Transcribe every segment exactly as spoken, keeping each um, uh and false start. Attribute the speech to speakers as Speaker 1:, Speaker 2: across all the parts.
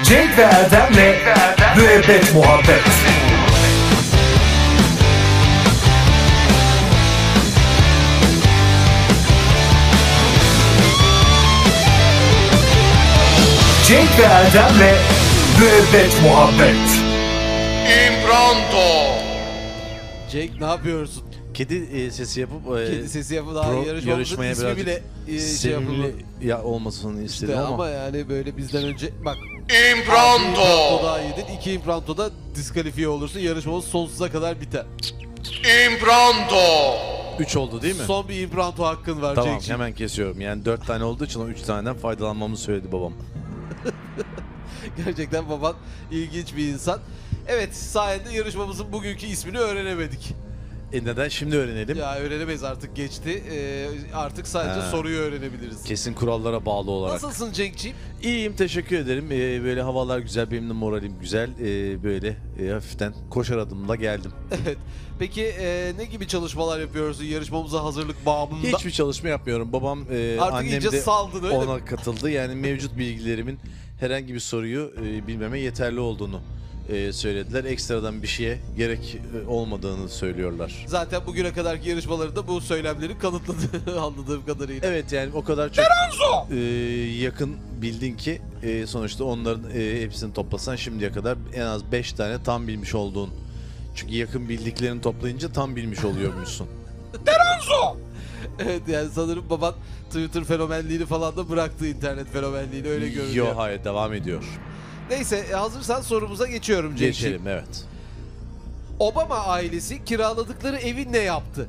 Speaker 1: Cenk ve Erdem'le Müebbet Muhabbet. Cenk ve Erdem'le Müebbet Muhabbet.
Speaker 2: İmpronto.
Speaker 3: Cenk, ne yapıyorsun?
Speaker 4: Kedi e, sesi yapıp e,
Speaker 3: Kedi sesi yapıp daha
Speaker 4: pro-
Speaker 3: yarışmamızın
Speaker 4: yarışmaya
Speaker 3: ismi
Speaker 4: birazcık
Speaker 3: bile e, şey
Speaker 4: sevimli
Speaker 3: yapıldı.
Speaker 4: ya olmasını istedim
Speaker 3: İşte
Speaker 4: ama,
Speaker 3: ama yani böyle bizden önce bak.
Speaker 2: İmpronto.
Speaker 3: daha iyidir. İki imprantoda diskalifiye olursun. Yarışmamız sonsuza kadar biter.
Speaker 2: İmpronto.
Speaker 4: üç oldu değil mi?
Speaker 3: Son bir impranto hakkın var
Speaker 4: Tamam,
Speaker 3: Cenk'ciğim.
Speaker 4: hemen kesiyorum. Yani dört tane olduğu için o üç taneden faydalanmamı söyledi babam.
Speaker 3: Gerçekten baban ilginç bir insan. Evet, sayende yarışmamızın bugünkü ismini öğrenemedik.
Speaker 4: E neden şimdi öğrenelim?
Speaker 3: Ya öğrenemeyiz, artık geçti. Ee, artık sadece
Speaker 4: Ha.
Speaker 3: soruyu öğrenebiliriz.
Speaker 4: Kesin kurallara bağlı olarak.
Speaker 3: Nasılsın Cenk'ciğim?
Speaker 4: İyiyim, teşekkür ederim. Ee, böyle havalar güzel, benim de moralim güzel. Ee, böyle e, hafiften koşar adımla geldim.
Speaker 3: Evet. Peki e, ne gibi çalışmalar yapıyorsun yarışmamıza hazırlık babında?
Speaker 4: Hiçbir çalışma yapmıyorum. Babam, e,
Speaker 3: Artık
Speaker 4: annem
Speaker 3: iyice
Speaker 4: de
Speaker 3: saldın, öyle
Speaker 4: ona
Speaker 3: mi?
Speaker 4: katıldı. Yani mevcut bilgilerimin herhangi bir soruyu e, bilmeme yeterli olduğunu e, söylediler. Ekstradan bir şeye gerek e, olmadığını söylüyorlar.
Speaker 3: Zaten bugüne kadarki yarışmalarında bu söylemleri kanıtladı anladığım kadarıyla.
Speaker 4: Evet, yani o kadar çok e, yakın bildin ki e, sonuçta onların e, hepsini toplasan şimdiye kadar en az beş tane tam bilmiş olduğun. Çünkü yakın bildiklerini toplayınca tam bilmiş oluyormuşsun.
Speaker 3: Evet, yani sanırım baban Twitter fenomenliğini falan da bıraktı, internet fenomenliğini, öyle görünüyor.
Speaker 4: Yo, hayır, devam ediyor.
Speaker 3: Neyse, e, hazırsan sorumuza geçiyorum Cenk'ciğim.
Speaker 4: Geçelim, evet.
Speaker 3: Obama ailesi kiraladıkları evi ne yaptı?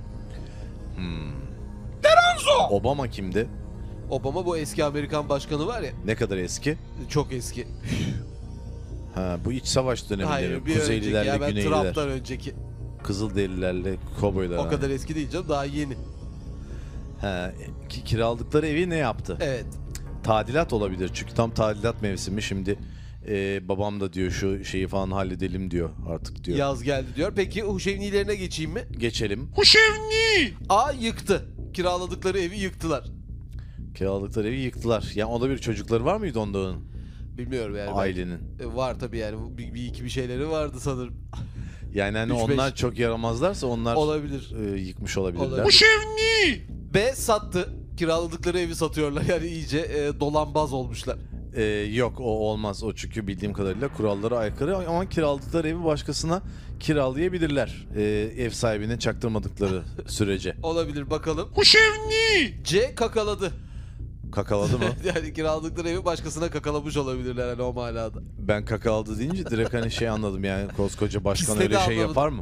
Speaker 4: Obama kimdi?
Speaker 3: Obama bu eski Amerikan başkanı var ya,
Speaker 4: Ne kadar eski?
Speaker 3: çok eski.
Speaker 4: Ha, bu iç savaş döneminde
Speaker 3: Hayır,
Speaker 4: mi?
Speaker 3: bir önceki,
Speaker 4: Kuzeylilerle
Speaker 3: ya ben
Speaker 4: Güneyliler.
Speaker 3: Trump'tan önceki.
Speaker 4: Kızılderililerle Kovboylar.
Speaker 3: O
Speaker 4: ha.
Speaker 3: kadar eski değil canım, daha yeni.
Speaker 4: Ha, ki, kiraladıkları evi ne yaptı?
Speaker 3: Evet.
Speaker 4: Tadilat olabilir çünkü tam tadilat mevsimi şimdi. e, babam da diyor şu şeyi falan halledelim diyor artık diyor.
Speaker 3: Yaz geldi diyor. Peki Huşevnilerine geçeyim mi?
Speaker 4: Geçelim.
Speaker 2: Huşevni.
Speaker 3: A, yıktı. Kiraladıkları evi yıktılar.
Speaker 4: Kiraladıkları evi yıktılar. Yani o da bir çocukları var mıydı onların?
Speaker 3: Bilmiyorum yani.
Speaker 4: Ailenin.
Speaker 3: E, var tabii yani. Bir, bir iki bir şeyleri vardı sanırım.
Speaker 4: Yani hani
Speaker 3: Üç,
Speaker 4: onlar
Speaker 3: beş.
Speaker 4: çok yaramazlarsa onlar
Speaker 3: Olabilir.
Speaker 4: e, yıkmış olabilirler.
Speaker 3: Olabilir.
Speaker 2: Huşevni.
Speaker 3: B, sattı. Kiraladıkları evi satıyorlar. Yani iyice e, dolanbaz olmuşlar.
Speaker 4: Ee, yok, o olmaz. O çünkü bildiğim kadarıyla kurallara aykırı ama kiraladıkları evi başkasına kiralayabilirler. Ee, ev sahibine çaktırmadıkları sürece.
Speaker 3: Olabilir, bakalım.
Speaker 2: Huşevni.
Speaker 3: C, kakaladı.
Speaker 4: Kakaladı mı?
Speaker 3: Yani kiraladıkları evi başkasına kakalamış olabilirler hani o manada.
Speaker 4: Ben kakaladı deyince direkt hani şey anladım, yani koskoca başkan
Speaker 3: Pisledi
Speaker 4: öyle şey
Speaker 3: anladım.
Speaker 4: yapar mı?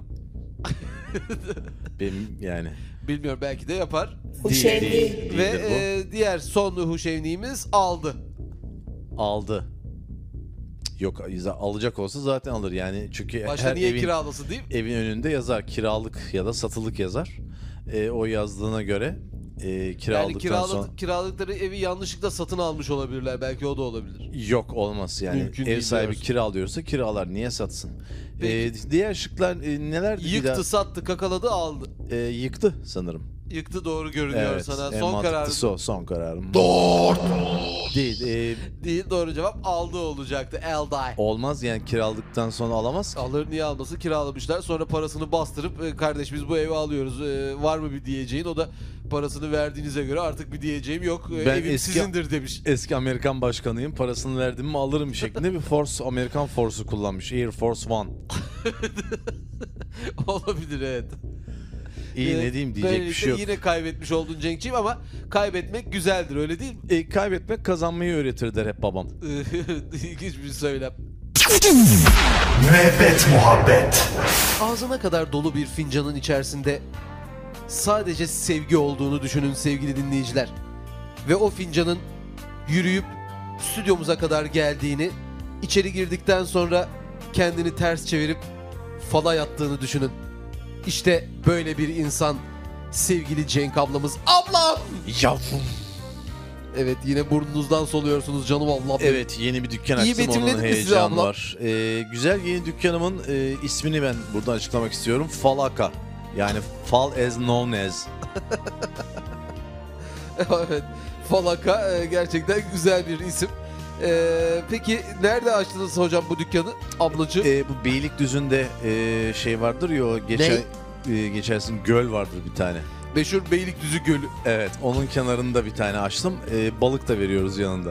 Speaker 4: Benim yani.
Speaker 3: Bilmiyorum, belki de yapar.
Speaker 4: Değil, değil,
Speaker 3: Ve
Speaker 4: değildir bu.
Speaker 3: e, diğer son Huşevni'miz aldı.
Speaker 4: Aldı. Yok, alacak olsa zaten alır yani, çünkü
Speaker 3: Başta
Speaker 4: her
Speaker 3: niye
Speaker 4: evin,
Speaker 3: kiralasın değil mi?
Speaker 4: evin önünde yazar kiralık ya da satılık yazar. Ee, o yazdığına göre e,
Speaker 3: Yani
Speaker 4: kiraladıktan
Speaker 3: kiraladı,
Speaker 4: sonra
Speaker 3: kiraladıkları evi yanlışlıkla satın almış olabilirler. Belki o da olabilir.
Speaker 4: yok, olmaz yani.
Speaker 3: Mümkün
Speaker 4: Ev
Speaker 3: değil
Speaker 4: sahibi
Speaker 3: diyorsun.
Speaker 4: kiralıyorsa kiralar, niye satsın?
Speaker 3: Peki.
Speaker 4: Ee, diğer şıklar e, nelerdi? Bir
Speaker 3: Yıktı,
Speaker 4: daha?
Speaker 3: sattı, kakaladı, aldı.
Speaker 4: Ee, yıktı sanırım.
Speaker 3: Yıktı, doğru görünüyor
Speaker 4: Evet,
Speaker 3: sana.
Speaker 4: en
Speaker 3: Son kararı
Speaker 4: mantıklısı o, son kararım. Değil, e,
Speaker 3: değil, doğru cevap aldı olacaktı. Elday.
Speaker 4: olmaz yani, kiraladıktan sonra alamaz ki.
Speaker 3: Alır, niye alması? Kiralamışlar. Sonra parasını bastırıp e, kardeş biz bu evi alıyoruz. E, var mı bir diyeceğin? O da parasını verdiğinize göre artık bir diyeceğim yok. E,
Speaker 4: Ben
Speaker 3: evim
Speaker 4: eski-
Speaker 3: sizindir demiş.
Speaker 4: Eski Amerikan başkanıyım, parasını verdim mi alırım şeklinde bir Force, Amerikan Force'u kullanmış. Air Force One.
Speaker 3: Olabilir, evet.
Speaker 4: İyi,
Speaker 3: E,
Speaker 4: ne diyeyim, diyecek bir
Speaker 3: böylelikle
Speaker 4: şey yok.
Speaker 3: Yine kaybetmiş oldun Cenk'ciğim ama kaybetmek güzeldir, öyle değil mi?
Speaker 4: E, kaybetmek kazanmayı öğretir der hep babam.
Speaker 3: İlginç bir söylem.
Speaker 1: Müebbet Muhabbet.
Speaker 3: Ağzına kadar dolu bir fincanın içerisinde sadece sevgi olduğunu düşünün sevgili dinleyiciler. Ve o fincanın yürüyüp stüdyomuza kadar geldiğini, içeri girdikten sonra kendini ters çevirip fala yattığını düşünün. İşte böyle bir insan sevgili Cenk ablamız. Ablam!
Speaker 4: Yavrum.
Speaker 3: Evet, yine burnunuzdan soluyorsunuz canım ablam.
Speaker 4: Evet, yeni bir dükkan
Speaker 3: İyi
Speaker 4: açtım,
Speaker 3: betimledin
Speaker 4: onun
Speaker 3: mi sizi
Speaker 4: heyecanı
Speaker 3: abla?
Speaker 4: var. Ee, güzel yeni dükkanımın e, ismini ben buradan açıklamak istiyorum. Falaka. Yani Fal as known as.
Speaker 3: Evet, Falaka e, gerçekten güzel bir isim. Ee, peki nerede açtınız hocam bu dükkanı ablacığım?
Speaker 4: E, bu Beylikdüzü'nde e, şey vardır ya o geçer, e, geçersin göl vardır bir tane.
Speaker 3: Meşhur Beylikdüzü Gölü.
Speaker 4: Evet, onun kenarında bir tane açtım. E, balık da veriyoruz yanında.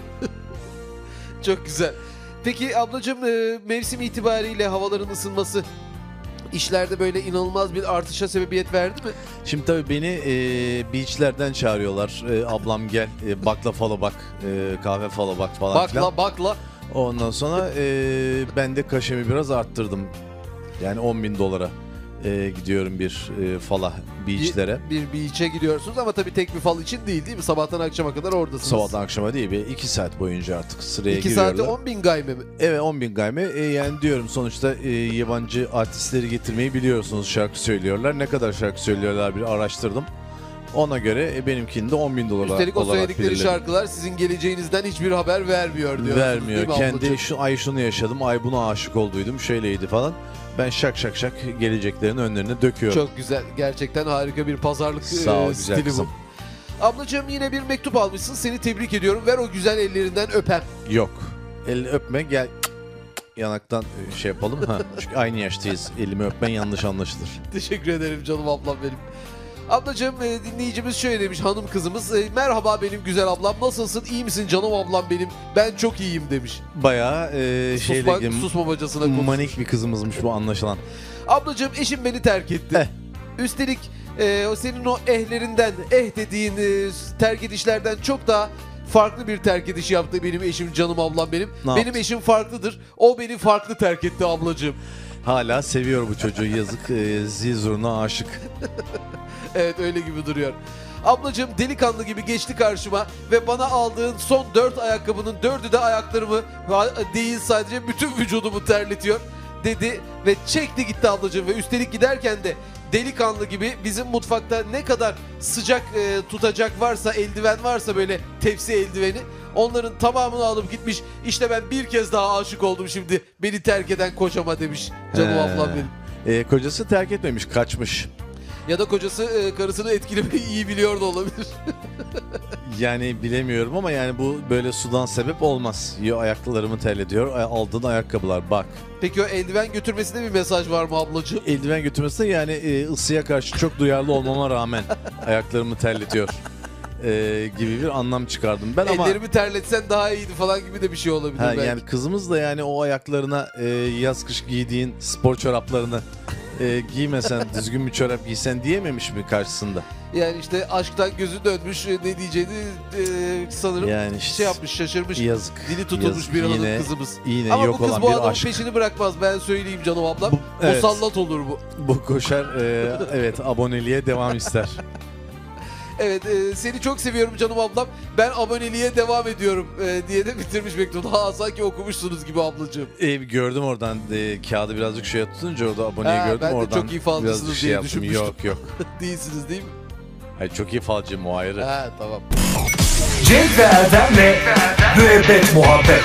Speaker 3: Çok güzel. Peki ablacığım e, mevsim itibariyle havaların ısınması işlerde böyle inanılmaz bir artışa sebebiyet verdi mi?
Speaker 4: Şimdi tabii beni e, beachlerden çağırıyorlar. E, ablam gel e, bakla fala bak, e, kahve fala bak falan filan.
Speaker 3: Bakla bakla.
Speaker 4: Ondan sonra e, ben de kaşemi biraz arttırdım. Yani on bin dolara e, gidiyorum bir e, fala beachlere.
Speaker 3: Bir, bir beach'e gidiyorsunuz ama tabii tek bir fal için değil değil mi? Sabahtan akşama kadar oradasınız.
Speaker 4: Sabahtan akşama değil, bir iki saat boyunca artık sıraya
Speaker 3: İki
Speaker 4: giriyorlar.
Speaker 3: saate on bin gayme mi?
Speaker 4: Evet, on bin gayme. E, yani diyorum sonuçta e, yabancı artistleri getirmeyi biliyorsunuz, şarkı söylüyorlar. Ne kadar şarkı söylüyorlar bir araştırdım. Ona göre e, benimkini de on bin dolar
Speaker 3: Üstelik o
Speaker 4: olarak
Speaker 3: söyledikleri
Speaker 4: belirledim.
Speaker 3: şarkılar sizin geleceğinizden hiçbir haber vermiyor diyorsunuz
Speaker 4: Vermiyor.
Speaker 3: değil mi
Speaker 4: Kendi
Speaker 3: ablacığım?
Speaker 4: şu ay şunu yaşadım, ay buna aşık olduydum, şöyleydi falan. Ben şak şak şak geleceklerin önlerine döküyorum.
Speaker 3: Çok güzel. Gerçekten harika bir pazarlık
Speaker 4: Sağ ol
Speaker 3: e,
Speaker 4: güzel
Speaker 3: stili
Speaker 4: kızım.
Speaker 3: bu. Ablacığım yine bir mektup almışsın. Seni tebrik ediyorum. Ver o güzel ellerinden öpem.
Speaker 4: Yok. Elini öpme, gel yanaktan şey yapalım. Ha. Çünkü aynı yaştayız. Elimi öpmen yanlış anlaşılır.
Speaker 3: Teşekkür ederim canım ablam benim. Ablacığım e, dinleyicimiz şöyle demiş, hanım kızımız. E, merhaba benim güzel ablam, nasılsın, iyi misin canım ablam benim? Ben çok iyiyim demiş.
Speaker 4: Bayağı e,
Speaker 3: Susma,
Speaker 4: şeyle
Speaker 3: susmamacasına konuşmuş.
Speaker 4: manik bir kızımızmış bu anlaşılan.
Speaker 3: Ablacığım eşim beni terk etti.
Speaker 4: Eh.
Speaker 3: Üstelik e, o senin o ehlerinden, eh dediğin e, terk edişlerden çok daha farklı bir terk ediş yaptı benim eşim, canım ablam benim.
Speaker 4: Ne
Speaker 3: benim
Speaker 4: yaptı?
Speaker 3: eşim farklıdır. O beni farklı terk etti ablacığım.
Speaker 4: Hala seviyor bu çocuğu, yazık. E, zizuruna aşık.
Speaker 3: Evet öyle gibi duruyor. Ablacığım delikanlı gibi geçti karşıma ve bana aldığın son dört ayakkabının dördü de ayaklarımı değil sadece bütün vücudumu terletiyor dedi ve çekti gitti ablacığım ve üstelik giderken de delikanlı gibi bizim mutfakta ne kadar sıcak e, tutacak varsa, eldiven varsa, böyle tepsi eldiveni, onların tamamını alıp gitmiş. İşte ben bir kez daha aşık oldum şimdi beni terk eden kocama demiş canım
Speaker 4: He.
Speaker 3: ablam benim.
Speaker 4: E, kocası terk etmemiş, kaçmış.
Speaker 3: Ya da kocası e, karısını etkilemeyi iyi biliyor da olabilir.
Speaker 4: Yani bilemiyorum ama yani bu böyle sudan sebep olmaz. Yo, ayaklarımı terletiyor. Ay- Aldığın ayakkabılar bak.
Speaker 3: Peki o eldiven götürmesinde bir mesaj var mı ablacığım?
Speaker 4: Eldiven götürmesi de yani e, ısıya karşı çok duyarlı olmama rağmen ayaklarımı terletiyor e, gibi bir anlam çıkardım ben ama.
Speaker 3: Ellerimi terletsen daha iyiydi falan gibi de bir şey olabilir
Speaker 4: Ha,
Speaker 3: belki.
Speaker 4: yani kızımız da yani o ayaklarına e, yaz kış giydiğin spor çoraplarını e, giymesen, düzgün bir çorap giysen diyememiş mi karşısında?
Speaker 3: Yani işte aşktan gözü dönmüş, ne diyeceğini e, sanırım
Speaker 4: Yani işte
Speaker 3: şey yapmış, şaşırmış.
Speaker 4: Yazık.
Speaker 3: Dili tutulmuş
Speaker 4: yazık.
Speaker 3: bir hanım
Speaker 4: Yine-
Speaker 3: kızımız.
Speaker 4: Yine
Speaker 3: Ama
Speaker 4: yok
Speaker 3: bu kız
Speaker 4: olan
Speaker 3: bu
Speaker 4: bir
Speaker 3: adamın
Speaker 4: aşk.
Speaker 3: peşini bırakmaz, ben söyleyeyim canım ablam.
Speaker 4: Bu- evet.
Speaker 3: Musallat olur bu.
Speaker 4: Bu koşar e, evet aboneliğe devam ister.
Speaker 3: Evet e, seni çok seviyorum canım ablam. Ben aboneliğe devam ediyorum e, diye de bitirmiş mektubu. Ha sanki okumuşsunuz gibi ablacığım.
Speaker 4: E, gördüm oradan e, kağıdı birazcık şeye tutunca orada aboneyi
Speaker 3: Ha,
Speaker 4: gördüm
Speaker 3: ben de
Speaker 4: oradan.
Speaker 3: çok iyi falcısınız
Speaker 4: birazcık
Speaker 3: diye
Speaker 4: yaptım.
Speaker 3: düşünmüştüm.
Speaker 4: Yok yok.
Speaker 3: Değilsiniz değil mi?
Speaker 4: Hayır, çok iyi falcıyım o ayrı.
Speaker 3: Ha tamam.
Speaker 1: Cenk ve Erdem'le Müebbet Muhabbet.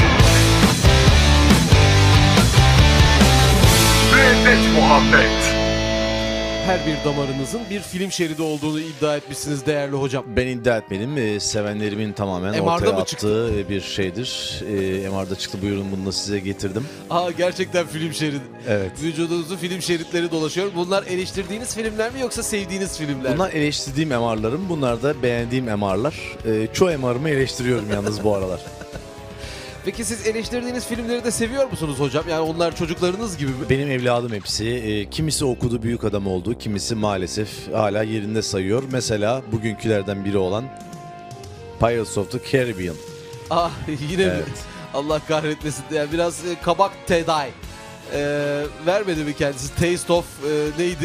Speaker 1: Müebbet Muhabbet.
Speaker 3: Her bir damarınızın bir film şeridi olduğunu iddia etmişsiniz değerli hocam.
Speaker 4: Ben iddia etmedim. E, sevenlerimin tamamen
Speaker 3: M R'da
Speaker 4: ortaya
Speaker 3: mı
Speaker 4: attığı
Speaker 3: çıktı?
Speaker 4: e, bir şeydir. E, M R'da çıktı, buyurun bunu da size getirdim.
Speaker 3: Aa gerçekten film şeridi.
Speaker 4: Evet.
Speaker 3: Vücudunuzun film şeritleri dolaşıyor. Bunlar eleştirdiğiniz filmler mi yoksa sevdiğiniz filmler mi?
Speaker 4: Bunlar eleştirdiğim M R'larım. Bunlar da beğendiğim M R'lar. E, çoğu M R'ımı eleştiriyorum yalnız bu aralar.
Speaker 3: Peki siz eleştirdiğiniz filmleri de seviyor musunuz hocam? Yani onlar çocuklarınız gibi mi?
Speaker 4: Benim evladım hepsi. E, kimisi okudu, büyük adam oldu. Kimisi maalesef hala yerinde sayıyor. Mesela bugünkülerden biri olan Pirates of the Caribbean.
Speaker 3: Ah yine mi?
Speaker 4: Evet.
Speaker 3: Allah kahretmesin. Yani biraz e, kabak teday. Ee, vermedi mi kendisi? Taste of e, neydi?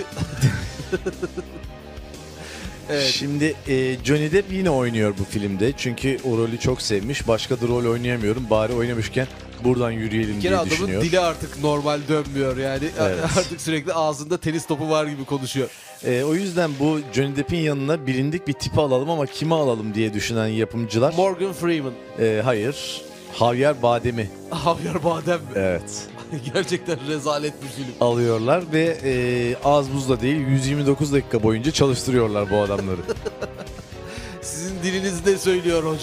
Speaker 3: Evet.
Speaker 4: Şimdi e, Johnny Depp yine oynuyor bu filmde. Çünkü o rolü çok sevmiş. Başka da rol oynayamıyorum. Bari oynamışken buradan yürüyelim
Speaker 3: Bir
Speaker 4: diye
Speaker 3: kere adamın
Speaker 4: düşünüyor.
Speaker 3: dili artık normal dönmüyor yani.
Speaker 4: Evet.
Speaker 3: Artık sürekli ağzında tenis topu var gibi konuşuyor.
Speaker 4: E, o yüzden bu Johnny Depp'in yanına bilindik bir tipi alalım ama kimi alalım diye düşünen yapımcılar.
Speaker 3: Morgan Freeman.
Speaker 4: E, hayır. Javier Bardem'i
Speaker 3: Javier Bardem mi?
Speaker 4: evet
Speaker 3: Gerçekten rezalet bir film.
Speaker 4: alıyorlar ve e, az buzda değil yüz yirmi dokuz dakika boyunca çalıştırıyorlar bu adamları.
Speaker 3: Sizin diliniz ne söylüyor hocam?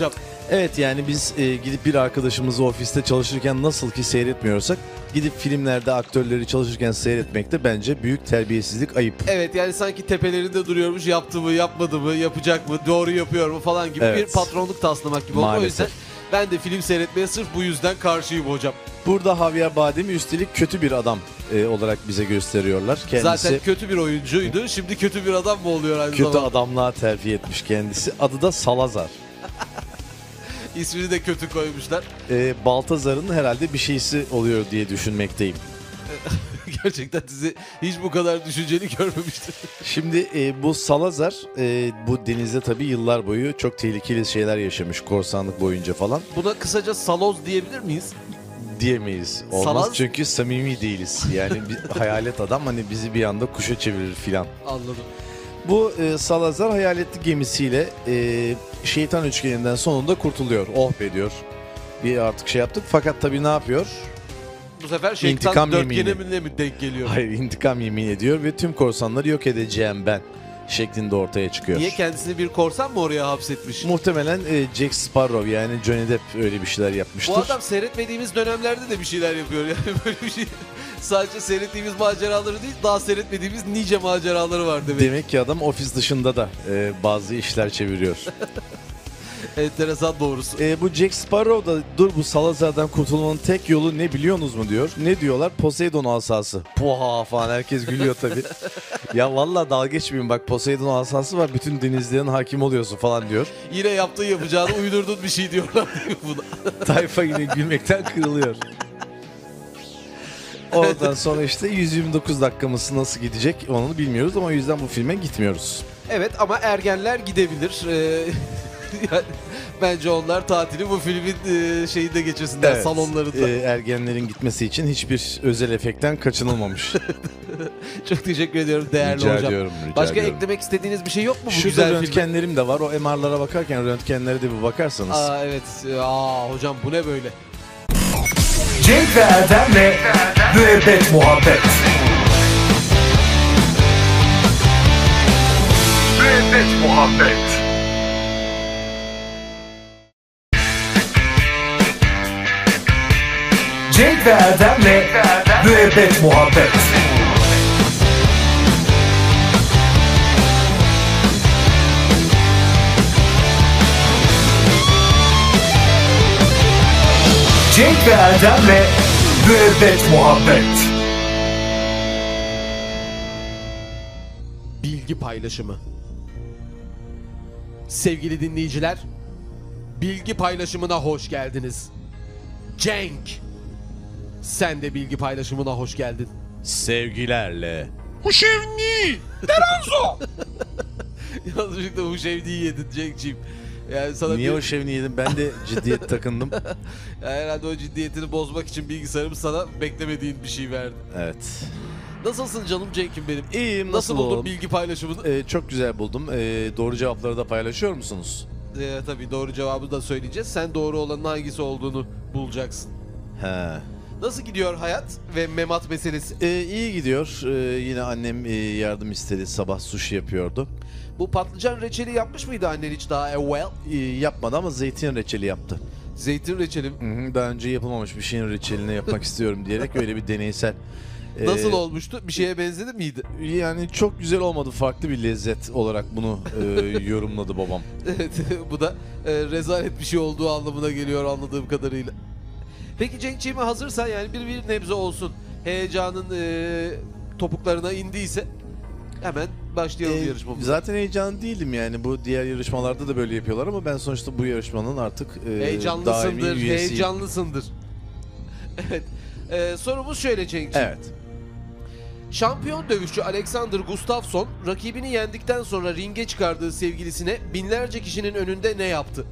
Speaker 4: Evet, yani biz e, gidip bir arkadaşımızı ofiste çalışırken nasıl ki seyretmiyorsak, gidip filmlerde aktörleri çalışırken seyretmek de bence büyük terbiyesizlik, ayıp.
Speaker 3: Evet, yani sanki tepelerinde duruyormuş, yaptı mı yapmadı mı, yapacak mı, doğru yapıyor mu falan gibi
Speaker 4: Evet.
Speaker 3: bir patronluk taslamak gibi oldu. O
Speaker 4: Maalesef.
Speaker 3: yüzden ben de film seyretmeye sırf bu yüzden karşıyım hocam.
Speaker 4: Burada Javier Bardem'i üstelik kötü bir adam e, olarak bize gösteriyorlar. Kendisi
Speaker 3: Zaten kötü bir oyuncuydu, şimdi kötü bir adam mı oluyor aynı
Speaker 4: kötü
Speaker 3: zamanda?
Speaker 4: adamlığa terfi etmiş kendisi. Adı da Salazar.
Speaker 3: İsmini de kötü koymuşlar.
Speaker 4: E, Baltazar'ın herhalde bir şeysi oluyor diye düşünmekteyim.
Speaker 3: Gerçekten sizi hiç bu kadar düşünceli görmemiştim.
Speaker 4: Şimdi e, bu Salazar e, bu denizde tabii yıllar boyu çok tehlikeli şeyler yaşamış, korsanlık boyunca falan.
Speaker 3: Buna kısaca saloz diyebilir miyiz?
Speaker 4: Diyemeyiz. Olmaz
Speaker 3: Salaz-
Speaker 4: çünkü samimi değiliz. Yani bir hayalet adam hani bizi bir anda kuşa çevirir filan.
Speaker 3: Anladım.
Speaker 4: Bu e, Salazar hayaletli gemisiyle e, şeytan üçgeninden sonunda kurtuluyor. Oh be diyor. Bir artık şey yaptık. Fakat tabii ne yapıyor?
Speaker 3: Bu sefer şeytan
Speaker 4: İntikam
Speaker 3: dörtgene
Speaker 4: yemini.
Speaker 3: mi, ne mi denk geliyor?
Speaker 4: Hayır, intikam yemin ediyor ve tüm korsanları yok edeceğim ben şeklinde ortaya çıkıyor.
Speaker 3: Niye, kendisini bir korsan mı oraya hapsetmiş?
Speaker 4: Muhtemelen e, Jack Sparrow yani Johnny Depp öyle bir şeyler yapmıştır.
Speaker 3: Bu adam seyretmediğimiz dönemlerde de bir şeyler yapıyor. Yani böyle bir şey, sadece seyrettiğimiz maceraları değil, daha seyretmediğimiz nice maceraları var demek.
Speaker 4: Demek ki adam ofis dışında da e, bazı işler çeviriyor.
Speaker 3: Enteresan doğrusu.
Speaker 4: E, bu Jack Sparrow da dur bu Salazar'dan kurtulmanın tek yolu ne biliyorsunuz mu diyor. Ne diyorlar? Poseidon asası. Poha falan herkes gülüyor tabii. Ya vallahi dalga geçmeyin bak, Poseidon asası var, bütün denizlerin hakim oluyorsun falan diyor.
Speaker 3: Yine yaptığı yapacağını uydurduğun bir şey diyorlar buna.
Speaker 4: Tayfa yine gülmekten kırılıyor. Oradan sonra işte yüz yirmi dokuz dakikamız nasıl gidecek onu bilmiyoruz ama o yüzden bu filme gitmiyoruz.
Speaker 3: Evet, ama ergenler gidebilir. Ee, yani bence onlar tatili bu filmin e, şeyinde geçirsinler,
Speaker 4: Evet,
Speaker 3: salonlarında.
Speaker 4: e, ergenlerin gitmesi için hiçbir özel efektten kaçınılmamış.
Speaker 3: Çok teşekkür ediyorum değerli
Speaker 4: Rica
Speaker 3: hocam.
Speaker 4: ediyorum, rica
Speaker 3: Başka
Speaker 4: ediyorum.
Speaker 3: eklemek istediğiniz bir şey yok mu bu
Speaker 4: Şurada
Speaker 3: güzel filme?
Speaker 4: röntgenlerim de var. O M R'lara bakarken röntgenlere de bir bakarsanız.
Speaker 3: Aa evet. Aa hocam bu ne böyle?
Speaker 1: Cenk ve Erdem'le Müebbet Muhabbet. Müebbet Muhabbet. Cenk ve Erdem'le Müebbet Muhabbet. Cenk ve Erdem'le Müebbet Muhabbet.
Speaker 3: Bilgi paylaşımı. Sevgili dinleyiciler, bilgi paylaşımına hoş geldiniz. Cenk, sen de bilgi paylaşımına hoş geldin.
Speaker 4: Sevgilerle.
Speaker 2: Huşevni! Deranzo!
Speaker 3: Yanlışlıkla bu şevdiyi yedin Cenk'ciğim. Yani sana
Speaker 4: Niye
Speaker 3: bir-
Speaker 4: o şevni yedim? Ben de ciddiyet takındım.
Speaker 3: Yani herhalde o ciddiyetini bozmak için bilgisayarım sana beklemediğin bir şey verdi.
Speaker 4: Evet.
Speaker 3: Nasılsın canım Cenk'im benim?
Speaker 4: İyiyim,
Speaker 3: Nasıl,
Speaker 4: nasıl
Speaker 3: buldun
Speaker 4: oğlum?
Speaker 3: bilgi paylaşımını?
Speaker 4: Ee, çok güzel buldum. Ee, doğru cevapları da paylaşıyor musunuz?
Speaker 3: Ee, tabii doğru cevabı da söyleyeceğiz. Sen doğru olanın hangisi olduğunu bulacaksın.
Speaker 4: He.
Speaker 3: Nasıl gidiyor hayat ve memat meselesi?
Speaker 4: Ee, iyi gidiyor. Ee, yine annem e, yardım istedi. Sabah sushi yapıyordu.
Speaker 3: Bu patlıcan reçeli yapmış mıydı annen hiç daha evvel?
Speaker 4: Ee, yapmadı ama zeytin reçeli yaptı.
Speaker 3: Zeytin reçeli mi?
Speaker 4: Hı hı, daha önce yapılmamış bir şeyin reçelini yapmak istiyorum diyerek öyle bir deneysel. Ee,
Speaker 3: Nasıl olmuştu? Bir şeye benzedi miydi?
Speaker 4: Yani çok güzel olmadı. Farklı bir lezzet olarak bunu e, yorumladı babam.
Speaker 3: Evet, bu da e, rezalet bir şey olduğu anlamına geliyor anladığım kadarıyla. Peki Cenk'ciğime hazırsan, yani bir bir nebze olsun heyecanın e, topuklarına indiyse hemen başlayalım
Speaker 4: Ee,
Speaker 3: yarışmamıza.
Speaker 4: Zaten heyecanlı değildim yani. Bu diğer yarışmalarda da böyle yapıyorlar ama ben sonuçta bu yarışmanın artık e, daimi
Speaker 3: Heyecanlısındır,
Speaker 4: üyesiyim.
Speaker 3: heyecanlısındır. Evet. E, sorumuz şöyle Cenk'ciğim.
Speaker 4: Evet.
Speaker 3: Şampiyon dövüşçü Alexander Gustafsson rakibini yendikten sonra ringe çıkardığı sevgilisine binlerce kişinin önünde ne yaptı?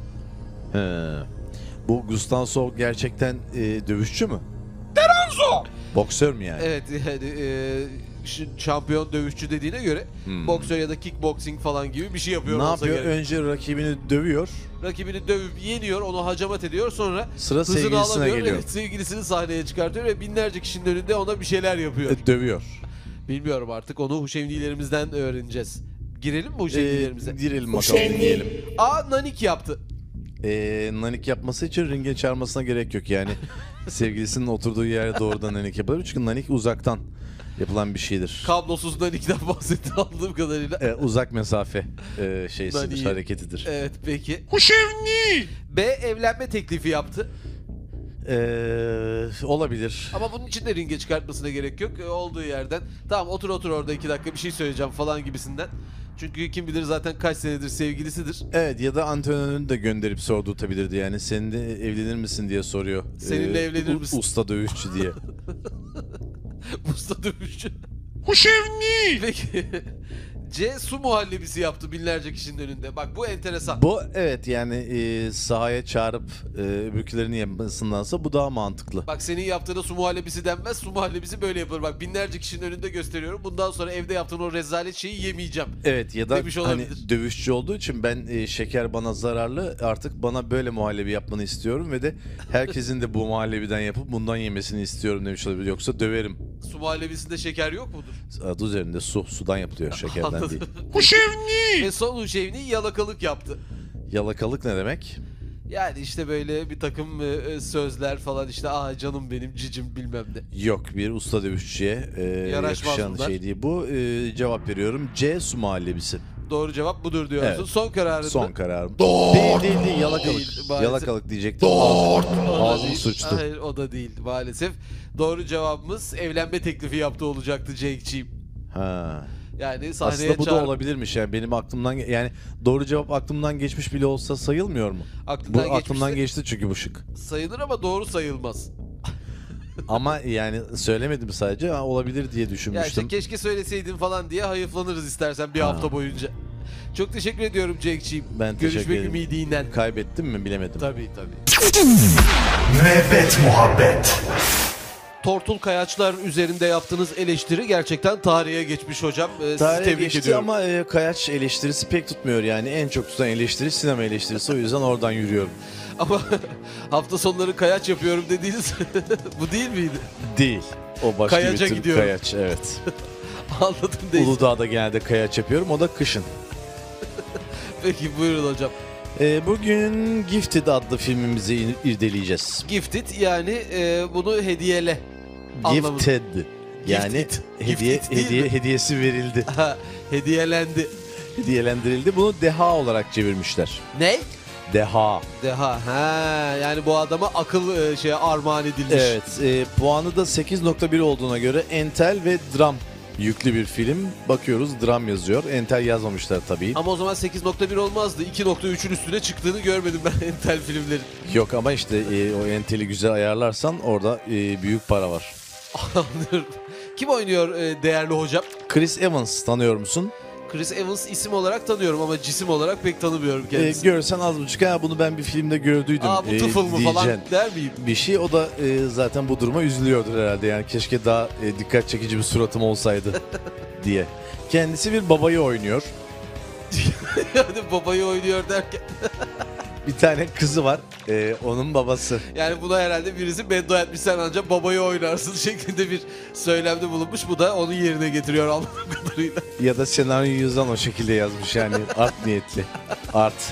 Speaker 4: He. Bu Gustafsson gerçekten e, dövüşçü mü?
Speaker 2: Deranzo!
Speaker 4: Boksör mü yani?
Speaker 3: Evet, yani e, ş- şampiyon dövüşçü dediğine göre
Speaker 4: Hmm.
Speaker 3: boksör ya da kickboxing falan gibi bir şey yapıyor
Speaker 4: Ne
Speaker 3: olsa
Speaker 4: yapıyor?
Speaker 3: gerek.
Speaker 4: Önce rakibini dövüyor.
Speaker 3: Rakibini dövüp yeniyor, onu hacamat ediyor, sonra
Speaker 4: Sıra
Speaker 3: hızını
Speaker 4: sevgilisine
Speaker 3: alamıyor,
Speaker 4: geliyor.
Speaker 3: evet, sevgilisini sahneye çıkartıyor ve binlerce kişinin önünde ona bir şeyler yapıyor.
Speaker 4: E, dövüyor.
Speaker 3: Bilmiyorum artık, onu huşevnilerimizden öğreneceğiz. Girelim mi
Speaker 4: E,
Speaker 3: huşevnilerimize?
Speaker 4: girelim bakalım, dinleyelim.
Speaker 3: A. Nanik yaptı.
Speaker 4: e, nanik yapması için ringe çağırmasına gerek yok. Yani sevgilisinin oturduğu yere doğrudan nanik yapabilir. Çünkü nanik uzaktan yapılan bir şeydir.
Speaker 3: Kablosuz nanikten bahsetti anladığım kadarıyla.
Speaker 4: E, uzak mesafe e, şeysidir,
Speaker 3: Naniği.
Speaker 4: hareketidir.
Speaker 3: Evet peki.
Speaker 2: Huşevni.
Speaker 3: B evlenme teklifi yaptı.
Speaker 4: E, olabilir.
Speaker 3: Ama bunun için de ringe çıkartmasına gerek yok. E, olduğu yerden tamam otur otur orada iki dakika bir şey söyleyeceğim falan gibisinden. Çünkü kim bilir zaten kaç senedir sevgilisidir.
Speaker 4: Evet, ya da antrenörünü de gönderip sordurtabilirdi. Yani seninle evlenir misin diye soruyor.
Speaker 3: Seninle evlenir
Speaker 4: u-
Speaker 3: misin?
Speaker 4: Usta dövüşçü diye.
Speaker 3: Usta dövüşçü.
Speaker 2: Huşevni.
Speaker 3: Peki. C su muhallebisi yaptı binlerce kişinin önünde. Bak bu enteresan.
Speaker 4: Bu evet yani e, sahaya çağırıp e, öbürkülerini yapmasındansa bu daha mantıklı.
Speaker 3: Bak senin yaptığına su muhallebisi denmez. Su muhallebisi böyle yapılır. Bak binlerce kişinin önünde gösteriyorum. Bundan sonra evde yaptığın o rezalet şeyi yemeyeceğim.
Speaker 4: Evet, ya da
Speaker 3: Demiş
Speaker 4: hani
Speaker 3: olabilir.
Speaker 4: dövüşçü olduğu için ben e, şeker bana zararlı, artık bana böyle muhallebi yapmanı istiyorum ve de herkesin de bu muhallebiden yapıp bundan yemesini istiyorum demiş olabilir. Yoksa döverim.
Speaker 3: Su muhallebisinde şeker yok mudur?
Speaker 4: Adı üzerinde su, sudan yapılıyor, şekerden değil.
Speaker 3: Anladım.
Speaker 2: Huşevni.
Speaker 3: Ve son Huşevni yalakalık yaptı.
Speaker 4: Yalakalık ne demek?
Speaker 3: Yani işte böyle bir takım e, sözler falan işte aa canım benim cicim bilmem ne.
Speaker 4: Yok, bir usta dövüşçüye e,
Speaker 3: Yaraşmaz
Speaker 4: yakışan
Speaker 3: bunlar.
Speaker 4: şey değil. Bu e, cevap veriyorum. C su muhallebisi.
Speaker 3: Doğru cevap budur diyorsun.
Speaker 4: Evet.
Speaker 3: Son kararın
Speaker 4: Son
Speaker 3: mı?
Speaker 4: kararım.
Speaker 2: Doğru.
Speaker 4: Değil değil değil, yalakalık.
Speaker 3: Değil, maalesef.
Speaker 4: Yalakalık diyecektim.
Speaker 2: Doğru.
Speaker 4: Ağzım,
Speaker 3: O da
Speaker 4: ağzım
Speaker 3: değil.
Speaker 4: suçtu.
Speaker 3: Hayır o da değil maalesef. Doğru cevabımız evlenme teklifi yaptı olacaktı Cenk'ciğim.
Speaker 4: Ha.
Speaker 3: Yani sahneye
Speaker 4: Aslında bu da
Speaker 3: çağır-
Speaker 4: olabilirmiş yani, benim aklımdan ge- yani doğru cevap aklımdan geçmiş bile olsa sayılmıyor mu? Bu
Speaker 3: Aklından
Speaker 4: aklımdan
Speaker 3: geçmişse-
Speaker 4: geçti çünkü bu şık.
Speaker 3: sayılır ama doğru sayılmaz.
Speaker 4: Ama yani söylemedim sadece, ha, olabilir diye
Speaker 3: Ya işte
Speaker 4: düşünmüştüm.
Speaker 3: keşke söyleseydin falan diye hayıflanırız istersen bir
Speaker 4: Ha.
Speaker 3: hafta boyunca. Çok teşekkür ediyorum Cenk'ciğim.
Speaker 4: Ben teşekkür
Speaker 3: Görüşmek
Speaker 4: ederim.
Speaker 3: ümidiyle.
Speaker 4: Kaybettim mi bilemedim.
Speaker 3: Tabii tabii.
Speaker 1: Müebbet muhabbet.
Speaker 3: Tortul kayaçlar üzerinde yaptığınız eleştiri gerçekten tarihe geçmiş hocam. Ee, sizi
Speaker 4: Tarihe
Speaker 3: tebrik
Speaker 4: geçti
Speaker 3: ediyorum.
Speaker 4: ama e, kayaç eleştirisi pek tutmuyor yani. En çok tutan eleştiri sinema eleştirisi, o yüzden oradan yürüyorum.
Speaker 3: Ama hafta sonları kayaç yapıyorum dediğiniz bu değil miydi?
Speaker 4: Değil. O başka
Speaker 3: Kayaca
Speaker 4: bir tür
Speaker 3: gidiyorum.
Speaker 4: kayaç, evet.
Speaker 3: Anladım değil.
Speaker 4: Uludağ'da genelde kayaç yapıyorum, o da kışın.
Speaker 3: Peki buyurun hocam.
Speaker 4: E, bugün Gifted adlı filmimizi in- irdeleyeceğiz.
Speaker 3: Gifted yani e, bunu hediyele. anlamında.
Speaker 4: Gifted. Yani
Speaker 3: Gifted.
Speaker 4: hediye
Speaker 3: Gifted değil
Speaker 4: hediye
Speaker 3: mi?
Speaker 4: hediyesi verildi.
Speaker 3: Ha, hediyelendi.
Speaker 4: Hediyelendirildi. Bunu deha olarak çevirmişler.
Speaker 3: Ne?
Speaker 4: Deha.
Speaker 3: Deha. Ha, yani bu adama akıl e, şeye armağan edilmiş.
Speaker 4: Evet. E, puanı da sekiz nokta bir olduğuna göre entel ve dram yüklü bir film. Bakıyoruz, dram yazıyor. Entel yazmamışlar tabii.
Speaker 3: Ama o zaman sekiz nokta bir olmazdı. iki nokta üçün üstüne çıktığını görmedim ben entel filmlerin.
Speaker 4: Yok ama işte e, o enteli güzel ayarlarsan orada e, büyük para var.
Speaker 3: Anlıyorum. Kim oynuyor e, değerli hocam?
Speaker 4: Chris Evans tanıyor musun?
Speaker 3: Chris Evans isim olarak tanıyorum ama cisim olarak pek tanımıyorum
Speaker 4: E,
Speaker 3: kendisini.
Speaker 4: görsen az buçuk, ha bunu ben bir filmde gördüydüm.
Speaker 3: Aa bu
Speaker 4: e,
Speaker 3: tıfıl mı falan
Speaker 4: diyeceksin.
Speaker 3: der miyim?
Speaker 4: Bir şey, o da e, zaten bu duruma üzülüyordur herhalde, yani keşke daha e, dikkat çekici bir suratım olsaydı diye. Kendisi bir babayı oynuyor.
Speaker 3: Yani babayı oynuyor derken.
Speaker 4: Bir tane kızı var, e, onun babası.
Speaker 3: Yani buna herhalde birisi beddua etmiş sen ancak babayı oynarsın şeklinde bir söylemde bulunmuş. Bu da onun yerine getiriyor anladığım kadarıyla.
Speaker 4: Ya da senaryoyu yazan o şekilde yazmış yani, art niyetli. Art.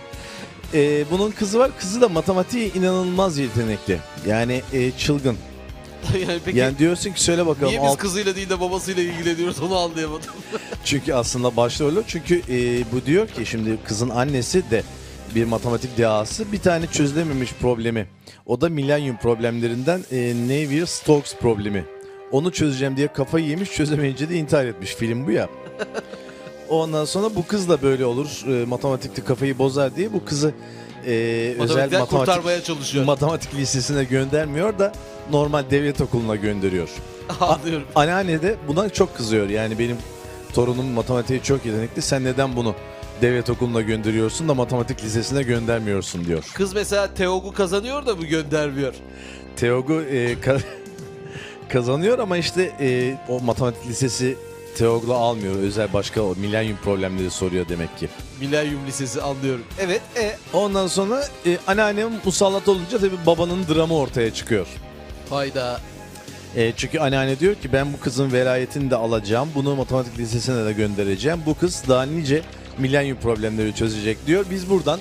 Speaker 4: E, bunun kızı var, kızı da matematiğe inanılmaz yetenekli. Yani e, çılgın.
Speaker 3: yani peki
Speaker 4: Yani diyorsun ki söyle bakalım.
Speaker 3: niye biz
Speaker 4: alt-
Speaker 3: kızıyla değil de babasıyla ilgileniyoruz onu anlayamadım.
Speaker 4: Çünkü aslında başta öyle. Çünkü e, bu diyor ki şimdi kızın annesi de bir matematik dehası, bir tane çözülememiş problemi. O da milenyum problemlerinden e, Navier-Stokes problemi. Onu çözeceğim diye kafayı yemiş, çözemeyince de intihar etmiş. Film bu ya. Ondan sonra bu kız da böyle olur. E, matematikte kafayı bozar diye bu kızı e, özel
Speaker 3: Matematikten
Speaker 4: matematik,
Speaker 3: kurtarmaya çalışıyor.
Speaker 4: matematik lisesine göndermiyor da normal devlet okuluna gönderiyor.
Speaker 3: Anlıyorum.
Speaker 4: Anneanne de buna çok kızıyor. Yani benim torunum matematiğe çok yetenekli. Sen neden bunu devlet okuluna gönderiyorsun da matematik lisesine göndermiyorsun diyor.
Speaker 3: Kız mesela Teog'u kazanıyor da bu göndermiyor.
Speaker 4: Teog'u e, ka- kazanıyor ama işte e, o matematik lisesi Teog'la almıyor. Özel başka o milenyum problemleri soruyor demek ki.
Speaker 3: Milenyum Lisesi anlıyorum. Evet. E,
Speaker 4: Ondan sonra e, anneannem musallat olunca tabii babanın dramı ortaya çıkıyor.
Speaker 3: hayda.
Speaker 4: E, çünkü anneanne diyor ki ben bu kızın velayetini de alacağım. Bunu matematik lisesine de göndereceğim. Bu kız daha nice milenyum problemleri çözecek diyor. Biz buradan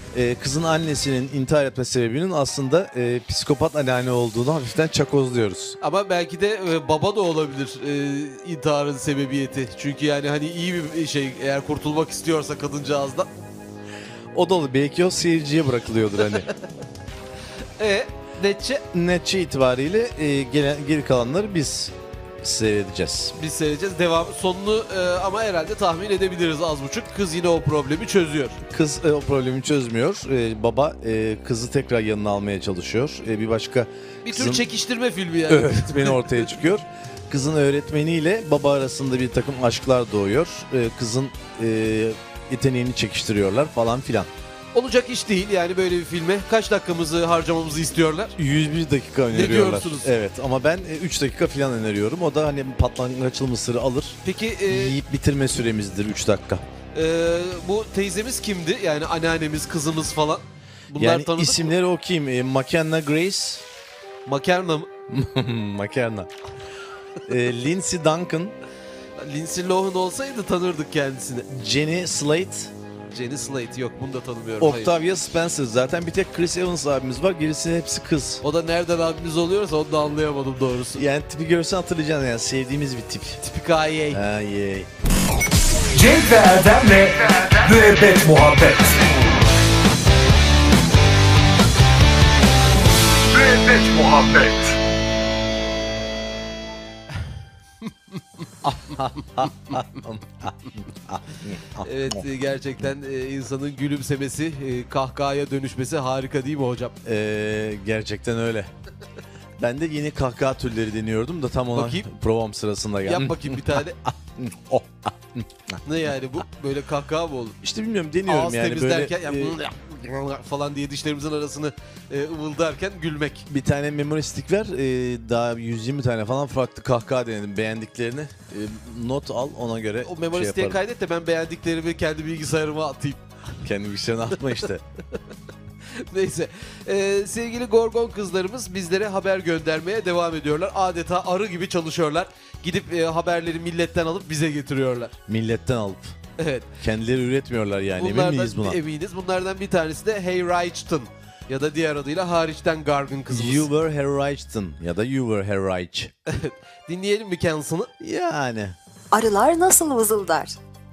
Speaker 4: e, kızın annesinin intihar etme sebebinin aslında e, psikopat anneanne olduğunu hafiften çakozluyoruz.
Speaker 3: Ama belki de e, baba da olabilir e, intiharın sebebiyeti. Çünkü yani hani iyi bir şey, eğer kurtulmak istiyorsa kadıncağızdan.
Speaker 4: O da olur. Belki o seyirciye bırakılıyordur hani.
Speaker 3: E netçe
Speaker 4: Netçe itibariyle e, gelen, geri kalanları biz seyredeceğiz.
Speaker 3: biz seyredeceğiz. Devam sonunu e, ama herhalde tahmin edebiliriz az buçuk. Kız yine o problemi çözüyor.
Speaker 4: Kız e, o problemi çözmüyor. E, baba e, kızı tekrar yanına almaya çalışıyor. E, bir başka
Speaker 3: Bir tür
Speaker 4: kızın
Speaker 3: çekiştirme filmi yani.
Speaker 4: öğretmeni ortaya çıkıyor. Kızın öğretmeniyle baba arasında bir takım aşklar doğuyor. E, kızın e, yeteneğini çekiştiriyorlar falan filan.
Speaker 3: Olacak iş değil yani böyle bir filme. Kaç dakikamızı harcamamızı istiyorlar?
Speaker 4: yüz bir dakika öneriyorlar.
Speaker 3: diyorsunuz?
Speaker 4: Evet ama ben üç dakika falan öneriyorum. O da hani patlangaçlı mısırı alır.
Speaker 3: Peki e,
Speaker 4: Yiyip bitirme süremizdir üç dakika.
Speaker 3: e, bu teyzemiz kimdi? Yani anneannemiz, kızımız falan. Bunlar
Speaker 4: Yani
Speaker 3: tanıdık mı?
Speaker 4: isimleri okuyayım. E, McKenna Grace.
Speaker 3: Makerna mı?
Speaker 4: McKenna. e, Lindsay Duncan.
Speaker 3: Lindsay Lohan olsaydı tanırdık kendisini.
Speaker 4: Jenny Slate.
Speaker 3: Jenny Slate yok, bunu da tanımıyorum. Hayır.
Speaker 4: Octavia Spencer. Zaten bir tek Chris Evans abimiz var. Gerisi hepsi kız.
Speaker 3: O da nereden abimiz oluyorsa onu da anlayamadım doğrusu.
Speaker 4: Yani tipi görsen hatırlayacaksın yani. Sevdiğimiz bir tip.
Speaker 3: Tipik A Y A.
Speaker 4: Ha yey.
Speaker 1: Cenk ve Erdem'le Müebbet Muhabbet. Müebbet Muhabbet.
Speaker 3: Evet e, gerçekten e, insanın gülümsemesi, e, kahkahaya dönüşmesi harika değil mi hocam?
Speaker 4: Ee, gerçekten öyle. Ben de yeni kahkaha türleri deniyordum da tam ona
Speaker 3: Bakayım.
Speaker 4: provam sırasında geldim.
Speaker 3: Yap bakayım bir tane.
Speaker 4: Oh.
Speaker 3: Ne yani bu? Böyle kahkaha mı olur?
Speaker 4: İşte bilmiyorum deniyorum
Speaker 3: Ağız
Speaker 4: yani böyle
Speaker 3: temizlerken yani
Speaker 4: e,
Speaker 3: falan diye dişlerimizin arasını e, ıvıldarken gülmek.
Speaker 4: bir tane memory stick ver. e, daha yüz yirmi tane falan farklı kahkaha denedim. Beğendiklerini e, not al, ona göre
Speaker 3: O memory
Speaker 4: şey
Speaker 3: stick'e
Speaker 4: yaparım.
Speaker 3: kaydet de ben beğendiklerimi kendi bilgisayarıma atayım.
Speaker 4: Kendi bilgisayarına atma işte.
Speaker 3: Neyse. Ee, sevgili Gorgon kızlarımız bizlere haber göndermeye devam ediyorlar. Adeta arı gibi çalışıyorlar. Gidip e, haberleri milletten alıp bize getiriyorlar.
Speaker 4: Milletten alıp.
Speaker 3: Evet.
Speaker 4: Kendileri üretmiyorlar yani. Emin miyiz buna?
Speaker 3: eminiz. Bunlardan bir tanesi de Hey Reichton. Ya da diğer adıyla hariçten Gargın kızımız.
Speaker 4: You were Herrighton ya da You were Herrich.
Speaker 3: Dinleyelim mi kendisini?
Speaker 4: Yani.
Speaker 5: Arılar nasıl vızıldar?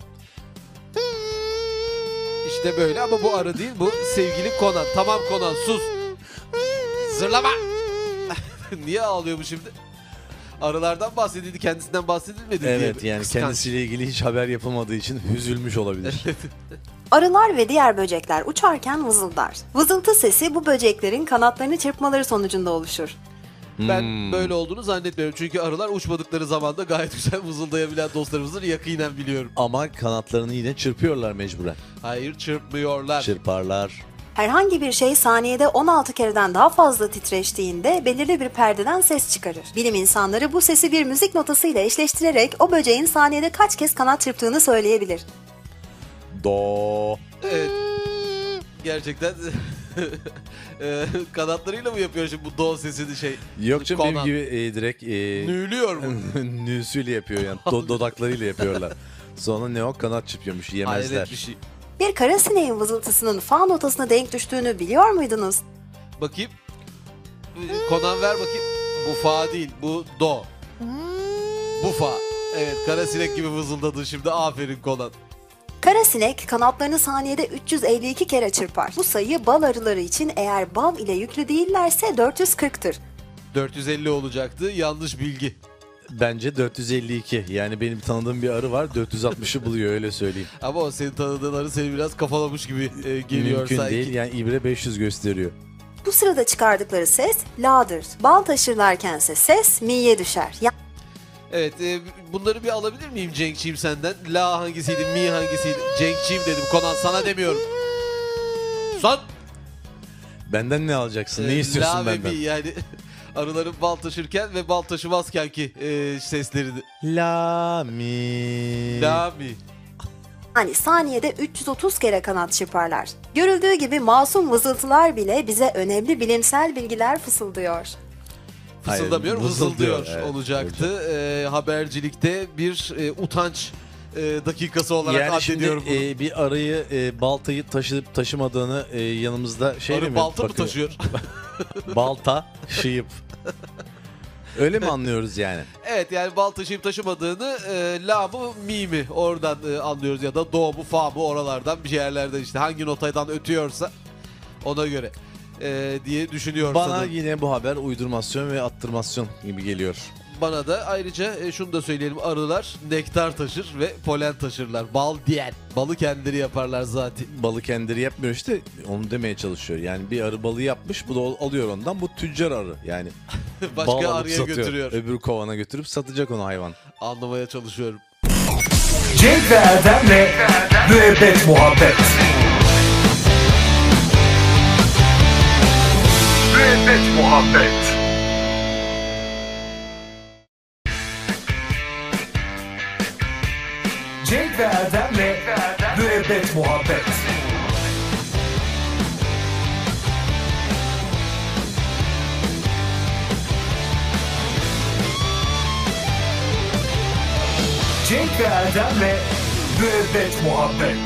Speaker 3: İşte böyle ama bu arı değil, bu sevgili Conan. Tamam Conan, sus. Zırlama. Niye ağlıyor bu şimdi? Arılardan bahsedildi, kendisinden bahsedilmedi diye.
Speaker 4: Evet yani
Speaker 3: Kıskanç.
Speaker 4: kendisiyle ilgili hiç haber yapılmadığı için üzülmüş olabilir.
Speaker 5: Arılar ve diğer böcekler uçarken vızıldar. Vızıltı sesi bu böceklerin kanatlarını çırpmaları sonucunda oluşur.
Speaker 3: Ben
Speaker 4: Hmm.
Speaker 3: böyle olduğunu zannetmiyorum. Çünkü arılar uçmadıkları zaman da gayet güzel vızıldayabilen dostlarımızdır. Yakinen biliyorum.
Speaker 4: Ama kanatlarını yine çırpıyorlar mecburen.
Speaker 3: Hayır, çırpmıyorlar.
Speaker 4: Çırparlar.
Speaker 5: Herhangi bir şey saniyede on altı kereden daha fazla titreştiğinde belirli bir perdeden ses çıkarır. Bilim insanları bu sesi bir müzik notasıyla eşleştirerek o böceğin saniyede kaç kez kanat çırptığını söyleyebilir.
Speaker 4: Do.
Speaker 3: Evet. Gerçekten e, kanatlarıyla mı yapıyor şimdi bu do sesini şey?
Speaker 4: Yok canım benim
Speaker 3: Conan.
Speaker 4: gibi e, direkt e,
Speaker 3: Nüylüyor mu?
Speaker 4: nüsüyle yapıyor yani. Do, dodaklarıyla yapıyorlar. Sonra ne o kanat çırpıyormuş yemezler.
Speaker 3: Hayret bir şey.
Speaker 5: Bir kara sineğin vızıltısının fa notasına denk düştüğünü biliyor muydunuz?
Speaker 3: Bakayım. Conan ver bakayım. Bu fa değil, bu do. Bu fa. Evet, kara sinek gibi vızıldadı şimdi. Aferin Conan.
Speaker 5: Kara sinek kanatlarını saniyede üç yüz elli iki kere çırpar. Bu sayı bal arıları için eğer bal ile yüklü değillerse dört yüz kırktır.
Speaker 3: dört yüz elli olacaktı. Yanlış bilgi.
Speaker 4: Bence dört yüz elli iki. Yani benim tanıdığım bir arı var. dört yüz altmışı buluyor öyle söyleyeyim.
Speaker 3: Ama o senin tanıdığın arı seni biraz kafalamış gibi e, geliyor
Speaker 4: Mümkün
Speaker 3: sanki.
Speaker 4: değil. Yani ibre beş yüz gösteriyor.
Speaker 5: Bu sırada çıkardıkları ses la'dır. Bal taşırlarkense ses mi'ye düşer. Ya-
Speaker 3: Evet, e, bunları bir alabilir miyim Cenk'ciğim senden? La hangisiydi, mi hangisiydi? Cenk'ciğim dedim, Conan sana demiyorum. Son!
Speaker 4: Benden ne alacaksın? Ne
Speaker 3: E,
Speaker 4: istiyorsun
Speaker 3: La ve
Speaker 4: benden?
Speaker 3: mi yani arıların bal taşırken ve bal taşımazken ki e, seslerini.
Speaker 4: La mi.
Speaker 3: La mi?
Speaker 5: Yani saniyede üç yüz otuz kere kanat çırparlar. Görüldüğü gibi masum vızıltılar bile bize önemli bilimsel bilgiler fısıldıyor.
Speaker 3: Fısıldamıyor,
Speaker 4: Hayır,
Speaker 3: vızıldıyor,
Speaker 4: vızıldıyor, evet,
Speaker 3: olacaktı. E, habercilikte bir e, utanç e, dakikası olarak
Speaker 4: Yani şimdi
Speaker 3: addediyorum bunu.
Speaker 4: e, bir arıyı e, baltayı taşıyıp taşımadığını e, yanımızda şey
Speaker 3: Arı
Speaker 4: mi?
Speaker 3: balta mı
Speaker 4: bakıyor?
Speaker 3: taşıyor?
Speaker 4: Balta, şıyıp. Öyle mi anlıyoruz yani?
Speaker 3: Evet, yani bal taşıyıp taşımadığını e, la mı mi mi oradan e, anlıyoruz ya da do mu fa mı oralardan bir yerlerden işte hangi notadan ötüyorsa ona göre e, diye düşünüyor
Speaker 4: Bana
Speaker 3: sanırım.
Speaker 4: yine bu haber uydurmasyon ve attırmasyon gibi geliyor.
Speaker 3: Bana da ayrıca e, şunu da söyleyelim, arılar nektar taşır ve polen taşırlar. Bal diyen. Balı kendileri yaparlar zaten.
Speaker 4: Balı kendileri yapmıyor işte, onu demeye çalışıyor. Yani bir arı balı yapmış, bu da al- alıyor ondan, bu tüccar arı yani. Bal
Speaker 3: Başka
Speaker 4: alıp
Speaker 3: arıya
Speaker 4: satıyor.
Speaker 3: götürüyor.
Speaker 4: Öbür kovana götürüp satacak onu hayvan.
Speaker 3: Anlamaya çalışıyorum.
Speaker 1: Cenk ve Erdem'le Müebbet Muhabbet. Müebbet Muhabbet. Cenk ve Erdem'le Müebbet Muhabbet. Cenk ve Erdem'le Müebbet Muhabbet.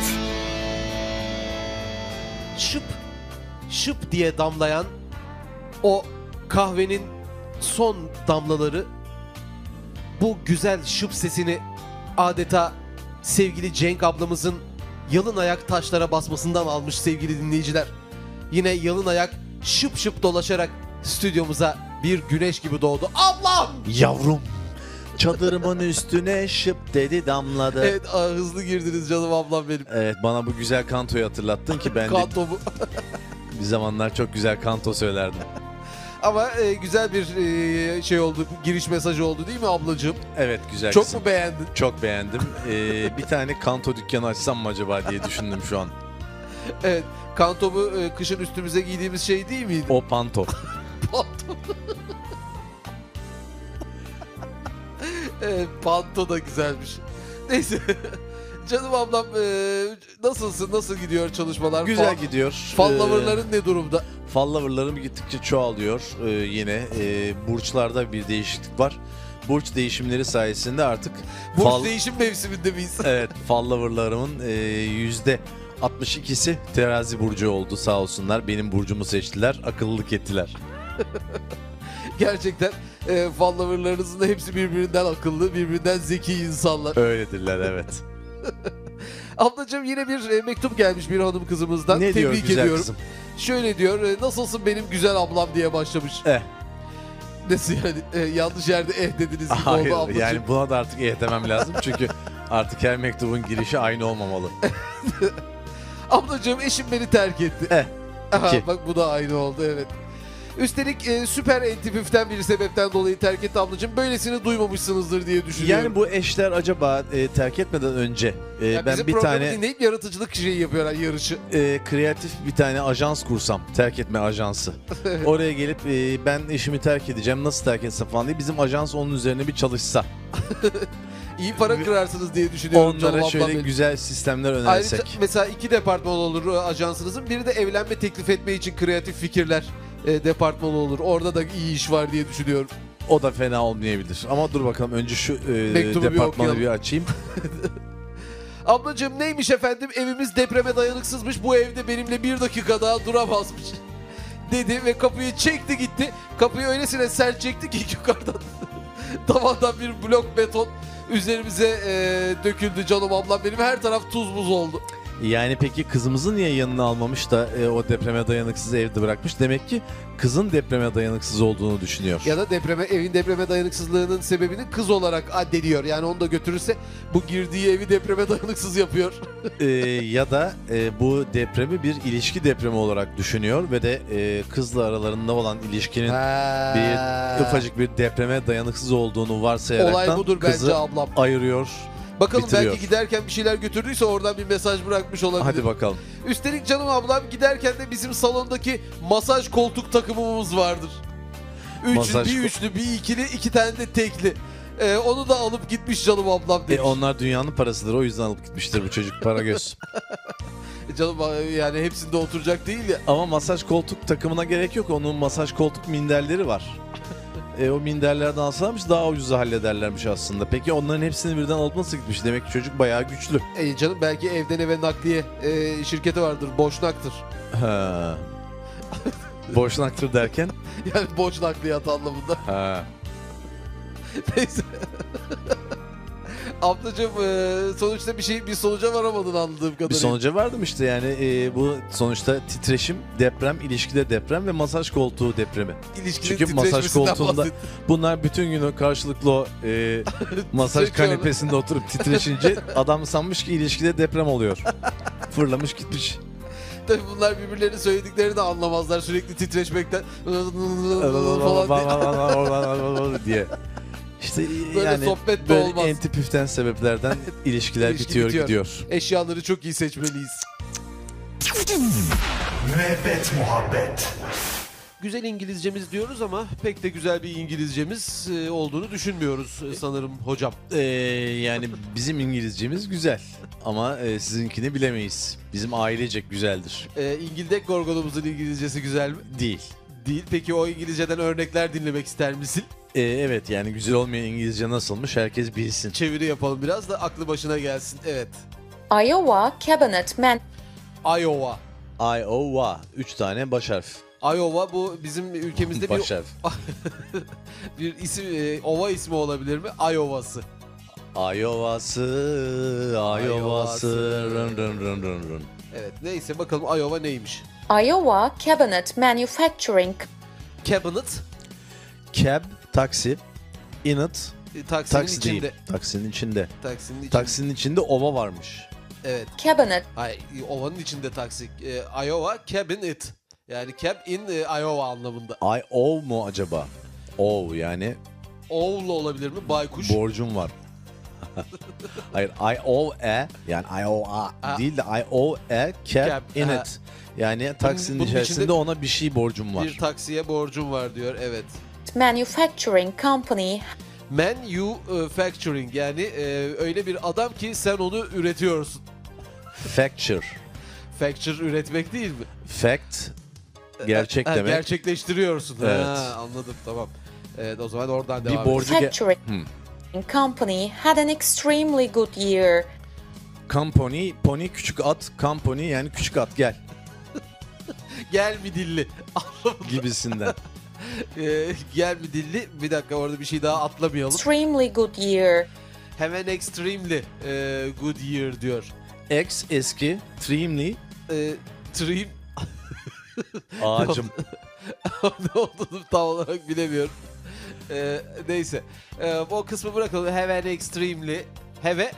Speaker 3: Şıp şıp diye damlayan o kahvenin son damlaları bu güzel şıp sesini adeta sevgili Cenk ablamızın yalın ayak taşlara basmasından almış sevgili dinleyiciler. Yine yalın ayak şıp şıp dolaşarak stüdyomuza bir güneş gibi doğdu. Ablam!
Speaker 4: Yavrum, çadırımın üstüne şıp dedi damladı. Evet.
Speaker 3: Evet, aa, hızlı girdiniz canım ablam benim.
Speaker 4: Bana bu güzel kantoyu hatırlattın ki ben de
Speaker 3: Kantomu.
Speaker 4: bir zamanlar çok güzel kanto söylerdim.
Speaker 3: Ama e, güzel bir e, şey oldu, giriş mesajı oldu değil mi ablacığım?
Speaker 4: Evet, güzel
Speaker 3: Çok
Speaker 4: kızım.
Speaker 3: mu beğendin?
Speaker 4: Çok beğendim. Ee, bir tane kanto dükkanı açsam mı acaba diye düşündüm şu an.
Speaker 3: Evet, kantomu e, kışın üstümüze giydiğimiz şey değil miydi?
Speaker 4: O panto.
Speaker 3: Panto. Evet, panto da güzelmiş. Neyse. Canım ablam e, nasılsın? Nasıl gidiyor çalışmalar?
Speaker 4: Güzel
Speaker 3: Fal-
Speaker 4: gidiyor.
Speaker 3: Fal
Speaker 4: Ee,
Speaker 3: lover'ların ne durumda?
Speaker 4: Fal lover'larım gittikçe çoğalıyor. Ee, yine e, burçlarda bir değişiklik var. Burç değişimleri sayesinde artık
Speaker 3: Burç
Speaker 4: fal,
Speaker 3: değişim mevsiminde miyiz?
Speaker 4: evet, fal lover'larımın e, yüzde altmış ikisi terazi burcu oldu, sağ olsunlar. Benim burcumu seçtiler, akıllılık ettiler.
Speaker 3: Gerçekten e, fal lover'larınızın da hepsi birbirinden akıllı, birbirinden zeki insanlar.
Speaker 4: Öyledirler, evet.
Speaker 3: Ablacığım, yine bir e, mektup gelmiş bir hanım kızımızdan.
Speaker 4: Ne diyor
Speaker 3: Tebrik
Speaker 4: güzel
Speaker 3: ediyorum.
Speaker 4: kızım?
Speaker 3: Şöyle diyor, e, nasılsın benim güzel ablam diye başlamış.
Speaker 4: Eh.
Speaker 3: Nasıl yani? E, yanlış yerde eh dediniz gibi
Speaker 4: Hayır,
Speaker 3: oldu ablacığım.
Speaker 4: yani buna da artık eh demem lazım çünkü artık her mektubun girişi aynı olmamalı.
Speaker 3: Ablacığım, eşim beni terk etti.
Speaker 4: Eh.
Speaker 3: Aha,
Speaker 4: iki.
Speaker 3: bak bu da aynı oldu, evet. Üstelik e, süper entififten bir sebepten dolayı terk etti ablacığım. Böylesini duymamışsınızdır diye düşünüyorum.
Speaker 4: Yani bu eşler acaba e, terk etmeden önce e,
Speaker 3: Ya
Speaker 4: ben
Speaker 3: bizim
Speaker 4: bir
Speaker 3: programı
Speaker 4: tane
Speaker 3: dinleyip yaratıcılık şeyi yapıyorlar, yarışı.
Speaker 4: e, kreatif bir tane ajans kursam, terk etme ajansı. Oraya gelip e, ben eşimi terk edeceğim, nasıl terk etsem falan diye bizim ajans onun üzerine bir çalışsa.
Speaker 3: İyi para kırarsınız diye düşünüyorum canım
Speaker 4: Onlara
Speaker 3: ablam
Speaker 4: şöyle
Speaker 3: benim.
Speaker 4: güzel sistemler
Speaker 3: Ayrıca
Speaker 4: önersek.
Speaker 3: mesela iki departman olur e, ajansınızın. Biri de evlenme teklif etme için kreatif fikirler e, departmanı olur. Orada da iyi iş var diye düşünüyorum.
Speaker 4: O da fena olmayabilir. Ama dur bakalım, önce şu e,
Speaker 3: Mektubu bir
Speaker 4: departmanı
Speaker 3: okuyalım.
Speaker 4: bir açayım.
Speaker 3: Ablacığım, neymiş efendim, evimiz depreme dayanıksızmış, bu evde benimle bir dakika daha duramazmış dedi ve kapıyı çekti gitti. Kapıyı öylesine sert çekti ki yukarıdan tavandan bir blok beton üzerimize e, döküldü canım ablam benim. Her taraf tuz buz oldu.
Speaker 4: Yani peki kızımızı niye yanına almamış da e, o depreme dayanıksız evde bırakmış? Demek ki kızın depreme dayanıksız olduğunu düşünüyor.
Speaker 3: Ya da depreme, evin depreme dayanıksızlığının sebebini kız olarak addediyor. Yani onu da götürürse bu girdiği evi depreme dayanıksız yapıyor.
Speaker 4: E, ya da e, bu depremi bir ilişki depremi olarak düşünüyor ve de e, kızla aralarında olan ilişkinin bir ufacık bir depreme dayanıksız olduğunu
Speaker 3: Olay
Speaker 4: varsayaraktan
Speaker 3: budur
Speaker 4: kızı
Speaker 3: bence ablam.
Speaker 4: ayırıyor.
Speaker 3: Bakalım,
Speaker 4: bitiriyor.
Speaker 3: belki giderken bir şeyler götürdüyse oradan bir mesaj bırakmış olabilir.
Speaker 4: Hadi bakalım.
Speaker 3: Üstelik canım ablam giderken de bizim salondaki masaj koltuk takımımız vardır. Üç,
Speaker 4: Masaj
Speaker 3: bir
Speaker 4: ko-
Speaker 3: üçlü, bir ikili, iki tane de tekli. Ee, onu da alıp gitmiş canım ablam demiş.
Speaker 4: E, onlar dünyanın parasıdır, o yüzden alıp gitmiştir bu çocuk, para göz.
Speaker 3: Canım yani hepsinde oturacak değil ya.
Speaker 4: Ama masaj koltuk takımına gerek yok. Onun masaj koltuk minderleri var. e, o minderlerden alsalarmış daha ucuza hallederlermiş aslında. Peki onların hepsini birden alıp nasıl gitmiş? Demek ki çocuk bayağı güçlü.
Speaker 3: E canım belki evden eve nakliye e, şirketi vardır. Boşnaktır.
Speaker 4: Ha. Boşnaktır derken?
Speaker 3: Yani boş nakliyat anlamında.
Speaker 4: Ha.
Speaker 3: Neyse. Ablacığım e, sonuçta bir şey bir sonuca varamadın anladığım kadarıyla.
Speaker 4: Bir sonuca vardım işte yani e, bu sonuçta titreşim, deprem, ilişkide deprem ve masaj koltuğu depremi.
Speaker 3: İlişkinin
Speaker 4: Çünkü masaj
Speaker 3: titreşmesinden
Speaker 4: koltuğunda
Speaker 3: bahset-
Speaker 4: bunlar bütün gün o karşılıklı o e, masaj
Speaker 3: Titreşiyorlar.
Speaker 4: kanepesinde oturup titreşince adam sanmış ki ilişkide deprem oluyor. Fırlamış gitmiş.
Speaker 3: Tabii bunlar birbirlerinin söylediklerini de anlamazlar sürekli titreşmekten falan diye.
Speaker 4: diye. İşte
Speaker 3: Böyle
Speaker 4: yani
Speaker 3: sohbet de
Speaker 4: böyle
Speaker 3: olmaz.
Speaker 4: enti püften sebeplerden ilişkiler
Speaker 3: İlişki
Speaker 4: bitiyor,
Speaker 3: bitiyor.
Speaker 4: gidiyor.
Speaker 3: Eşyaları çok iyi seçmeliyiz.
Speaker 1: Müebbet muhabbet.
Speaker 3: Güzel İngilizcemiz diyoruz ama pek de güzel bir İngilizcemiz e, olduğunu düşünmüyoruz e, sanırım hocam.
Speaker 4: Ee, yani bizim İngilizcemiz güzel ama e, sizinkini bilemeyiz. Bizim ailecek güzeldir.
Speaker 3: E, İngildek Gorgon'umuzun İngilizcesi güzel mi?
Speaker 4: Değil.
Speaker 3: Değil. Peki o İngilizceden örnekler dinlemek ister misin?
Speaker 4: Ee, evet yani güzel olmayan İngilizce nasılmış herkes bilsin.
Speaker 3: Çeviri yapalım biraz da aklı başına gelsin. Evet.
Speaker 6: Iowa Cabinet Man
Speaker 3: Iowa.
Speaker 4: Iowa. Üç tane baş harf.
Speaker 3: Iowa bu bizim ülkemizde bir
Speaker 4: Baş harf.
Speaker 3: bir isim e, ova ismi olabilir mi? Iowa'sı.
Speaker 4: Iowa'sı, Iowa'sı, rın rın rın rın rın.
Speaker 3: Evet neyse bakalım Iowa neymiş?
Speaker 6: Iowa Cabinet Manufacturing
Speaker 3: Cabinet
Speaker 4: Cab, taksi, init,
Speaker 3: e, taksinin
Speaker 4: taksi
Speaker 3: içinde.
Speaker 4: değil. Taksinin içinde.
Speaker 3: Taksinin içinde.
Speaker 4: Taksinin içinde ova varmış.
Speaker 3: Evet.
Speaker 6: Cabinet
Speaker 3: Ay, ovanın içinde taksi. E, Iowa cabinet. Yani cab in e, Iowa anlamında.
Speaker 4: I owe mu acaba? Owe yani
Speaker 3: Oğul olabilir mi? Baykuş.
Speaker 4: borcum var. Hayır, I owe a yani I owe a
Speaker 3: A.
Speaker 4: değil de I owe a cab,
Speaker 3: Cab,
Speaker 4: in
Speaker 3: aha.
Speaker 4: it. Yani taksinin
Speaker 3: bunun
Speaker 4: içerisinde
Speaker 3: içinde
Speaker 4: ona bir şey borcum var.
Speaker 3: Bir taksiye borcum var diyor. Evet.
Speaker 6: Manufacturing Company
Speaker 3: Manufacturing yani e, öyle bir adam ki sen onu üretiyorsun.
Speaker 4: Facture.
Speaker 3: Facture üretmek değil mi?
Speaker 4: Fact gerçek
Speaker 3: Ha,
Speaker 4: demek.
Speaker 3: Gerçekleştiriyorsun.
Speaker 4: Evet.
Speaker 3: Ha, anladım tamam. Evet o zaman oradan
Speaker 4: Bir
Speaker 3: devam
Speaker 4: borcu ge-
Speaker 6: Manufacturing Company had an extremely good year.
Speaker 4: company, pony küçük at, company yani küçük at gel
Speaker 3: Gel mi dilli?
Speaker 4: gibisinden.
Speaker 3: Ee, gel mi dilli? Bir dakika orada bir şey daha atlamayalım.
Speaker 6: Extremely good year.
Speaker 3: Hemen extremely e, good year diyor.
Speaker 4: Ex eski, trimly
Speaker 3: E, trim
Speaker 4: ağacım.
Speaker 3: ne olduğunu tam olarak bilemiyorum. E, neyse. E, o kısmı bırakalım. Hemen extremely. Heve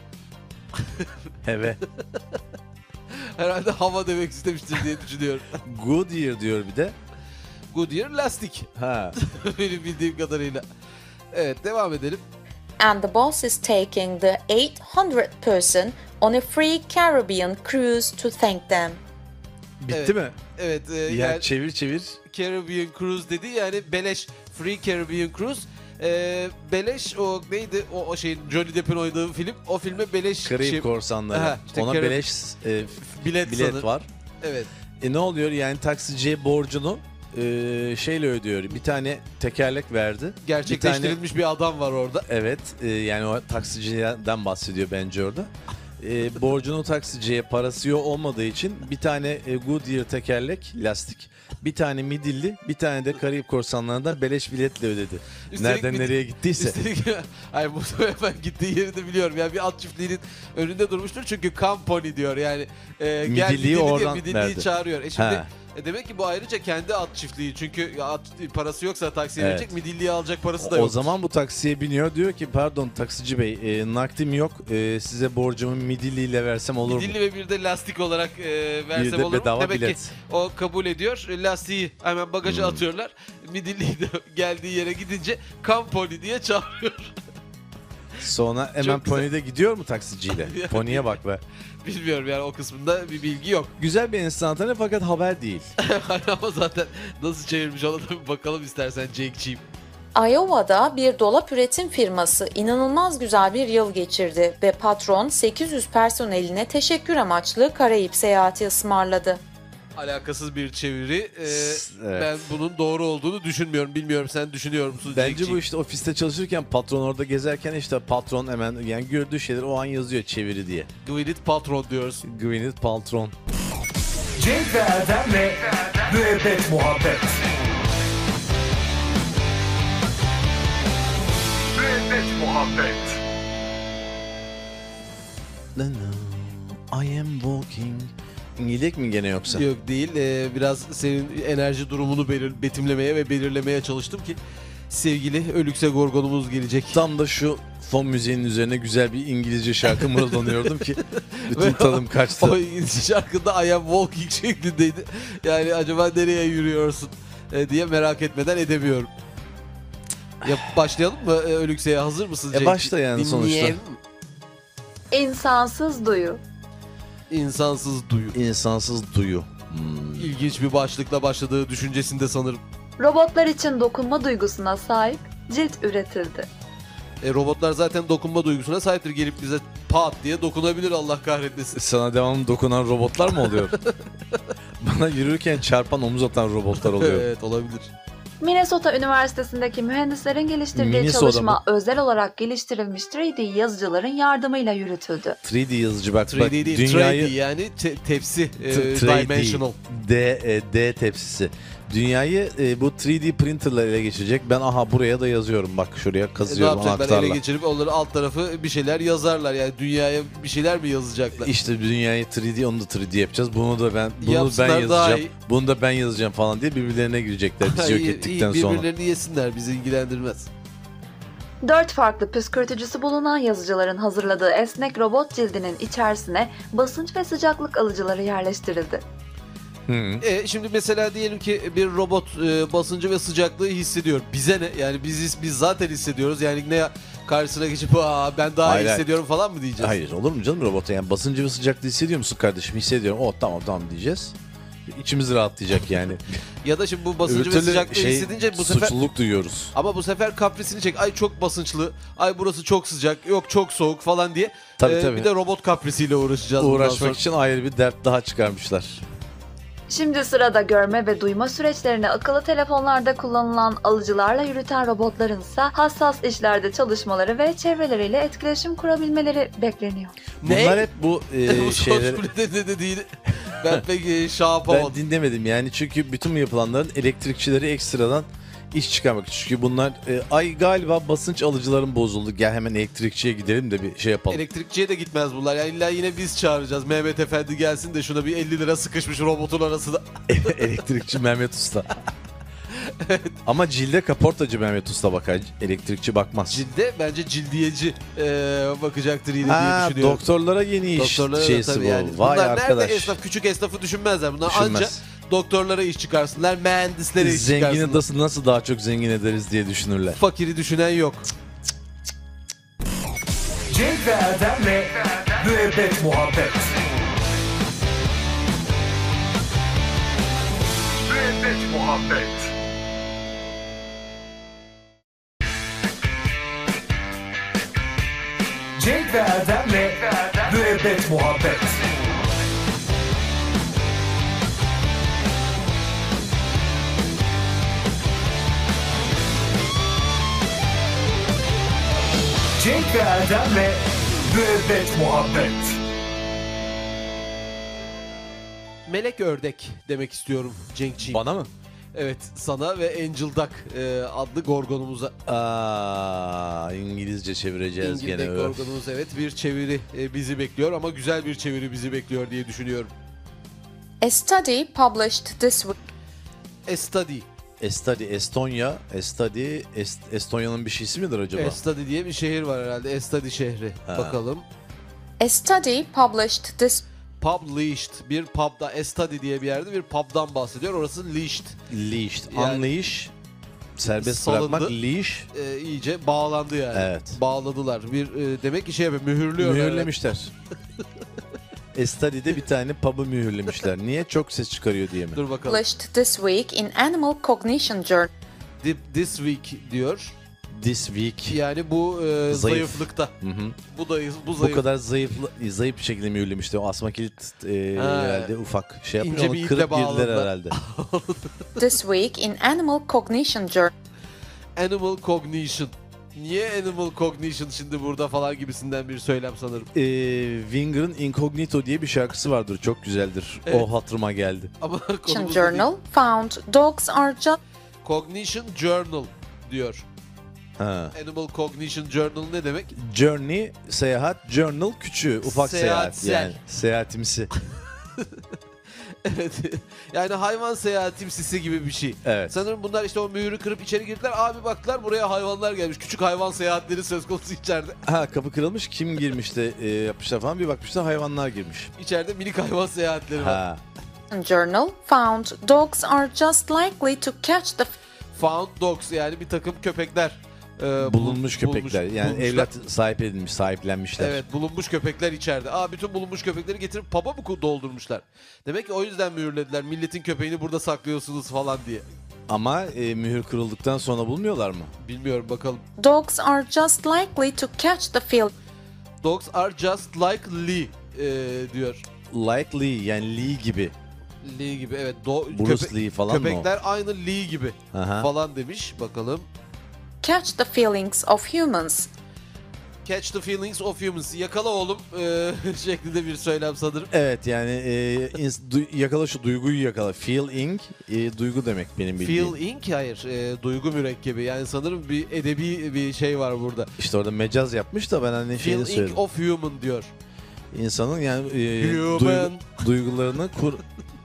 Speaker 4: Heve.
Speaker 3: herhalde hava demek istemiştir diye düşünüyorum.
Speaker 4: Good year diyor bir de.
Speaker 3: Goodyear lastik.
Speaker 4: Ha.
Speaker 3: Benim bildiğim kadarıyla. Evet devam edelim.
Speaker 6: And the boss is taking the eight hundred person on a free Caribbean cruise to thank them.
Speaker 4: Bitti
Speaker 3: Evet.
Speaker 4: mi?
Speaker 3: Evet e,
Speaker 4: Ya
Speaker 3: yani
Speaker 4: çevir çevir.
Speaker 3: Caribbean Cruise dedi yani beleş Free Caribbean Cruise. E, beleş o neydi o, o şeyin Johnny Depp'in oynadığı film. O filme beleş
Speaker 4: Karayip
Speaker 3: şey-
Speaker 4: korsanları.
Speaker 3: Aha, işte
Speaker 4: Ona
Speaker 3: Karayip-
Speaker 4: beleş e,
Speaker 3: bilet,
Speaker 4: bilet
Speaker 3: sanırım.
Speaker 4: var.
Speaker 3: Evet.
Speaker 4: E ne oluyor yani taksiciye borcunu e, şeyle ödüyor. Bir tane tekerlek verdi.
Speaker 3: Gerçekleştirilmiş bir, adam var orada.
Speaker 4: Evet e, yani o taksiciden bahsediyor bence orada. E, borcunu taksiciye parası yok olmadığı için bir tane e, Goodyear tekerlek lastik, bir tane midilli, bir tane de Karayip korsanlarından beleş biletle ödedi.
Speaker 3: Üstelik
Speaker 4: Nereden
Speaker 3: mid-
Speaker 4: nereye gittiyse.
Speaker 3: Üstelik ay muhtemelen ben gittiği yeri de biliyorum. Yani bir at çiftliğinin önünde durmuştur çünkü company diyor. Yani e, gel
Speaker 4: Midilliyi
Speaker 3: midilli diye
Speaker 4: oradan
Speaker 3: midilliyi
Speaker 4: verdi.
Speaker 3: çağırıyor. E şimdi
Speaker 4: Ha.
Speaker 3: e demek ki bu ayrıca kendi at çiftliği. Çünkü at parası yoksa taksiye
Speaker 4: Evet.
Speaker 3: verecek, midilliyi alacak parası da
Speaker 4: O
Speaker 3: yok.
Speaker 4: zaman bu taksiye biniyor diyor ki pardon taksici bey e, nakdim yok e, size borcumu midilliyle versem olur mu?
Speaker 3: Midilli ve bir de lastik olarak e,
Speaker 4: Bir
Speaker 3: versem
Speaker 4: de
Speaker 3: olur mu?
Speaker 4: bedava
Speaker 3: Demek
Speaker 4: bilet.
Speaker 3: ki o kabul ediyor. Lastiği hemen bagaja
Speaker 4: Hmm.
Speaker 3: atıyorlar. Midilliyi de geldiği yere gidince company diye çağırıyor.
Speaker 4: Sonra hemen
Speaker 3: Çok güzel.
Speaker 4: Pony'de gidiyor mu taksiciyle? Pony'e bak be.
Speaker 3: Bilmiyorum yani o kısmında bir bilgi yok.
Speaker 4: Güzel bir enstantane fakat haber değil.
Speaker 3: Ama zaten nasıl çevirmiş ona da bir bakalım istersen Cenk'ciğim.
Speaker 6: Iowa'da bir dolap üretim firması inanılmaz güzel bir yıl geçirdi ve patron sekiz yüz personeline teşekkür amaçlı Karayip seyahati ısmarladı.
Speaker 3: Alakasız bir çeviri. Ee,
Speaker 4: Evet.
Speaker 3: Ben bunun doğru olduğunu düşünmüyorum. Bilmiyorum, sen düşünüyor musun?
Speaker 4: Bence
Speaker 3: Cenk'ciğim?
Speaker 4: bu işte ofiste çalışırken patron orada gezerken işte patron hemen yani gördüğü şeyleri o an yazıyor çeviri diye.
Speaker 3: Gwyneth Paltrow diyoruz.
Speaker 4: Gwyneth Paltrow.
Speaker 1: Cenk ve Erdem'le Müebbet Muhabbet. Müebbet Muhabbet.
Speaker 4: No, no, I am walking. İngilizce mi gene yoksa?
Speaker 3: Yok değil. Ee, biraz senin enerji durumunu belir, betimlemeye ve belirlemeye çalıştım ki sevgili Ölükse Gorgon'umuz gelecek.
Speaker 4: Tam da şu fon müziğinin üzerine güzel bir İngilizce şarkı mırıldanıyordum ki bütün
Speaker 3: Ve
Speaker 4: tadım kaçtı.
Speaker 3: O İngilizce şarkıda I am walking şeklindeydi. Yani acaba nereye yürüyorsun e, diye merak etmeden edemiyorum. Ya başlayalım mı e, Ölükse'ye? Hazır mısın
Speaker 4: E
Speaker 3: Cenk?
Speaker 4: başla yani sonuçta.
Speaker 3: Dinleyelim.
Speaker 7: İnsansız duyu.
Speaker 3: İnsansız duyu.
Speaker 4: İnsansız duyu. Hmm.
Speaker 3: İlginç bir başlıkla başladığı düşüncesinde sanırım.
Speaker 7: Robotlar için dokunma duygusuna sahip cilt üretildi.
Speaker 3: E, robotlar zaten dokunma duygusuna sahiptir. Gelip bize pat diye dokunabilir, Allah kahretmesin.
Speaker 4: Sana devamlı dokunan robotlar mı oluyor? Bana yürürken çarpan omuz atan robotlar oluyor.
Speaker 3: Evet, olabilir.
Speaker 7: Minnesota Üniversitesi'ndeki mühendislerin geliştirdiği
Speaker 4: Minnesota
Speaker 7: çalışma
Speaker 4: mı?
Speaker 7: özel olarak geliştirilmiş üç D yazıcıların yardımıyla yürütüldü.
Speaker 4: üç D yazıcı bak.
Speaker 3: üç
Speaker 4: bak
Speaker 3: D değil,
Speaker 4: dünyayı
Speaker 3: üç D yani te- tepsi, e,
Speaker 4: T- üç D,
Speaker 3: dimensional.
Speaker 4: D, e, D tepsisi. Dünyayı e, bu üç D printerlar ele geçirecek. Ben aha buraya da yazıyorum. Bak şuraya
Speaker 3: E, ne
Speaker 4: kazıyorum
Speaker 3: yapacaklar? Ele
Speaker 4: anahtarla.
Speaker 3: geçirip onları alt tarafı bir şeyler yazarlar. Yani dünyaya bir şeyler mi yazacaklar?
Speaker 4: İşte dünyayı üç D, onu da üç D yapacağız. Bunu da ben bunu
Speaker 3: Yapsınlar
Speaker 4: ben
Speaker 3: daha
Speaker 4: yazacağım.
Speaker 3: iyi.
Speaker 4: Bunu da ben yazacağım falan diye birbirlerine girecekler biz yok
Speaker 3: İyi,
Speaker 4: ettikten
Speaker 3: iyi,
Speaker 4: sonra.
Speaker 3: birbirlerini yesinler, bizi ilgilendirmez.
Speaker 7: Dört farklı püskürtücüsü bulunan yazıcıların hazırladığı esnek robot cildinin içerisine basınç ve sıcaklık alıcıları yerleştirildi.
Speaker 4: Hı.
Speaker 3: E, şimdi mesela diyelim ki bir robot e, basıncı ve sıcaklığı hissediyor. Bize ne? Yani biz biz zaten hissediyoruz. Yani ne karşısına geçip aa ben daha
Speaker 4: Hayır,
Speaker 3: iyi
Speaker 4: hayır.
Speaker 3: hissediyorum falan mı diyeceğiz?
Speaker 4: Hayır olur mu canım robota yani basıncı ve sıcaklığı hissediyor musun kardeşim? Hissediyorum. Oh tamam tamam diyeceğiz. İçimiz rahatlayacak yani.
Speaker 3: Ya da şimdi bu basıncı
Speaker 4: Öbür
Speaker 3: ve
Speaker 4: türlü
Speaker 3: sıcaklığı
Speaker 4: şey,
Speaker 3: hissedince bu sefer
Speaker 4: suçluluk duyuyoruz.
Speaker 3: ama bu sefer kaprisini çek. Ay çok basınçlı. Ay burası çok sıcak. Yok çok soğuk falan diye.
Speaker 4: Tabii,
Speaker 3: E,
Speaker 4: tabii.
Speaker 3: Bir de robot kaprisiyle uğraşacağız bundan
Speaker 4: Uğraşmak
Speaker 3: sonra.
Speaker 4: için ayrı bir dert daha çıkarmışlar.
Speaker 7: Şimdi sırada görme ve duyma süreçlerini akıllı telefonlarda kullanılan alıcılarla yürüten robotların ise hassas işlerde çalışmaları ve çevreleriyle etkileşim kurabilmeleri bekleniyor.
Speaker 3: Ne?
Speaker 4: Bunlar hep bu e,
Speaker 3: bu
Speaker 4: şeyler...
Speaker 3: şeyleri... de, de değil. Ben pek e, şey
Speaker 4: Ben
Speaker 3: yapamadım.
Speaker 4: dinlemedim yani çünkü bütün bu yapılanların elektrikçileri ekstradan iş çıkarmak için. Çünkü bunlar e, ay galiba basınç alıcıların bozuldu. Gel hemen elektrikçiye gidelim de bir şey yapalım.
Speaker 3: Elektrikçiye de gitmez bunlar. Yani illa yine biz çağıracağız. Mehmet Efendi gelsin de şuna bir elli lira sıkışmış robotun arasına.
Speaker 4: Elektrikçi Mehmet Usta. Ama cilde kaportacı Mehmet Usta bakar. Elektrikçi bakmaz.
Speaker 3: Cilde bence cildiyeci e, bakacaktır yine diye
Speaker 4: Ha,
Speaker 3: düşünüyorum.
Speaker 4: doktorlara yeni iş
Speaker 3: Doktorlara da
Speaker 4: şeysi
Speaker 3: tabii
Speaker 4: bu.
Speaker 3: yani.
Speaker 4: Vay
Speaker 3: Bunlar
Speaker 4: arkadaş.
Speaker 3: nerede esnaf, küçük esnafı düşünmezler. Bunlar
Speaker 4: Düşünmez.
Speaker 3: anca doktorlara iş çıkarsınlar, mühendislere iş
Speaker 4: Zengini
Speaker 3: çıkarsınlar.
Speaker 4: nasıl, nasıl daha çok zengin ederiz diye düşünürler.
Speaker 3: Fakiri düşünen yok.
Speaker 1: Cenk ve Erdem'le Müebbet Muhabbet. Müebbet Muhabbet. Cenk ve Erdem'le Müebbet Muhabbet. Cenk ve Erdem'le Müebbet Muhabbet.
Speaker 3: Melek ördek demek istiyorum Cenk'ciğim.
Speaker 4: Bana mı?
Speaker 3: Evet, sana ve Angel Duck e, adlı gorgonumuza.
Speaker 4: Aa, İngilizce çevireceğiz
Speaker 3: İngilizce
Speaker 4: gene. öf.
Speaker 3: gorgonumuz, evet, bir çeviri e, bizi bekliyor ama güzel bir çeviri bizi bekliyor diye düşünüyorum.
Speaker 6: A study published this week
Speaker 3: A study.
Speaker 4: Estadi, Estonya, Estadi, Est, Estonya'nın bir şeysi midir acaba?
Speaker 3: Estadi diye bir şehir var herhalde. Estadi şehri.
Speaker 4: Ha.
Speaker 3: Bakalım.
Speaker 6: A study published this
Speaker 3: Published. Bir pub'da, Estadi diye bir yerde bir pub'dan bahsediyor. Orası leashed.
Speaker 4: Leashed,
Speaker 3: Yani-
Speaker 4: unleash, serbest
Speaker 3: Salındı.
Speaker 4: bırakmak, leash,
Speaker 3: E, iyice bağlandı yani.
Speaker 4: Evet.
Speaker 3: Bağladılar. Bir e, demek ki şey yapıyor, mühürlüyor.
Speaker 4: mühürlemişler. Estadi'de bir tane pub'ı mühürlemişler. Niye? Çok ses çıkarıyor diye mi?
Speaker 3: Dur bakalım.
Speaker 6: published this week in Animal Cognition Journal.
Speaker 3: Thi- This week diyor.
Speaker 4: this week.
Speaker 3: Yani bu e,
Speaker 4: Zayıf.
Speaker 3: zayıflıkta.
Speaker 4: Hı hı.
Speaker 3: Bu da bu
Speaker 4: Bu
Speaker 3: zayıf.
Speaker 4: kadar zayıf zayıf bir şekilde mühürlemişti. O asma kilit e,
Speaker 3: Ha.
Speaker 4: herhalde ufak şey yapınca
Speaker 3: İnce
Speaker 4: onu
Speaker 3: bir iple
Speaker 4: kırıp girdiler
Speaker 3: bağladılar.
Speaker 4: herhalde.
Speaker 6: This week in Animal Cognition Journal.
Speaker 3: Animal Cognition. Niye Animal Cognition şimdi burada falan gibisinden bir söylem sanırım.
Speaker 4: E, Winger'ın Incognito diye bir şarkısı vardır. Çok güzeldir.
Speaker 3: Evet.
Speaker 4: O hatırıma geldi.
Speaker 3: Ama konumuz da değil.
Speaker 6: Journal found dogs are just
Speaker 3: Cognition Journal diyor.
Speaker 4: Ha.
Speaker 3: Animal Cognition Journal ne demek?
Speaker 4: Journey, seyahat, journal küçüğü, ufak seyahat
Speaker 3: Seyahatsel.
Speaker 4: yani. Seyahatimsi.
Speaker 3: Evet. Yani hayvan seyahatimsisi gibi bir şey.
Speaker 4: Evet.
Speaker 3: Sanırım bunlar işte o mühürü kırıp içeri girdiler. Abi baktılar buraya hayvanlar gelmiş. Küçük hayvan seyahatleri söz konusu içeride.
Speaker 4: Ha, kapı kırılmış, kim girmiş de e, yapmışlar falan, bir bakmışlar hayvanlar girmiş.
Speaker 3: İçeride minik hayvan seyahatleri var.
Speaker 4: Ha.
Speaker 6: Journal found dogs are just likely to catch the
Speaker 3: Found dogs yani bir takım köpekler. e, bulun-
Speaker 4: Bulunmuş köpekler.
Speaker 3: bulmuş-
Speaker 4: Yani
Speaker 3: bulmuşlar.
Speaker 4: evlat sahip edilmiş, sahiplenmişler.
Speaker 3: Evet, bulunmuş köpekler içeride. Aa, bütün bulunmuş köpekleri getirip pub'a mı doldurmuşlar? Demek ki o yüzden mühürlediler. Milletin köpeğini burada saklıyorsunuz falan diye.
Speaker 4: Ama e, mühür kırıldıktan sonra bulmuyorlar mı?
Speaker 3: Bilmiyorum, bakalım.
Speaker 6: dogs are just likely to catch the feel.
Speaker 3: Dogs are just like Lee e, diyor.
Speaker 4: Like Lee, yani Lee gibi.
Speaker 3: Lee gibi, evet. Do-
Speaker 4: Bruce
Speaker 3: köpe-
Speaker 4: Lee falan mı o?
Speaker 3: Köpekler aynı Lee gibi
Speaker 4: Aha.
Speaker 3: falan demiş. Bakalım.
Speaker 6: Catch the feelings of humans.
Speaker 3: Catch the feelings of humans. Yakala oğlum e, şeklinde bir söylem sanırım.
Speaker 4: Evet yani e, ins- du- yakala şu duyguyu yakala. Feeling e, duygu demek benim bildiğim.
Speaker 3: Feel ink, hayır. E, duygu mürekkebi. Yani sanırım bir edebi bir şey var burada.
Speaker 4: İşte orada mecaz yapmış da ben hani şeyini
Speaker 3: Feel
Speaker 4: söyledim.
Speaker 3: ink of human diyor.
Speaker 4: İnsanın yani e,
Speaker 3: Human.
Speaker 4: duygu- duygularını kur,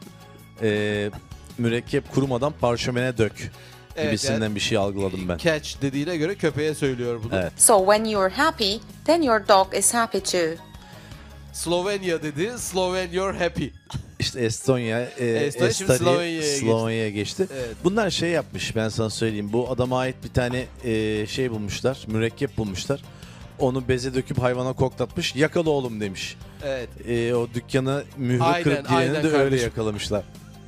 Speaker 4: e, mürekkep kurumadan parşömene dök gibisinden
Speaker 3: yani
Speaker 4: bir şey algıladım ben.
Speaker 3: catch dediğine göre köpeğe söylüyor bunu.
Speaker 4: Evet.
Speaker 6: So when you're happy, then your dog is happy too.
Speaker 3: Slovenya dedi. Sloven you're happy.
Speaker 4: İşte Estonya, e,
Speaker 3: Estonya şimdi
Speaker 4: Estonya-
Speaker 3: Slovenya'ya geçti.
Speaker 4: Slovenya'ya geçti.
Speaker 3: Evet.
Speaker 4: Bunlar şey yapmış, ben sana söyleyeyim. Bu adama ait bir tane e, şey bulmuşlar, mürekkep bulmuşlar. Onu beze döküp hayvana koklatmış. Yakala oğlum demiş.
Speaker 3: Evet.
Speaker 4: E, o dükkanı mührü
Speaker 3: Aynen,
Speaker 4: kırıp gireni
Speaker 3: aynen
Speaker 4: de öyle
Speaker 3: kardeşim.
Speaker 4: yakalamışlar.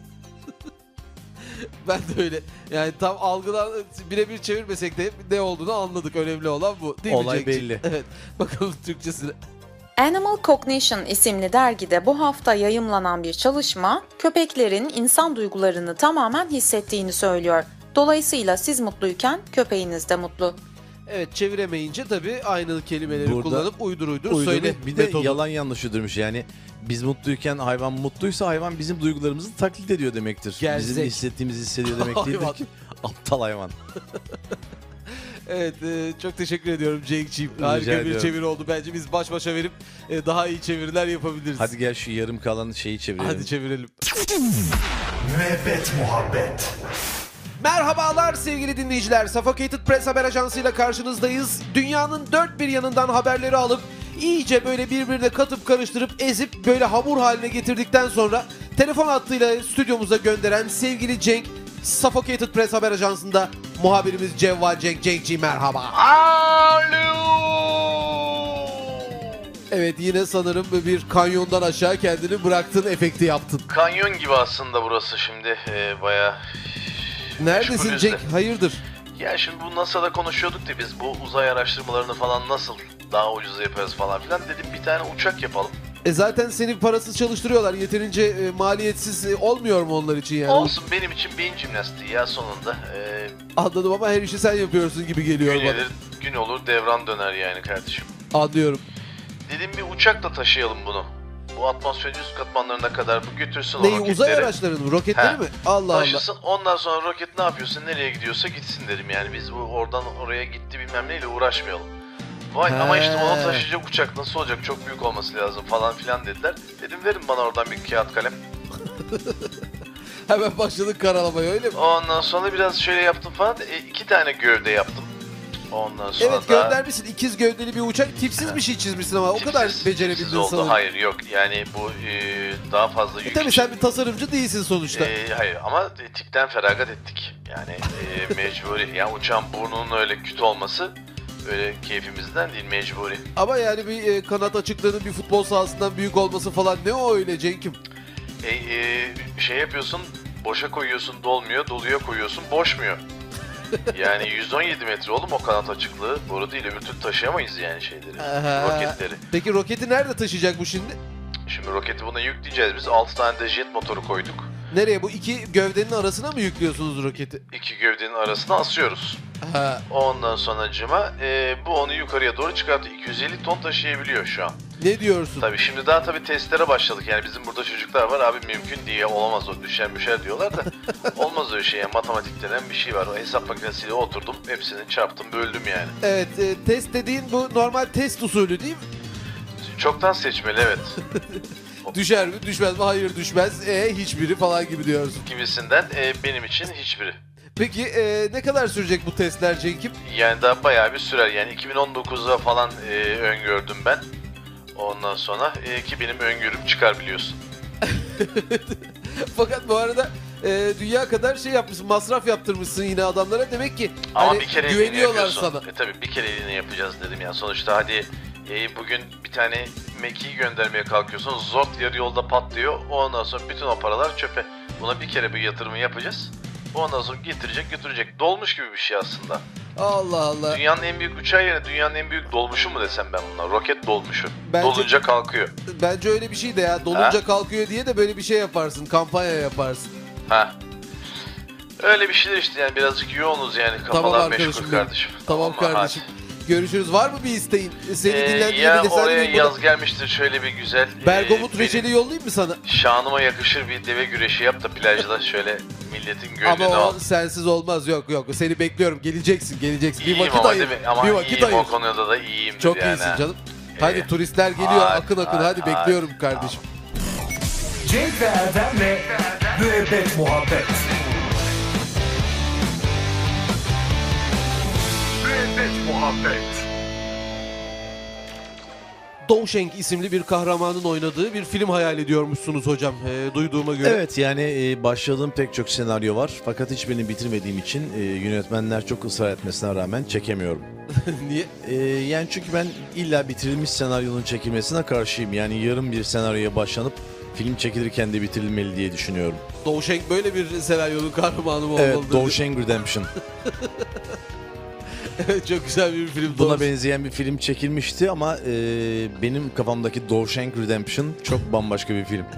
Speaker 3: Ben de öyle. Yani tam algıdan birebir çevirmesek de ne olduğunu anladık. Önemli olan bu. Değil mi
Speaker 4: Olay
Speaker 3: Cenk'ciğim?
Speaker 4: belli.
Speaker 3: Evet. Bakalım Türkçesine.
Speaker 6: Animal Cognition isimli dergide bu hafta yayımlanan bir çalışma, köpeklerin insan duygularını tamamen hissettiğini söylüyor. Dolayısıyla siz mutluyken köpeğiniz de mutlu.
Speaker 3: Evet, çeviremeyince tabii aynı kelimeleri
Speaker 4: Burada
Speaker 3: kullanıp uydur uydur
Speaker 4: Uydurma,
Speaker 3: söyle.
Speaker 4: bir de
Speaker 3: metodu.
Speaker 4: yalan yanlış uydurmuş. Yani biz mutluyken hayvan mutluysa hayvan bizim duygularımızı taklit ediyor demektir.
Speaker 3: Gerzek.
Speaker 4: Bizim hissettiğimizi hissediyor demek değildir
Speaker 3: Hayvan.
Speaker 4: ki. Aptal hayvan.
Speaker 3: Evet, e, çok teşekkür ediyorum Cenk'ciğim.
Speaker 4: Rica
Speaker 3: Harika bir
Speaker 4: ediyorum.
Speaker 3: çeviri oldu. Bence biz baş başa verip e, daha iyi çeviriler yapabiliriz.
Speaker 4: Hadi gel şu yarım kalan şeyi çevirelim.
Speaker 3: Hadi çevirelim.
Speaker 1: Müebbet muhabbet.
Speaker 3: Merhabalar sevgili dinleyiciler. Suffocated Press haber ajansıyla karşınızdayız. Dünyanın dört bir yanından haberleri alıp iyice böyle birbirine katıp karıştırıp ezip böyle hamur haline getirdikten sonra telefon hattıyla stüdyomuza gönderen sevgili Cenk, Suffocated Press haber ajansında muhabirimiz Cevval Cenk. Cenk'ciğim merhaba. Evet, yine sanırım bir kanyondan aşağı kendini bıraktın efekti yaptın.
Speaker 4: Kanyon gibi aslında burası şimdi e, bayağı.
Speaker 3: Neredesin
Speaker 4: Meşgulüz
Speaker 3: Cenk?
Speaker 4: de.
Speaker 3: Hayırdır?
Speaker 4: Ya şimdi bu NASA'da konuşuyorduk da biz bu uzay araştırmalarını falan nasıl daha ucuz yaparız falan filan dedim, bir tane uçak yapalım.
Speaker 3: E zaten seni parasız çalıştırıyorlar. Yeterince e, maliyetsiz e, olmuyor mu onlar için yani?
Speaker 4: Olsun, benim için beyin jimnastiği ya sonunda. E,
Speaker 3: Anladım ama her işi sen yapıyorsun gibi geliyor
Speaker 4: gün,
Speaker 3: bana.
Speaker 4: gelir, gün olur devran döner yani kardeşim.
Speaker 3: Anlıyorum.
Speaker 4: Dedim bir uçakla taşıyalım bunu. Bu atmosferin üst katmanlarına kadar bu götürsün o
Speaker 3: Neyi,
Speaker 4: roketleri.
Speaker 3: uzay araçlarını mı? Roketleri
Speaker 4: He.
Speaker 3: mi? Allah Allah.
Speaker 4: Taşısın, ondan sonra roket ne yapıyorsa nereye gidiyorsa gitsin dedim, yani biz bu oradan oraya gitti bilmem neyle uğraşmayalım. Vay
Speaker 3: He.
Speaker 4: ama işte onu taşıyacak uçak nasıl olacak, çok büyük olması lazım falan filan dediler. Dedim verin bana oradan bir kağıt kalem.
Speaker 3: Hemen başladık karalamaya, öyle mi?
Speaker 4: Ondan sonra biraz şöyle yaptım falan, e, iki tane gövde yaptım. Ondan sonra
Speaker 3: Evet,
Speaker 4: da
Speaker 3: göndermişsin. İkiz gövdeli bir uçak. Tipsiz bir şey çizmişsin ama o kadar
Speaker 4: tipsiz-
Speaker 3: becerebildin
Speaker 4: tipsiz oldu.
Speaker 3: sanırım.
Speaker 4: Hayır yok yani bu e, daha fazla
Speaker 3: E
Speaker 4: yük
Speaker 3: tabii
Speaker 4: için-
Speaker 3: sen bir tasarımcı değilsin sonuçta.
Speaker 4: E, hayır ama tipten feragat ettik. Yani e, mecburi. Yani uçağın burnunun öyle küt olması öyle keyfimizden değil, mecburi.
Speaker 3: Ama yani bir e, kanat açıklığının bir futbol sahasından büyük olması falan ne o öyle Cenk'im?
Speaker 4: E, e, şey yapıyorsun, boşa koyuyorsun dolmuyor, doluya koyuyorsun boşmuyor. Yani yüz on yedi metre oğlum o kanat açıklığı. Doğru değil, öbür türlü taşıyamayız yani şeyleri.
Speaker 3: Aha.
Speaker 4: Roketleri.
Speaker 3: Peki roketi nerede taşıyacak bu şimdi?
Speaker 4: Şimdi roketi buna yükleyeceğiz biz. altı tane de jet motoru koyduk.
Speaker 3: Nereye? Bu iki gövdenin arasına mı yüklüyorsunuz roketi?
Speaker 4: İki gövdenin arasına asıyoruz.
Speaker 3: Ha.
Speaker 4: Ondan sonracıma e, bu onu yukarıya doğru çıkarttı. iki yüz elli ton taşıyabiliyor şu an.
Speaker 3: Ne diyorsun?
Speaker 4: Tabii şimdi daha tabii testlere başladık. Yani bizim burada çocuklar var abi, mümkün diye olamaz o, düşer düşer diyorlar da olmaz öyle şey. Yani matematik denen bir şey var. O hesap makinesiyle oturdum, hepsini çarptım, böldüm yani.
Speaker 3: Evet, e, test dediğin bu normal test usulü değil mi?
Speaker 4: Çoktan seçmeli, evet.
Speaker 3: Düşer mi, düşmez mi? Hayır, düşmez. E hiçbiri falan gibi diyorsun.
Speaker 4: Gibisinden e, benim için hiçbiri.
Speaker 3: Peki e, ne kadar sürecek bu testler Cenk'im?
Speaker 4: Yani daha bayağı bir sürer. Yani iki bin on dokuzda falan e, öngördüm ben. Ondan sonra e, ki benim öngörüm çıkar biliyorsun.
Speaker 3: Fakat bu arada e, dünya kadar şey yapmışsın, masraf yaptırmışsın yine adamlara. Demek ki
Speaker 4: Ama
Speaker 3: hani
Speaker 4: bir kere
Speaker 3: güveniyorlar sana.
Speaker 4: E tabii bir kereliğine yapacağız dedim ya. Sonuçta hadi e, bugün bir tane mekiği göndermeye kalkıyorsun. Zort yarı yolda patlıyor. Ondan sonra bütün o paralar çöpe. Buna bir kere bir yatırımı yapacağız. Ondan sonra getirecek götürecek. Dolmuş gibi bir şey aslında.
Speaker 3: Allah Allah.
Speaker 4: Dünyanın en büyük uçağı yerine dünyanın en büyük dolmuşu mu desem ben buna? Roket dolmuşu.
Speaker 3: Bence-
Speaker 4: Dolunca kalkıyor.
Speaker 3: Bence öyle bir şey de ya. Dolunca kalkıyor diye de böyle bir şey yaparsın. Kampanya yaparsın.
Speaker 4: Ha. Öyle bir şeyler işte yani, birazcık yoğunuz yani, kafalar
Speaker 3: Tamam arkadaşım
Speaker 4: meşgul
Speaker 3: benim.
Speaker 4: kardeşim.
Speaker 3: Tamam
Speaker 4: mı?
Speaker 3: kardeşim. Görüşürüz. Var mı bir isteğin? Seni
Speaker 4: Ee,
Speaker 3: dinlendiğinde
Speaker 4: ya
Speaker 3: de sen
Speaker 4: oraya
Speaker 3: de
Speaker 4: yaz gelmiştir şöyle bir güzel.
Speaker 3: Bergamot
Speaker 4: e,
Speaker 3: reçeli
Speaker 4: benim
Speaker 3: yollayayım mı sana?
Speaker 4: Şanıma yakışır bir deve güreşi yap da plajda şöyle milletin gönlünü
Speaker 3: Ama
Speaker 4: al.
Speaker 3: o sensiz olmaz. Yok yok. Seni bekliyorum. Geleceksin. Geleceksin. Bir
Speaker 4: İyiyim
Speaker 3: vakit
Speaker 4: ama
Speaker 3: ayır.
Speaker 4: değil mi? Ama
Speaker 3: Bir vakit
Speaker 4: iyiyim,
Speaker 3: ayır.
Speaker 4: o konuda da iyiyim.
Speaker 3: Çok
Speaker 4: yani.
Speaker 3: iyisin canım.
Speaker 4: Ee,
Speaker 3: Hadi turistler geliyor.
Speaker 4: hadi,
Speaker 3: akın akın. Hadi,
Speaker 4: hadi,
Speaker 3: bekliyorum
Speaker 4: hadi.
Speaker 3: kardeşim.
Speaker 1: Cenk ve Erdem'le Müebbet Muhabbet. Müebbet Muhabbet.
Speaker 3: Dawshank isimli bir kahramanın oynadığı bir film hayal ediyormuşsunuz hocam. E, duyduğuma göre.
Speaker 4: Evet yani e, başladığım pek çok senaryo var. Fakat hiçbirini bitirmediğim için e, yönetmenler çok ısrar etmesine rağmen çekemiyorum.
Speaker 3: Niye?
Speaker 4: E, yani çünkü ben illa bitirilmiş senaryonun çekilmesine karşıyım. Yani yarım bir senaryoya başlanıp film çekilirken de bitirilmeli diye düşünüyorum.
Speaker 3: Dawshank böyle bir senaryonun kahramanı mı
Speaker 4: Evet,
Speaker 3: olmalı?
Speaker 4: Dawshank Redemption.
Speaker 3: Evet, çok güzel bir film.
Speaker 4: Buna
Speaker 3: doğrusu.
Speaker 4: benzeyen bir film çekilmişti ama e, benim kafamdaki Dawshank Redemption çok bambaşka bir film.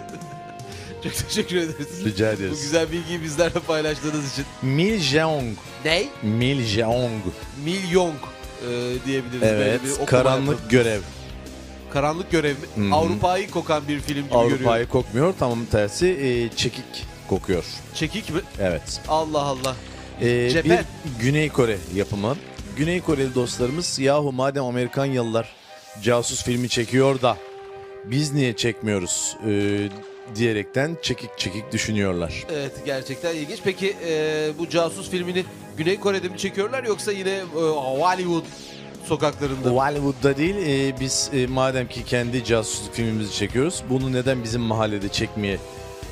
Speaker 3: Çok teşekkür ederiz.
Speaker 4: Rica
Speaker 3: Bu
Speaker 4: ederiz.
Speaker 3: güzel bilgiyi bizlerle paylaştığınız için.
Speaker 4: Mil Jeong.
Speaker 3: Ne?
Speaker 4: Mil Jeong.
Speaker 3: Milyong e, diyebiliriz.
Speaker 4: Evet,
Speaker 3: Böyle bir okuma
Speaker 4: Karanlık
Speaker 3: yapalım.
Speaker 4: Görev.
Speaker 3: Karanlık görev mi?
Speaker 4: Hı hı.
Speaker 3: Avrupa'yı kokan bir film gibi görüyorum.
Speaker 4: Avrupa'yı kokmuyor, tamam tersi e, çekik kokuyor.
Speaker 3: Çekik mi?
Speaker 4: Evet.
Speaker 3: Allah Allah.
Speaker 4: E,
Speaker 3: Cephe.
Speaker 4: bir Güney Kore yapımı. Güney Koreli dostlarımız yahu madem Amerikanyalılar casus filmi çekiyor da biz niye çekmiyoruz e, diyerekten çekik çekik düşünüyorlar.
Speaker 3: Evet, gerçekten ilginç. Peki e, bu casus filmini Güney Kore'de mi çekiyorlar yoksa yine e, Hollywood sokaklarında mı?
Speaker 4: Hollywood'da değil, e, biz e, madem ki kendi casusluk filmimizi çekiyoruz, bunu neden bizim mahallede çekmeyelim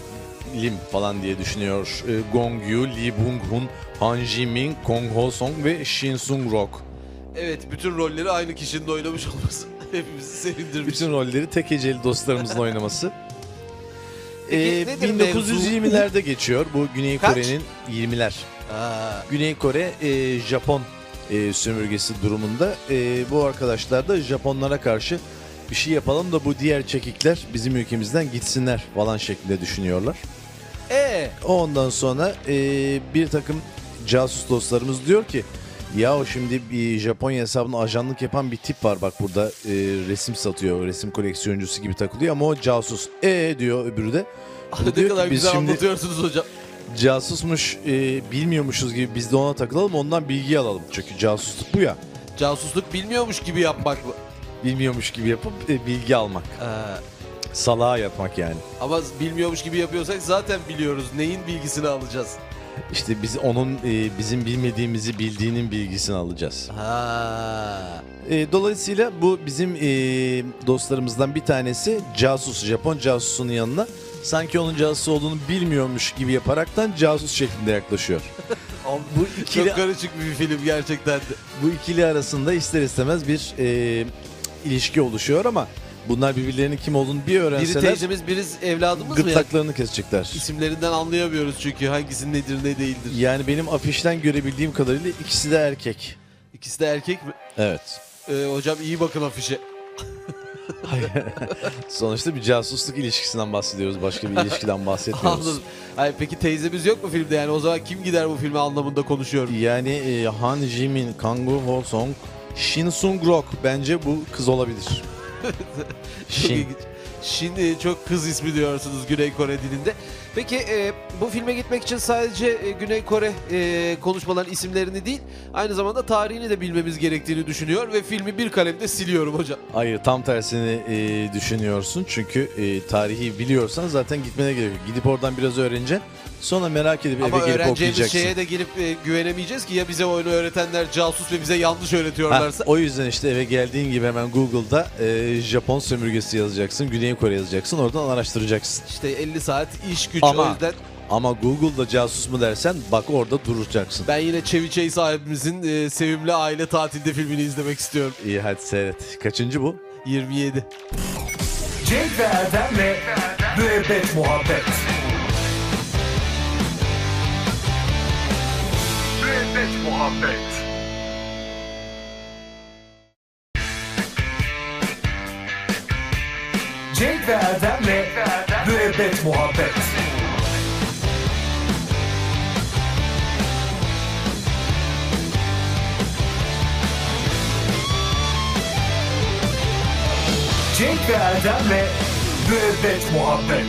Speaker 4: falan diye düşünüyor e, Gong Yoo, Lee Bung-hun, Han Ji-min, Kong Ho-sung ve Shin Sung-rok.
Speaker 3: Evet, bütün rolleri aynı kişinin oynamış olması hepimizi sevindirmiş.
Speaker 4: Bütün rolleri tek eceli dostlarımızın oynaması.
Speaker 3: Peki,
Speaker 4: E,
Speaker 3: nedir
Speaker 4: bin dokuz yüz yirmilerde geçiyor bu Güney
Speaker 3: Kaç?
Speaker 4: Kore'nin yirmiler.
Speaker 3: Aa,
Speaker 4: Güney Kore e, Japon e, sömürgesi durumunda. E, bu arkadaşlar da Japonlara karşı bir şey yapalım da bu diğer çekikler bizim ülkemizden gitsinler falan şeklinde düşünüyorlar.
Speaker 3: e
Speaker 4: Ondan sonra e, bir takım casus dostlarımız diyor ki ya şimdi bir Japonya hesabına ajanlık yapan bir tip var bak burada e, resim satıyor, resim koleksiyoncusu gibi takılıyor ama o casus. E diyor öbürü de. O da
Speaker 3: ne
Speaker 4: diyor
Speaker 3: kadar
Speaker 4: ki, biz
Speaker 3: güzel
Speaker 4: şimdi
Speaker 3: anlatıyorsunuz hocam.
Speaker 4: casusmuş e, bilmiyormuşuz gibi biz de ona takılalım ondan bilgi alalım. Çünkü casusluk bu ya.
Speaker 3: Casusluk bilmiyormuş gibi yapmak mı?
Speaker 4: Bilmiyormuş gibi yapıp e, bilgi almak.
Speaker 3: Aa,
Speaker 4: Salağa yatmak yani.
Speaker 3: ama bilmiyormuş gibi yapıyorsak zaten biliyoruz. Neyin bilgisini alacağız?
Speaker 4: İşte biz onun e, bizim bilmediğimizi bildiğinin bilgisini alacağız.
Speaker 3: Ha.
Speaker 4: E, dolayısıyla bu bizim e, dostlarımızdan bir tanesi casus, Japon casusunun yanına sanki onun casus olduğunu bilmiyormuş gibi yaparaktan casus şeklinde yaklaşıyor. Bu ikili,
Speaker 3: Çok karışık bir film gerçekten de.
Speaker 4: bu ikili arasında ister istemez bir e, ilişki oluşuyor ama Bunlar birbirlerinin kim olduğunu bir
Speaker 3: Biri
Speaker 4: öğrenseler
Speaker 3: teyzemiz, biri evladımız mı ya?
Speaker 4: gırtlaklarını kesecekler.
Speaker 3: İsimlerinden anlayamıyoruz çünkü hangisinin nedir ne değildir.
Speaker 4: Yani benim afişten görebildiğim kadarıyla ikisi de erkek.
Speaker 3: İkisi de erkek mi?
Speaker 4: Evet.
Speaker 3: Ee, hocam iyi bakın afişe.
Speaker 4: Sonuçta bir casusluk ilişkisinden bahsediyoruz. Başka bir ilişkiden bahsetmiyoruz.
Speaker 3: Anladım. Hayır, peki teyzemiz yok mu filmde, yani o zaman kim gider bu filme anlamında konuşuyorum.
Speaker 4: Yani e, Han Jimin, Kang Ho Song, Shin Sung Rok bence bu kız olabilir.
Speaker 3: Çok
Speaker 4: Shin.
Speaker 3: ilginç. Shin e, çok kız ismi diyorsunuz Güney Kore dilinde. Peki e, bu filme gitmek için sadece e, Güney Kore e, konuşmaların isimlerini değil, aynı zamanda tarihini de bilmemiz gerektiğini düşünüyor ve filmi bir kalemde siliyorum hocam.
Speaker 4: Hayır, tam tersini e, düşünüyorsun. Çünkü e, tarihi biliyorsan zaten gitmene gerek yok. Gidip oradan biraz öğreneceksin. Sonra merak edip
Speaker 3: Ama
Speaker 4: eve gelip
Speaker 3: öğreneceğimiz
Speaker 4: okuyacaksın.
Speaker 3: şeye de gelip e, güvenemeyeceğiz ki, ya bize oyunu öğretenler casus ve bize yanlış
Speaker 4: Ha,
Speaker 3: öğretiyorlarsa.
Speaker 4: o yüzden işte eve geldiğin gibi hemen Google'da e, Japon sömürgesi yazacaksın, Güney Kore yazacaksın, oradan araştıracaksın.
Speaker 3: İşte elli saat iş güç,
Speaker 4: Ama-
Speaker 3: o yüzden
Speaker 4: Ama Google'da casus mu dersen bak orada duracaksın.
Speaker 3: ben yine Chevy Chase abimizin e, Sevimli Aile Tatilde filmini izlemek istiyorum.
Speaker 4: İyi, hadi seyret. Kaçıncı bu?
Speaker 3: yirmi yedi.
Speaker 1: Cenk ve Erdem'le Müebbet Muhabbet. Müebbet Muhabbet. Cenk ve Erdem'le Müebbet Muhabbet. Cenk ve Erdem'le Müebbet Muhabbet.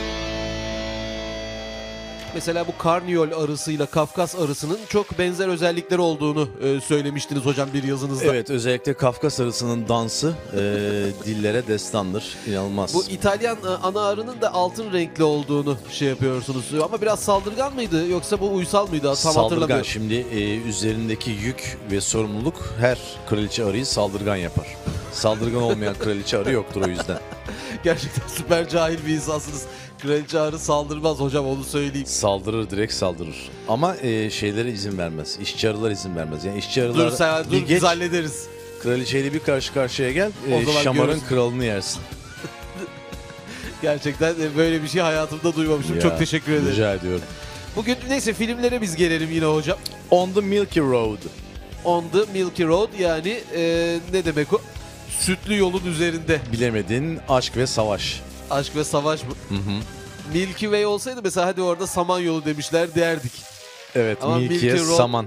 Speaker 3: Mesela bu karniyol arısıyla Kafkas arısının çok benzer özellikleri olduğunu e, söylemiştiniz hocam bir yazınızda.
Speaker 4: Evet, özellikle Kafkas arısının dansı e, dillere destandır. İnanılmaz.
Speaker 3: Bu İtalyan e, ana arının da altın renkli olduğunu şey yapıyorsunuz. Ama biraz saldırgan mıydı yoksa bu uysal mıydı? Tam
Speaker 4: Saldırgan.
Speaker 3: hatırlamıyorum.
Speaker 4: Şimdi e, üzerindeki yük ve sorumluluk her kraliçe arıyı saldırgan yapar. Saldırgan olmayan kraliçe arı yoktur o yüzden.
Speaker 3: Gerçekten süper cahil bir insansınız. Kraliçe arı saldırmaz hocam, onu söyleyeyim.
Speaker 4: Saldırır, direkt saldırır. Ama e, şeylere izin vermez. İşçi arılar izin vermez. Yani işçi arılar
Speaker 3: Dur sen
Speaker 4: bir
Speaker 3: dur
Speaker 4: geç,
Speaker 3: biz hallederiz.
Speaker 4: kraliçeyle bir karşı karşıya gel,
Speaker 3: O
Speaker 4: e,
Speaker 3: zaman
Speaker 4: şamarın
Speaker 3: görürsün.
Speaker 4: kralını yersin.
Speaker 3: Gerçekten e, böyle bir şey hayatımda duymamışım.
Speaker 4: Ya,
Speaker 3: Çok teşekkür ederim.
Speaker 4: Rica ediyorum.
Speaker 3: Bugün neyse filmlere biz gelelim yine hocam.
Speaker 4: On the Milky Road.
Speaker 3: On the Milky Road, yani e, ne demek o? Sütlü yolun üzerinde.
Speaker 4: Bilemedin aşk ve savaş.
Speaker 3: Aşk ve savaş mı?
Speaker 4: Hı hı.
Speaker 3: Milky Way olsaydı mesela hadi orada Samanyolu demişler derdik.
Speaker 4: Evet,
Speaker 3: Ama
Speaker 4: Milky'ye
Speaker 3: Milky Road-
Speaker 4: saman.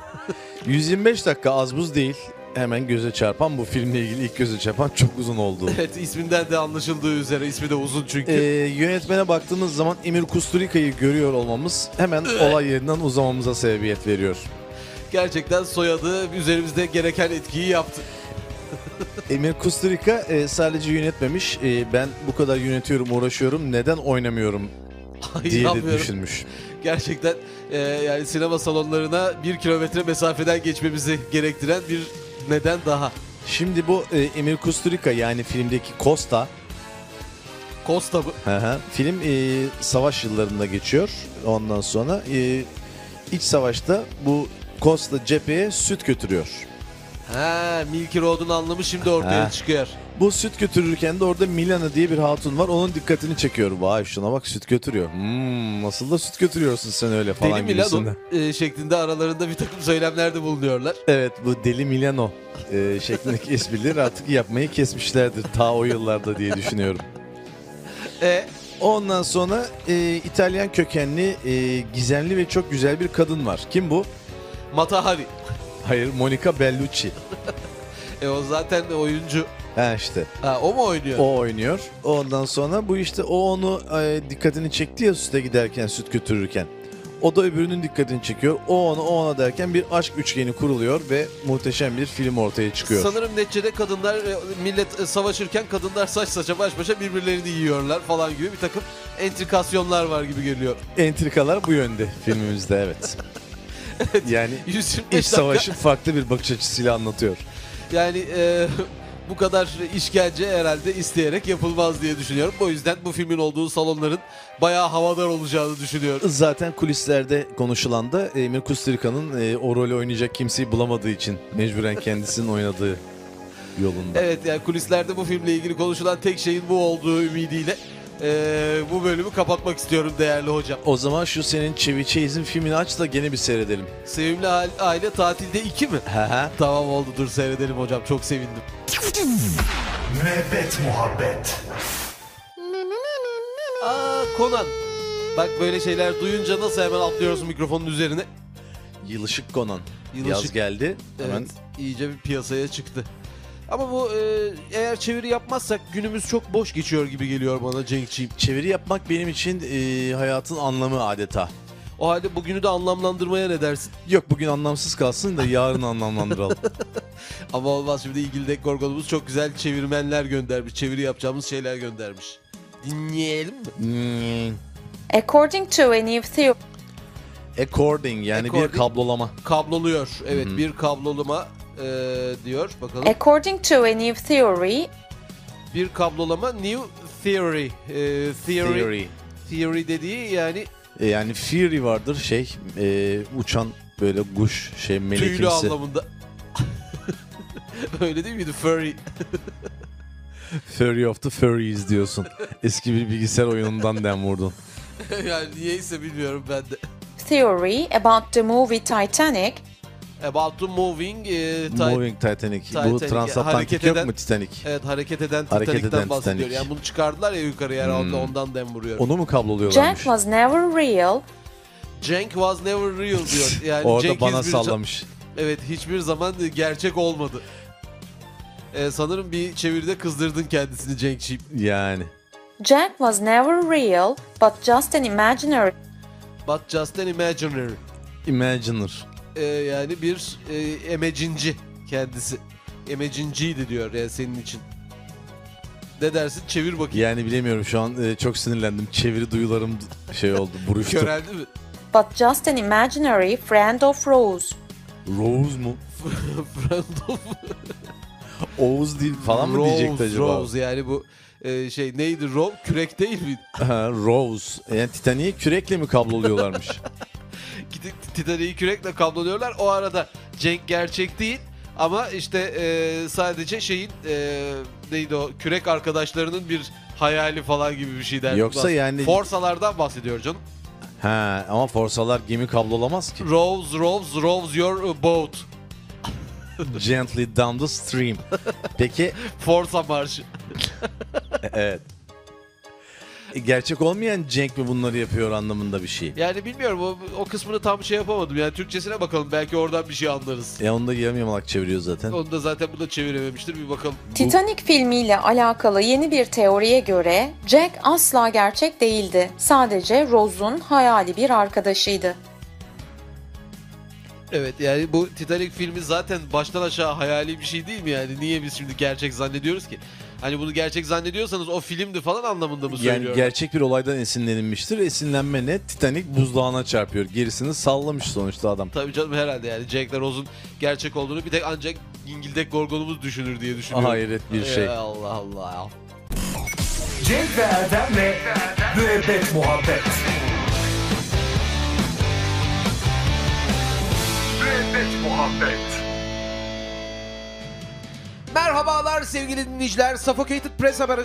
Speaker 4: yüz yirmi beş dakika az buz değil. Hemen göze çarpan, bu filmle ilgili ilk göze çarpan çok uzun oldu.
Speaker 3: Evet, isminden de anlaşıldığı üzere ismi de uzun çünkü.
Speaker 4: Ee, yönetmene baktığımız zaman Emir Kusturica'yı görüyor olmamız hemen olay yerinden uzamamıza sebebiyet veriyor.
Speaker 3: Gerçekten soyadı üzerimizde gereken etkiyi yaptı.
Speaker 4: Emir Kusturica e, sadece yönetmemiş, e, ben bu kadar yönetiyorum, uğraşıyorum, neden oynamıyorum diye de
Speaker 3: İnanmıyorum.
Speaker 4: düşünmüş.
Speaker 3: Gerçekten e, yani sinema salonlarına bir kilometre mesafeden geçmemizi gerektiren bir neden daha.
Speaker 4: Şimdi bu e, Emir Kusturica, yani filmdeki Costa,
Speaker 3: Costa mı?
Speaker 4: hı hı, film e, savaş yıllarında geçiyor. Ondan sonra e, iç savaşta bu Costa cepheye süt götürüyor.
Speaker 3: Ha, Milky Road'un anlamı şimdi ortaya
Speaker 4: Ha.
Speaker 3: çıkıyor.
Speaker 4: Bu süt götürürken de orada Milana diye bir hatun var. Onun dikkatini çekiyor. Vay şuna bak, süt götürüyor. Hmm, nasıl da süt götürüyorsun sen öyle falan
Speaker 3: Deli Milano
Speaker 4: gibisinden.
Speaker 3: e, şeklinde aralarında bir takım söylemlerde bulunuyorlar.
Speaker 4: Evet, bu Deli Milano e, şeklindeki esprileri artık yapmayı kesmişlerdir ta o yıllarda diye düşünüyorum.
Speaker 3: E,
Speaker 4: Ondan sonra e, İtalyan kökenli e, gizemli ve çok güzel bir kadın var. Kim bu?
Speaker 3: Mata Hari.
Speaker 4: Hayır, Monica Bellucci.
Speaker 3: E, o zaten oyuncu.
Speaker 4: Ha işte.
Speaker 3: Ha, o mu oynuyor?
Speaker 4: O oynuyor. Ondan sonra bu işte o onu e, dikkatini çekti ya süte giderken, süt götürürken. O da öbürünün dikkatini çekiyor. O onu, o ona derken bir aşk üçgeni kuruluyor ve muhteşem bir film ortaya çıkıyor.
Speaker 3: Sanırım neticede kadınlar, e, millet e, savaşırken kadınlar saç saça baş başa birbirlerini yiyorlar falan gibi bir takım entrikasyonlar var gibi geliyor.
Speaker 4: Entrikalar bu yönde filmimizde, evet. Yani
Speaker 3: yüz yirmi beş
Speaker 4: iç
Speaker 3: dakika.
Speaker 4: savaşı farklı bir bakış açısıyla anlatıyor.
Speaker 3: Yani e, bu kadar işkence herhalde isteyerek yapılmaz diye düşünüyorum. O yüzden bu filmin olduğu salonların bayağı havadar olacağını düşünüyorum.
Speaker 4: Zaten kulislerde konuşulan da Emir Kusturica'nın e, o rolü oynayacak kimseyi bulamadığı için mecburen kendisinin oynadığı yolunda.
Speaker 3: Evet, yani kulislerde bu filmle ilgili konuşulan tek şeyin bu olduğu ümidiyle eee, bu bölümü kapatmak istiyorum değerli hocam.
Speaker 4: O zaman şu senin Chevy Chase'in filmini aç da gene bir seyredelim.
Speaker 3: Sevimli Aile Tatilde iki mi?
Speaker 4: He he.
Speaker 3: Tamam, oldu, dur seyredelim hocam, çok sevindim.
Speaker 1: Müebbet muhabbet.
Speaker 3: Aa, Conan. Bak, böyle şeyler duyunca nasıl hemen atlıyorsun mikrofonun üzerine.
Speaker 4: Yılışık Conan.
Speaker 3: Yılışık.
Speaker 4: Yaz geldi. Hemen
Speaker 3: Evet, iyice bir piyasaya çıktı. Ama bu e, eğer çeviri yapmazsak günümüz çok boş geçiyor gibi geliyor bana Cenk'ciğim.
Speaker 4: çeviri yapmak benim için e, hayatın anlamı adeta.
Speaker 3: O halde bugünü de anlamlandırmaya ne dersin?
Speaker 4: Yok, bugün anlamsız kalsın da yarın anlamlandıralım.
Speaker 3: Ama olmaz, şimdi İngildek Gorgonumuz çok güzel çevirmenler göndermiş. Çeviri yapacağımız şeyler göndermiş. Dinleyelim mi?
Speaker 4: Hmm.
Speaker 6: According to a new theory,
Speaker 4: According yani
Speaker 3: According.
Speaker 4: bir kablolama.
Speaker 3: Kabloluyor. Evet,
Speaker 4: Hı hı.
Speaker 3: bir kablolama e, diyor. Bakalım.
Speaker 6: according to a new theory,
Speaker 3: Bir kablolama, new theory. E, theory.
Speaker 4: Theory.
Speaker 3: Theory dediği yani
Speaker 4: E, yani Fury vardır şey e, uçan böyle kuş şey
Speaker 3: tüylü
Speaker 4: melekimsi.
Speaker 3: anlamında. Öyle değil miydi? Furry.
Speaker 4: Fury of the Furries diyorsun. Eski bir bilgisayar oyunundan dem vurdun.
Speaker 3: Yani niyeyse bilmiyorum ben de.
Speaker 6: theory about the movie Titanic,
Speaker 3: About the moving, e, ti-
Speaker 4: Moving Titanic.
Speaker 3: Titanic,
Speaker 4: Bu transatlantik
Speaker 3: hareket
Speaker 4: yok
Speaker 3: eden-
Speaker 4: mu Titanic?
Speaker 3: Evet, hareket eden
Speaker 4: Hareket
Speaker 3: Titanic'ten
Speaker 4: eden
Speaker 3: bahsediyor.
Speaker 4: Titanic.
Speaker 3: Yani bunu çıkardılar ya yukarı, yer
Speaker 4: Hmm.
Speaker 3: ondan, ondan dem vuruyor.
Speaker 4: Onu mu
Speaker 6: Jack
Speaker 4: kabloluyorlarmış?
Speaker 6: was never real,
Speaker 3: Cenk was never real diyor. Yani
Speaker 4: Orada
Speaker 3: Cenk
Speaker 4: bana
Speaker 3: hiçbir
Speaker 4: sallamış.
Speaker 3: Evet, hiçbir zaman gerçek olmadı. Ee, sanırım bir çeviride kızdırdın kendisini Cenk'ciğim.
Speaker 4: Yani.
Speaker 6: Jack was never real, but just an imaginary
Speaker 3: But just an imaginary.
Speaker 4: Imaginer.
Speaker 3: Ee, yani bir e, emecinci kendisi. Emezinciydi diyor yani senin için. Ne dersin? Çevir bakayım.
Speaker 4: Yani bilemiyorum şu an e, çok sinirlendim. Çeviri duyularım şey oldu, buruştu.
Speaker 3: Köreldi mi?
Speaker 6: but just an imaginary friend of Rose.
Speaker 4: Rose mu?
Speaker 3: Friend of
Speaker 4: Oğuz değil falan mı
Speaker 3: Rose,
Speaker 4: diyecekti acaba?
Speaker 3: Rose yani bu e, şey neydi? Ro kürek değil mi?
Speaker 4: Ha, Rose. Yani Titanic'i kürekle mi kabloluyorlarmış?
Speaker 3: Gidip Titanic'i kürekle kabloluyorlar. O arada Cenk gerçek değil. Ama işte e, sadece şeyin e, neydi o? Kürek arkadaşlarının bir hayali falan gibi bir şey der.
Speaker 4: Yoksa yani-
Speaker 3: Forsalardan bahsediyor canım.
Speaker 4: Ha, ama forsalar gemi kablolamaz ki.
Speaker 3: Rose, Rose, Rose your boat.
Speaker 4: Gently down the stream. Peki,
Speaker 3: Forsa marşı.
Speaker 4: evet. E, Gerçek olmayan Cenk mi bunları yapıyor anlamında bir şey?
Speaker 3: Yani bilmiyorum, o, o kısmını tam şey yapamadım. Yani Türkçesine bakalım, belki oradan bir şey anlarız.
Speaker 4: Ya onu da yarım yamalak çeviriyor zaten.
Speaker 3: Onu da zaten bu da çevirememiştir, bir bakalım.
Speaker 6: Titanic filmiyle alakalı yeni bir teoriye göre Jack asla gerçek değildi. Sadece Rose'un hayali bir arkadaşıydı.
Speaker 3: Evet, yani bu Titanic filmi zaten baştan aşağı hayali bir şey değil mi yani? Niye biz şimdi gerçek zannediyoruz ki? Hani bunu gerçek zannediyorsanız o filmdi falan anlamında mı
Speaker 4: Yani
Speaker 3: söylüyorum?
Speaker 4: gerçek bir olaydan esinlenilmiştir. Esinlenme ne? Titanic buzdağına çarpıyor. Gerisini sallamış sonuçta adam.
Speaker 3: Tabii canım, herhalde yani Jack ve Rose'un gerçek olduğunu bir tek ancak İngildek Gorgonumuz düşünür diye düşünüyorum.
Speaker 4: Hayret bir şey.
Speaker 3: Ee, Allah Allah.
Speaker 1: Cenk ve Erdem'le Müebbet muhabbet. Müebbet muhabbet.
Speaker 3: Merhabalar sevgili dinleyiciler. Suffocated Press haber...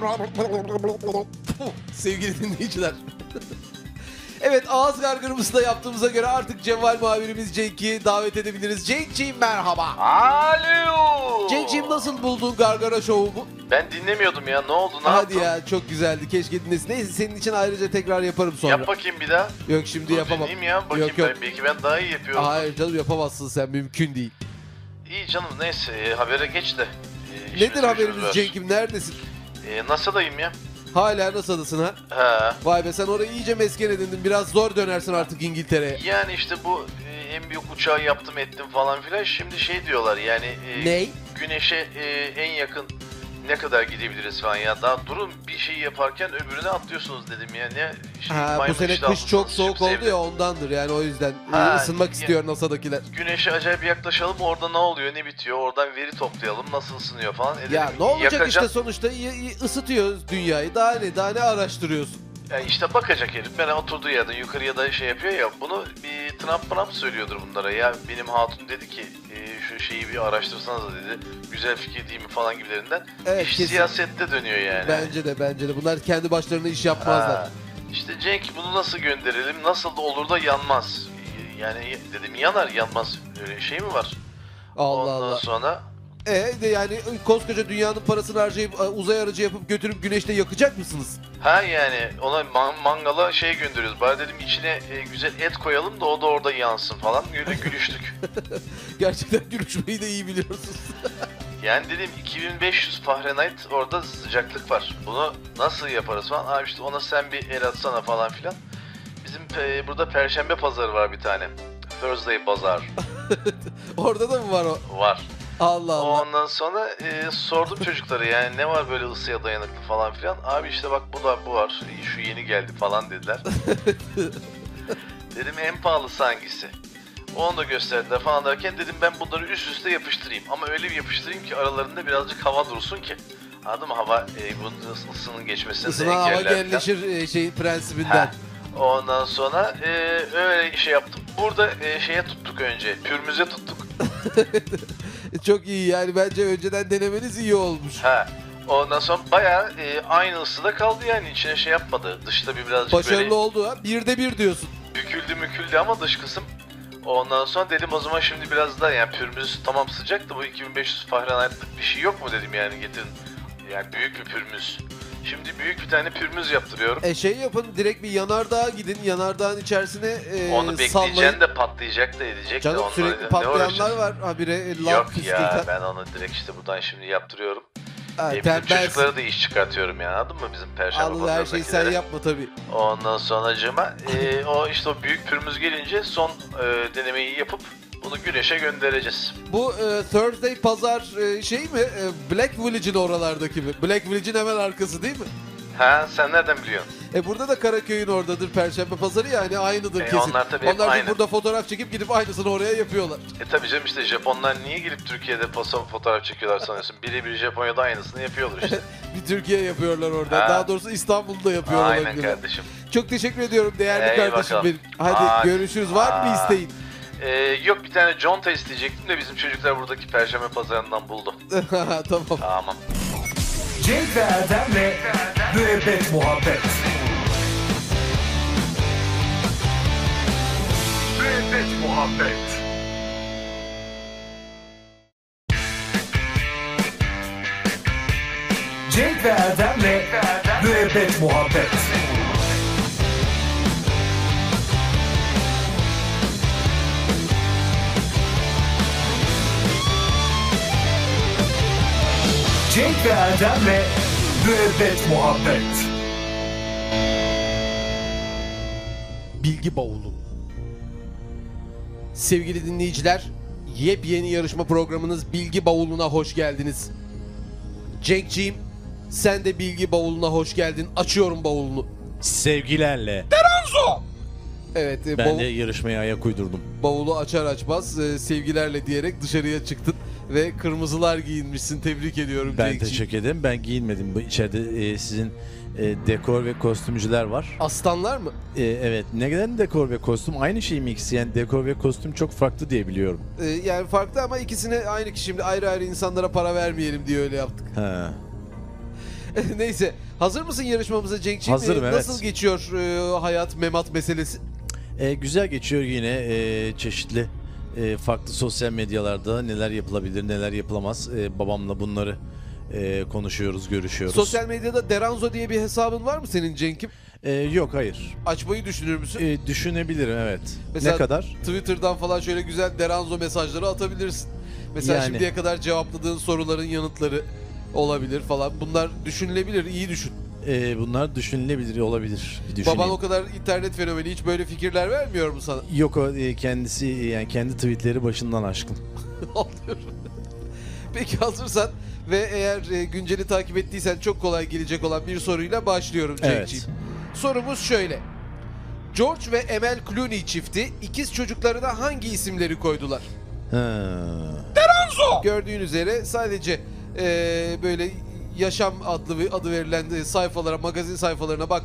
Speaker 3: sevgili dinleyiciler. Evet, ağız gargırımızı da yaptığımıza göre artık Cevval muhabirimiz Cenk'i davet edebiliriz. Cenk'ciğim merhaba.
Speaker 8: Alo.
Speaker 3: Cenk'ciğim, nasıl buldun Gargara Show'umu?
Speaker 8: Ben dinlemiyordum ya. Ne oldu? Ne
Speaker 3: Hadi
Speaker 8: yaptın?
Speaker 3: ya, çok güzeldi. Keşke dinlesin. Neyse, senin için ayrıca tekrar yaparım sonra.
Speaker 8: Yap bakayım bir daha.
Speaker 3: Yok, şimdi
Speaker 8: Dur
Speaker 3: yapamam.
Speaker 8: dinleyeyim ya. Bakayım
Speaker 3: Yok, yok.
Speaker 8: ben. Belki ben daha iyi yapıyorum.
Speaker 3: Hayır canım, yapamazsın sen. Mümkün değil.
Speaker 8: İyi canım neyse. e, habere geç de. E, işimiz
Speaker 3: Nedir
Speaker 8: gücümüz
Speaker 3: haberimiz
Speaker 8: var.
Speaker 3: Cenk'im? Neredesin?
Speaker 8: E, NASA'dayım ya.
Speaker 3: Hala NASA'dasın ha?
Speaker 8: Ha.
Speaker 3: Vay be, sen orayı iyice mesken edindin. Biraz zor dönersin artık İngiltere'ye.
Speaker 8: Yani işte bu e, en büyük uçağı yaptım ettim falan filan. Şimdi şey diyorlar yani. E,
Speaker 3: Ney?
Speaker 8: Güneşe e, en yakın ne kadar gidebiliriz falan ya. Daha durun bir şey yaparken öbürüne atlıyorsunuz dedim ya. Ne? Şey,
Speaker 3: Ha, bu
Speaker 8: maymun
Speaker 3: sene
Speaker 8: iştahlısınız,
Speaker 3: kış çok soğuk
Speaker 8: çok
Speaker 3: oldu
Speaker 8: sevdim.
Speaker 3: ya, ondandır yani, o yüzden
Speaker 8: Ha,
Speaker 3: Ee, ısınmak
Speaker 8: ya-
Speaker 3: istiyor NASA'dakiler.
Speaker 8: Güneşe acayip yaklaşalım, orada ne oluyor ne bitiyor, oradan veri toplayalım, nasıl ısınıyor falan. E
Speaker 3: Ya
Speaker 8: dedim,
Speaker 3: ne olacak
Speaker 8: yakacağım.
Speaker 3: işte, sonuçta y- y- ısıtıyor dünyayı, daha ne daha ne araştırıyorsun?
Speaker 8: Ya işte bakacak herif. Ben oturduğu yerden yukarıya da şey yapıyor ya. Bunu bir Trump Trump söylüyordur bunlara. Ya benim hatun dedi ki e, şu şeyi bir araştırsanız dedi. Güzel fikir değil mi falan gibilerinden.
Speaker 3: Evet,
Speaker 8: İş
Speaker 3: kesin.
Speaker 8: siyasette dönüyor yani.
Speaker 3: Bence de bence de. Bunlar kendi başlarına iş yapmazlar.
Speaker 8: Ha, işte Cenk bunu nasıl gönderelim? Nasıl da olur da yanmaz. Yani dedim yanar yanmaz. Öyle şey mi var?
Speaker 3: Allah
Speaker 8: Ondan
Speaker 3: Allah.
Speaker 8: sonra
Speaker 3: E de yani koskoca dünyanın parasını harcayıp uzay aracı yapıp götürüp güneşte yakacak mısınız?
Speaker 8: ha yani ona man- mangala şey gönderiyoruz. Bari dedim içine e, güzel et koyalım da o da orada yansın falan. Öyle gülüştük.
Speaker 3: Gerçekten görüşmeyi de iyi biliyorsunuz.
Speaker 8: Yani dedim iki bin beş yüz Fahrenheit orada sıcaklık var. Bunu nasıl yaparız falan. Abi işte ona sen bir el atsana falan filan. Bizim e, burada Perşembe pazarı var bir tane. Thursday pazar
Speaker 3: Orada da mı var o?
Speaker 8: var.
Speaker 3: Allah Allah.
Speaker 8: Ondan sonra e, sordum çocuklara yani ne var böyle ısıya dayanıklı falan filan. Abi işte bak bu da bu var. Şu yeni geldi falan dediler. Dedim en pahalısı hangisi? Onu da gösterdiler falan derken dedim ben bunları üst üste yapıştırayım. Ama öyle bir yapıştırayım ki aralarında birazcık hava dursun ki. Anladın mı? Hava e, bunun ısının geçmesini
Speaker 3: Isınan hava
Speaker 8: engeller falan.
Speaker 3: genleşir e, şeyin prensibinden.
Speaker 8: Ha. Ondan sonra e, öyle şey yaptım. Burada e, şeye tuttuk önce. Pürmüze tuttuk.
Speaker 3: Çok iyi yani bence önceden denemeniz iyi olmuş.
Speaker 8: Ha. Ondan sonra bayağı e, aynı ısıda kaldı yani içine şey yapmadı. Dışta bir birazcık
Speaker 3: Başarılı
Speaker 8: böyle
Speaker 3: oldu ha. Birde bir diyorsun.
Speaker 8: büküldü müküldü ama dış kısım. Ondan sonra dedim o zaman şimdi biraz daha yani pürmüz tamam sıcaktı bu iki bin beş yüz Fahrenheit'lık bir şey yok mu dedim yani getirin. Yani büyük bir pürmüz. Şimdi büyük bir tane pürmüz yaptırıyorum.
Speaker 3: E şey yapın direkt bir yanardağa gidin. Yanardağın içerisine e,
Speaker 8: Onu bekleyeceksin
Speaker 3: sallayın.
Speaker 8: de patlayacak da edecek de.
Speaker 3: Canım
Speaker 8: onunla
Speaker 3: sürekli
Speaker 8: ne
Speaker 3: patlayanlar
Speaker 8: uğraşacağız?
Speaker 3: var. Habire e, lav
Speaker 8: Yok
Speaker 3: püskürten.
Speaker 8: ya ben onu direkt işte buradan şimdi yaptırıyorum.
Speaker 3: Ha,
Speaker 8: E, bizim
Speaker 3: tembelsin.
Speaker 8: çocuklara da iş çıkartıyorum yani anladın mı bizim Perşembe
Speaker 3: Anladım, her şeyi sen
Speaker 8: pazarındakilere.
Speaker 3: yapma tabii.
Speaker 8: Ondan sonracığıma e, o işte o büyük pürmüz gelince son e, denemeyi yapıp bunu güneşe göndereceğiz.
Speaker 3: Bu e, Thursday pazar e, şey mi? E, Black Village'in oralardaki mi? Black Village'in hemen arkası değil mi?
Speaker 8: Ha sen nereden biliyorsun?
Speaker 3: E burada da Karaköy'ün oradadır Perşembe pazarı yani aynıdır
Speaker 8: E,
Speaker 3: kesin.
Speaker 8: onlar tabii hep
Speaker 3: Onlar da
Speaker 8: aynı.
Speaker 3: burada fotoğraf çekip gidip aynısını oraya yapıyorlar.
Speaker 8: E tabii canım işte Japonlar niye gelip Türkiye'de foto- fotoğraf çekiyorlar sanıyorsun? Birebir Japonya'da aynısını yapıyorlar işte.
Speaker 3: Bir Türkiye yapıyorlar orada.
Speaker 8: Ha.
Speaker 3: Daha doğrusu İstanbul'da yapıyor
Speaker 8: Aynen
Speaker 3: olabilirler.
Speaker 8: kardeşim.
Speaker 3: Çok teşekkür ediyorum değerli
Speaker 8: Ey
Speaker 3: kardeşim
Speaker 8: bakalım.
Speaker 3: benim. Hadi
Speaker 8: Hadi.
Speaker 3: görüşürüz. Var mı
Speaker 8: Aa.
Speaker 3: isteğin?
Speaker 8: E, yok bir tane conta isteyecektim de bizim çocuklar buradaki Perşembe pazarından buldu.
Speaker 3: Tamam.
Speaker 8: Tamam.
Speaker 1: Cenk ve Erdem'le Müebbet Muhabbet. Müebbet Muhabbet. Cenk ve Erdem'le Müebbet Muhabbet. Cenk ve Erdem'le Müebbet Muhabbet.
Speaker 3: Bilgi Bavulu. Sevgili dinleyiciler, yepyeni yarışma programınız Bilgi Bavulu'na hoş geldiniz. Cenk'ciğim, sen de Bilgi Bavulu'na hoş geldin. Açıyorum bavulunu.
Speaker 4: Sevgilerle.
Speaker 3: Evet, e,
Speaker 4: Ben
Speaker 3: bavul-
Speaker 4: de yarışmaya ayak uydurdum.
Speaker 3: bavulu açar açmaz e, sevgilerle diyerek dışarıya çıktın ve kırmızılar giyinmişsin. Tebrik ediyorum
Speaker 4: Ben
Speaker 3: Cenk'ciğim.
Speaker 4: teşekkür ederim. Ben giyinmedim. Bu içeride e, sizin e, dekor ve kostümcüler var.
Speaker 3: Aslanlar mı?
Speaker 4: E, evet. Neden dekor ve kostüm? Aynı şey mi ikisi? Yani dekor ve kostüm çok farklı diye biliyorum.
Speaker 3: E, yani farklı ama ikisine aynı kişi. Şimdi ayrı ayrı insanlara para vermeyelim diye öyle yaptık.
Speaker 4: Ha.
Speaker 3: Neyse, hazır mısın yarışmamıza Cenk'ciğim?
Speaker 4: Hazırım,
Speaker 3: E,
Speaker 4: evet.
Speaker 3: Nasıl geçiyor e, hayat memat meselesi?
Speaker 4: E, güzel geçiyor yine e, çeşitli e, farklı sosyal medyalarda neler yapılabilir neler yapılamaz. E, babamla bunları e, konuşuyoruz, görüşüyoruz.
Speaker 3: Sosyal medyada Deranzo diye bir hesabın var mı senin Cenk'im?
Speaker 4: E, yok hayır.
Speaker 3: Açmayı düşünür müsün?
Speaker 4: E, düşünebilirim evet.
Speaker 3: Mesela
Speaker 4: ne kadar?
Speaker 3: Twitter'dan falan şöyle güzel Deranzo mesajları atabilirsin. Mesela
Speaker 4: Yani.
Speaker 3: şimdiye kadar cevapladığın soruların yanıtları olabilir falan. Bunlar düşünülebilir, iyi düşün.
Speaker 4: E, bunlar düşünülebilir olabilir. Bir düşüneyim.
Speaker 3: Baban o kadar internet fenomeni, hiç böyle fikirler vermiyor mu sana?
Speaker 4: Yok o e, kendisi yani kendi tweetleri başından aşkın.
Speaker 3: Anlıyorum. Peki hazırsan ve eğer e, günceli takip ettiysen çok kolay gelecek olan bir soruyla başlıyorum Cenk'ciğim. Sorumuz şöyle. George ve Emel Clooney çifti ikiz çocuklarına hangi isimleri koydular?
Speaker 4: Ha.
Speaker 3: Gördüğün üzere sadece e, böyle yaşam adlı adı verilen e, sayfalara, magazin sayfalarına bakman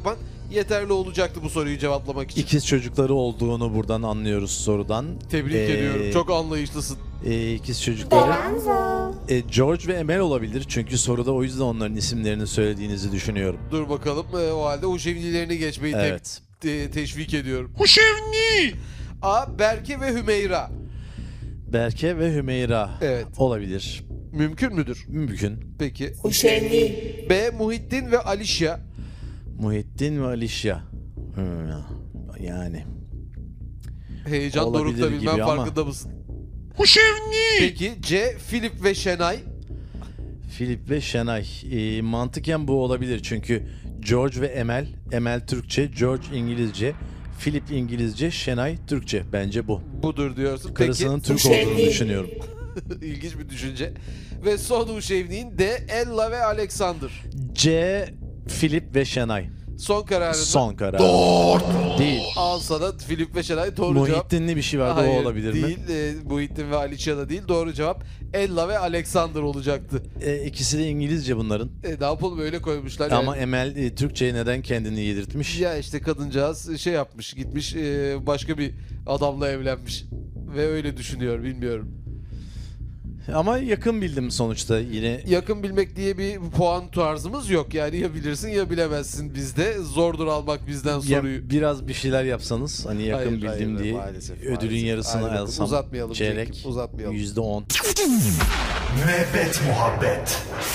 Speaker 3: yeterli olacaktı bu soruyu cevaplamak için.
Speaker 4: İkiz çocukları olduğunu buradan anlıyoruz sorudan.
Speaker 3: Tebrik
Speaker 4: Ee,
Speaker 3: ediyorum. Çok anlayışlısın.
Speaker 4: E, ikiz çocukları. E, George ve Emel olabilir. Çünkü soruda o yüzden onların isimlerini söylediğinizi düşünüyorum.
Speaker 3: Dur bakalım. Ee, o halde Huşevnilerini geçmeyi te-
Speaker 4: Evet.
Speaker 3: te- teşvik ediyorum.
Speaker 2: Huşevni.
Speaker 3: A. Berke ve Hümeyra.
Speaker 4: Berke ve Hümeyra
Speaker 3: Evet.
Speaker 4: olabilir.
Speaker 3: Mümkün müdür?
Speaker 4: Mümkün.
Speaker 3: Peki. B. Muhittin ve Alişya.
Speaker 4: Muhittin ve Alişya. Hmm, yani.
Speaker 3: Heyecan
Speaker 4: Olabilir
Speaker 3: dorukta bilmem
Speaker 4: gibi ama.
Speaker 3: farkında mısın?
Speaker 2: Huşevni.
Speaker 3: Peki C. Filip ve Şenay.
Speaker 4: Filip ve Şenay. E, mantıken bu olabilir. Çünkü George ve Emel. Emel Türkçe, George İngilizce. Filip İngilizce, Şenay Türkçe. Bence bu.
Speaker 3: Budur diyorsun.
Speaker 4: Karısının
Speaker 3: Peki.
Speaker 4: Türk olduğunu düşünüyorum.
Speaker 3: İlginç bir düşünce. Ve son Huşevni'nin D. Ella ve Alexander.
Speaker 4: C. Filip ve Şenay.
Speaker 3: Son kararında.
Speaker 4: Son karar. Değil.
Speaker 3: Al sana Filip ve Şenay doğru cevap.
Speaker 4: Muhittinli bir şey vardı,
Speaker 3: Hayır,
Speaker 4: o olabilir mi?
Speaker 3: değil. E, Muhittin ve Alişya da değil. Doğru cevap Ella ve Alexander olacaktı.
Speaker 4: E, ikisi de İngilizce bunların.
Speaker 3: E, ne yapalım öyle koymuşlar.
Speaker 4: Ama
Speaker 3: yani.
Speaker 4: Emel e, Türkçe'ye neden kendini yedirtmiş?
Speaker 3: Ya işte kadıncağız şey yapmış, gitmiş e, başka bir adamla evlenmiş. Ve öyle düşünüyor, bilmiyorum.
Speaker 4: Ama yakın bildim sonuçta yine.
Speaker 3: Yakın bilmek diye bir puan tarzımız yok. Yani ya bilirsin ya bilemezsin bizde. Zordur almak bizden
Speaker 4: Ya
Speaker 3: soruyu.
Speaker 4: biraz bir şeyler yapsanız hani yakın
Speaker 3: Hayır,
Speaker 4: bildim
Speaker 3: hayır,
Speaker 4: diye
Speaker 3: maalesef,
Speaker 4: ödülün
Speaker 3: maalesef.
Speaker 4: yarısını
Speaker 3: Hayır, bakın,
Speaker 4: alsam
Speaker 3: uzatmayalım
Speaker 4: çeyrek
Speaker 3: Cenk'im, uzatmayalım.
Speaker 4: yüzde on.
Speaker 1: Müebbet muhabbet.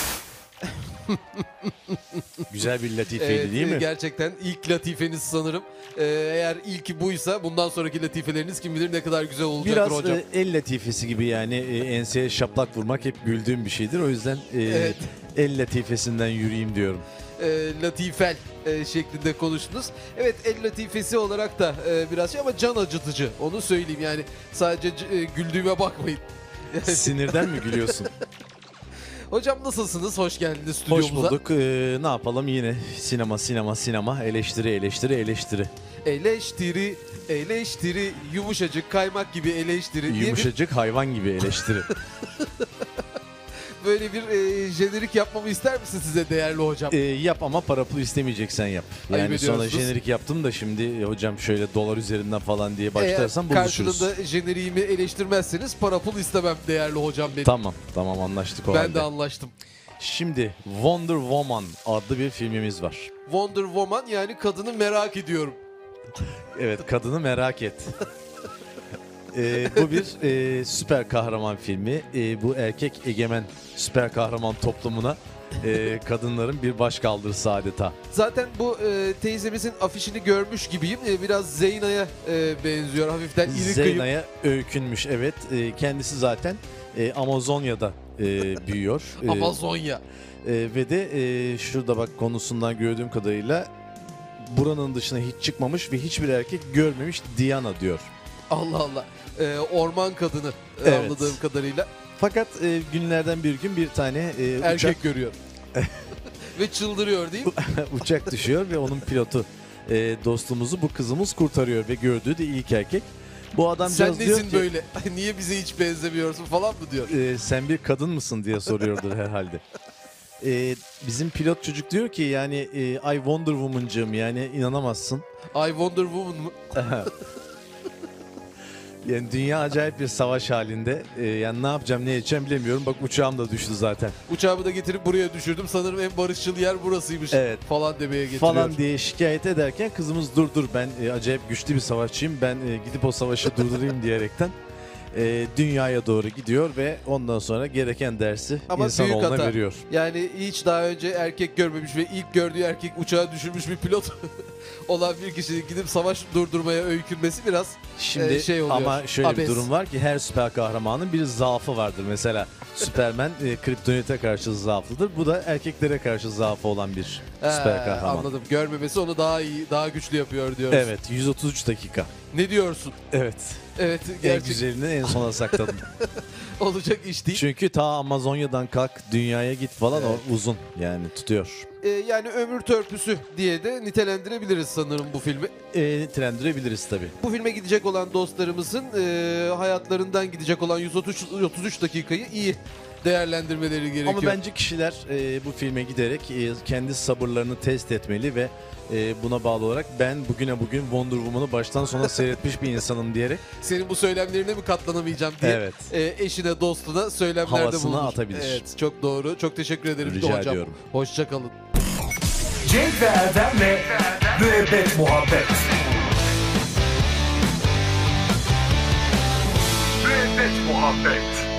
Speaker 4: Güzel bir latifeydi
Speaker 3: Evet,
Speaker 4: değil mi?
Speaker 3: gerçekten ilk latifeniz sanırım. Ee, eğer ilki buysa bundan sonraki latifeleriniz kim bilir ne kadar güzel olacaktır
Speaker 4: Biraz
Speaker 3: hocam.
Speaker 4: e, el latifesi gibi yani e, enseye şaplak vurmak hep güldüğüm bir şeydir. O yüzden e,
Speaker 3: Evet.
Speaker 4: el latifesinden yürüyeyim diyorum.
Speaker 3: e, latifel e, şeklinde konuştunuz. Evet, el latifesi olarak da e, biraz şey ama can acıtıcı. Onu söyleyeyim yani sadece e, güldüğüme bakmayın.
Speaker 4: Sinirden mi gülüyorsun?
Speaker 3: Hocam nasılsınız? Hoş geldiniz stüdyomuza.
Speaker 4: Hoş bulduk. E, ne yapalım yine sinema sinema sinema eleştiri eleştiri eleştiri.
Speaker 3: Eleştiri, eleştiri, yumuşacık kaymak gibi eleştiri diye
Speaker 4: Yumuşacık hayvan gibi eleştiri.
Speaker 3: bir, böyle bir e, jenerik yapmamı ister misin size değerli hocam?
Speaker 4: E, yap ama para pul istemeyeceksen yap.
Speaker 3: Ayıp
Speaker 4: Yani sonra
Speaker 3: ediyorsunuz.
Speaker 4: jenerik yaptım da şimdi e, hocam şöyle dolar üzerinden falan diye başlarsan
Speaker 3: Eğer
Speaker 4: buluşuruz.
Speaker 3: karşılığında jeneriğimi eleştirmezseniz para pul istemem değerli hocam benim.
Speaker 4: Tamam tamam anlaştık o
Speaker 3: ben
Speaker 4: halde.
Speaker 3: de anlaştım.
Speaker 4: Şimdi Wonder Woman adlı bir filmimiz var.
Speaker 3: Wonder Woman yani kadını merak ediyorum.
Speaker 4: Evet kadını merak et. Ee, bu bir e, süper kahraman filmi. E, bu erkek egemen süper kahraman toplumuna e, kadınların bir başkaldırısı adeta.
Speaker 3: Zaten bu e, teyzemizin afişini görmüş gibiyim. E, biraz Zeyna'ya e, benziyor. Hafiften iri kıyım.
Speaker 4: Zeyna'ya öykünmüş evet. E, kendisi zaten e, Amazonya'da e, büyüyor. E,
Speaker 3: Amazonya.
Speaker 4: e, ve de e, şurada bak konusundan gördüğüm kadarıyla buranın dışına hiç çıkmamış ve hiçbir erkek görmemiş Diana diyor.
Speaker 3: Allah Allah. E, orman kadını e,
Speaker 4: Evet.
Speaker 3: anladığım kadarıyla.
Speaker 4: Fakat e, günlerden bir gün bir tane e,
Speaker 3: Erkek
Speaker 4: uçak
Speaker 3: görüyor. Ve çıldırıyor değil mi?
Speaker 4: uçak düşüyor ve onun pilotu e, dostumuzu bu kızımız kurtarıyor ve gördüğü de ilk erkek. Bu
Speaker 3: Sen
Speaker 4: adamcağız diyor
Speaker 3: nesin
Speaker 4: ki
Speaker 3: böyle? Niye bize hiç benzemiyorsun falan mı diyor.
Speaker 4: e, sen bir kadın mısın diye soruyordur herhalde. E, bizim pilot çocuk diyor ki yani e, I Wonder Woman'cığım yani inanamazsın.
Speaker 3: I Wonder Woman mı?
Speaker 4: Yani dünya acayip bir savaş halinde. E, yani ne yapacağım ne edeceğim bilemiyorum. Bak uçağım da düştü zaten.
Speaker 3: Uçağımı da getirip buraya düşürdüm. Sanırım en barışçıl yer burasıymış
Speaker 4: Evet.
Speaker 3: falan demeye getiriyor.
Speaker 4: Falan diye şikayet ederken kızımız dur dur ben e, acayip güçlü bir savaşçıyım. Ben e, gidip o savaşı durdurayım diyerekten e, dünyaya doğru gidiyor ve ondan sonra gereken dersi
Speaker 3: Ama büyük
Speaker 4: insanoğluna
Speaker 3: hata.
Speaker 4: veriyor.
Speaker 3: Yani hiç daha önce erkek görmemiş ve ilk gördüğü erkek uçağı düşürmüş bir pilot olan bir kişinin gidip savaş durdurmaya öykünmesi biraz
Speaker 4: Şimdi
Speaker 3: e, şey oluyor.
Speaker 4: ama şöyle
Speaker 3: abes.
Speaker 4: bir durum var ki her süper kahramanın bir zaafı vardır. Mesela Superman e, kriptonite karşı zaaflıdır. Bu da erkeklere karşı zaafı olan bir
Speaker 3: He,
Speaker 4: süper kahraman.
Speaker 3: Anladım. Görmemesi onu daha iyi, daha güçlü yapıyor diyoruz.
Speaker 4: Evet yüz otuz üç dakika.
Speaker 3: Ne diyorsun?
Speaker 4: Evet.
Speaker 3: Evet,
Speaker 4: En
Speaker 3: gerçek
Speaker 4: güzelini en sona sakladım.
Speaker 3: olacak iş değil.
Speaker 4: Çünkü ta Amazonya'dan kalk dünyaya git falan
Speaker 3: Evet.
Speaker 4: o uzun yani tutuyor.
Speaker 3: e, yani ömür törpüsü diye de nitelendirebiliriz sanırım bu filmi.
Speaker 4: E, nitelendirebiliriz tabii.
Speaker 3: Bu filme gidecek olan dostlarımızın e, hayatlarından gidecek olan yüz otuz üç dakikayı iyi değerlendirmeleri gerekiyor.
Speaker 4: Ama bence kişiler e, bu filme giderek e, kendi sabırlarını test etmeli ve e, buna bağlı olarak ben bugüne bugün Wonder Woman'ı baştan sona seyretmiş bir insanım diyerek
Speaker 3: senin bu söylemlerine mi katlanamayacağım diye
Speaker 4: Evet.
Speaker 3: e, eşine dostuna söylemlerde
Speaker 4: Havasını
Speaker 3: bulunur.
Speaker 4: atabilir.
Speaker 3: Evet, çok doğru. Çok teşekkür ederim
Speaker 4: Rica
Speaker 3: hocam.
Speaker 4: ediyorum.
Speaker 3: Hoşça kalın.
Speaker 1: Cenk ve Erdem'le Müebbet Muhabbet. Müebbet Muhabbet.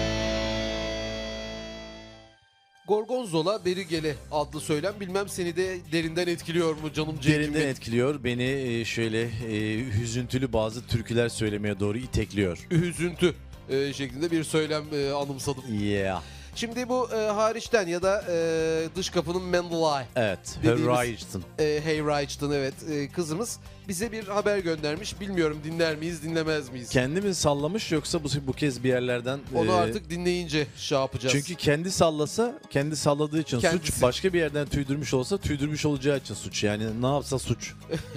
Speaker 3: Gorgonzola Berigele adlı söylem bilmem seni de derinden etkiliyor mu canım Cenk'im
Speaker 4: derinden
Speaker 3: benim?
Speaker 4: etkiliyor. Beni e, şöyle e, hüzüntülü bazı türküler söylemeye doğru itekliyor.
Speaker 3: Üzüntü e, şeklinde bir söylem e, anımsadım.
Speaker 4: Yeah.
Speaker 3: Şimdi bu e, hariçten ya da e, dış kapının Mendeley
Speaker 4: Evet.
Speaker 3: Dediğimiz-
Speaker 4: Horizon.
Speaker 3: e, Hey Reich'tın evet e, kızımız bize bir haber göndermiş. Bilmiyorum dinler miyiz dinlemez miyiz?
Speaker 4: Kendi mi sallamış yoksa bu, bu kez bir yerlerden...
Speaker 3: Onu
Speaker 4: e,
Speaker 3: artık dinleyince şey yapacağız.
Speaker 4: Çünkü kendi sallasa, kendi salladığı için
Speaker 3: Kendisi.
Speaker 4: suç, başka bir yerden tüydürmüş olsa tüydürmüş olacağı için suç. Yani ne yapsa suç.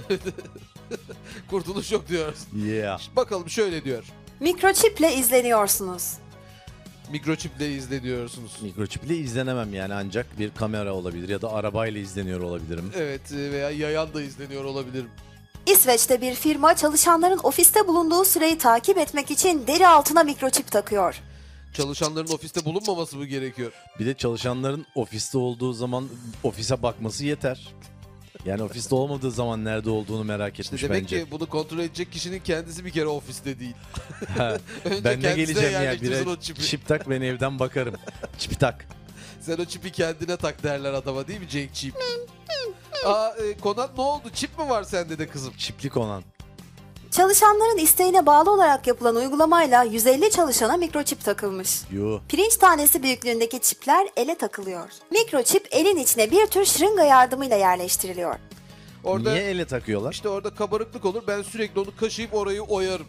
Speaker 3: kurtuluş yok diyoruz.
Speaker 4: Yeah.
Speaker 3: Bakalım şöyle diyor.
Speaker 5: Mikroçiple izleniyorsunuz.
Speaker 3: Mikroçiple izleniyorsunuz.
Speaker 4: Mikroçip ile izlenemem yani ancak bir kamera olabilir ya da arabayla izleniyor olabilirim.
Speaker 3: Evet e, veya yayan da izleniyor olabilirim.
Speaker 5: İsveç'te bir firma çalışanların ofiste bulunduğu süreyi takip etmek için deri altına mikroçip takıyor.
Speaker 3: Çalışanların ofiste bulunmaması mı gerekiyor?
Speaker 4: Bir de çalışanların ofiste olduğu zaman ofise bakması yeter. Yani ofiste olmadığı zaman nerede olduğunu merak etmiş
Speaker 3: Demek
Speaker 4: bence.
Speaker 3: ki bunu kontrol edecek kişinin kendisi bir kere ofiste değil.
Speaker 4: Ha,
Speaker 3: Önce
Speaker 4: ben de
Speaker 3: kendisine
Speaker 4: geleceğim ya
Speaker 3: yerleştirsin
Speaker 4: bir
Speaker 3: o çipi.
Speaker 4: çip tak ben evden bakarım. Çipi tak.
Speaker 3: Sen o çipi kendine tak derler adama değil mi Cenk Çip? Aa e, Konat ne oldu? Çip mi var sende de kızım?
Speaker 4: Çiplik olan.
Speaker 5: Çalışanların isteğine bağlı olarak yapılan uygulamayla yüz elli çalışana mikroçip takılmış.
Speaker 4: Yo.
Speaker 5: Pirinç tanesi büyüklüğündeki çipler ele takılıyor. Mikroçip elin içine bir tür şırınga yardımıyla yerleştiriliyor.
Speaker 3: Orada
Speaker 4: Niye ele takıyorlar?
Speaker 3: işte orada kabarıklık olur. Ben sürekli onu kaşıyıp orayı oyarım.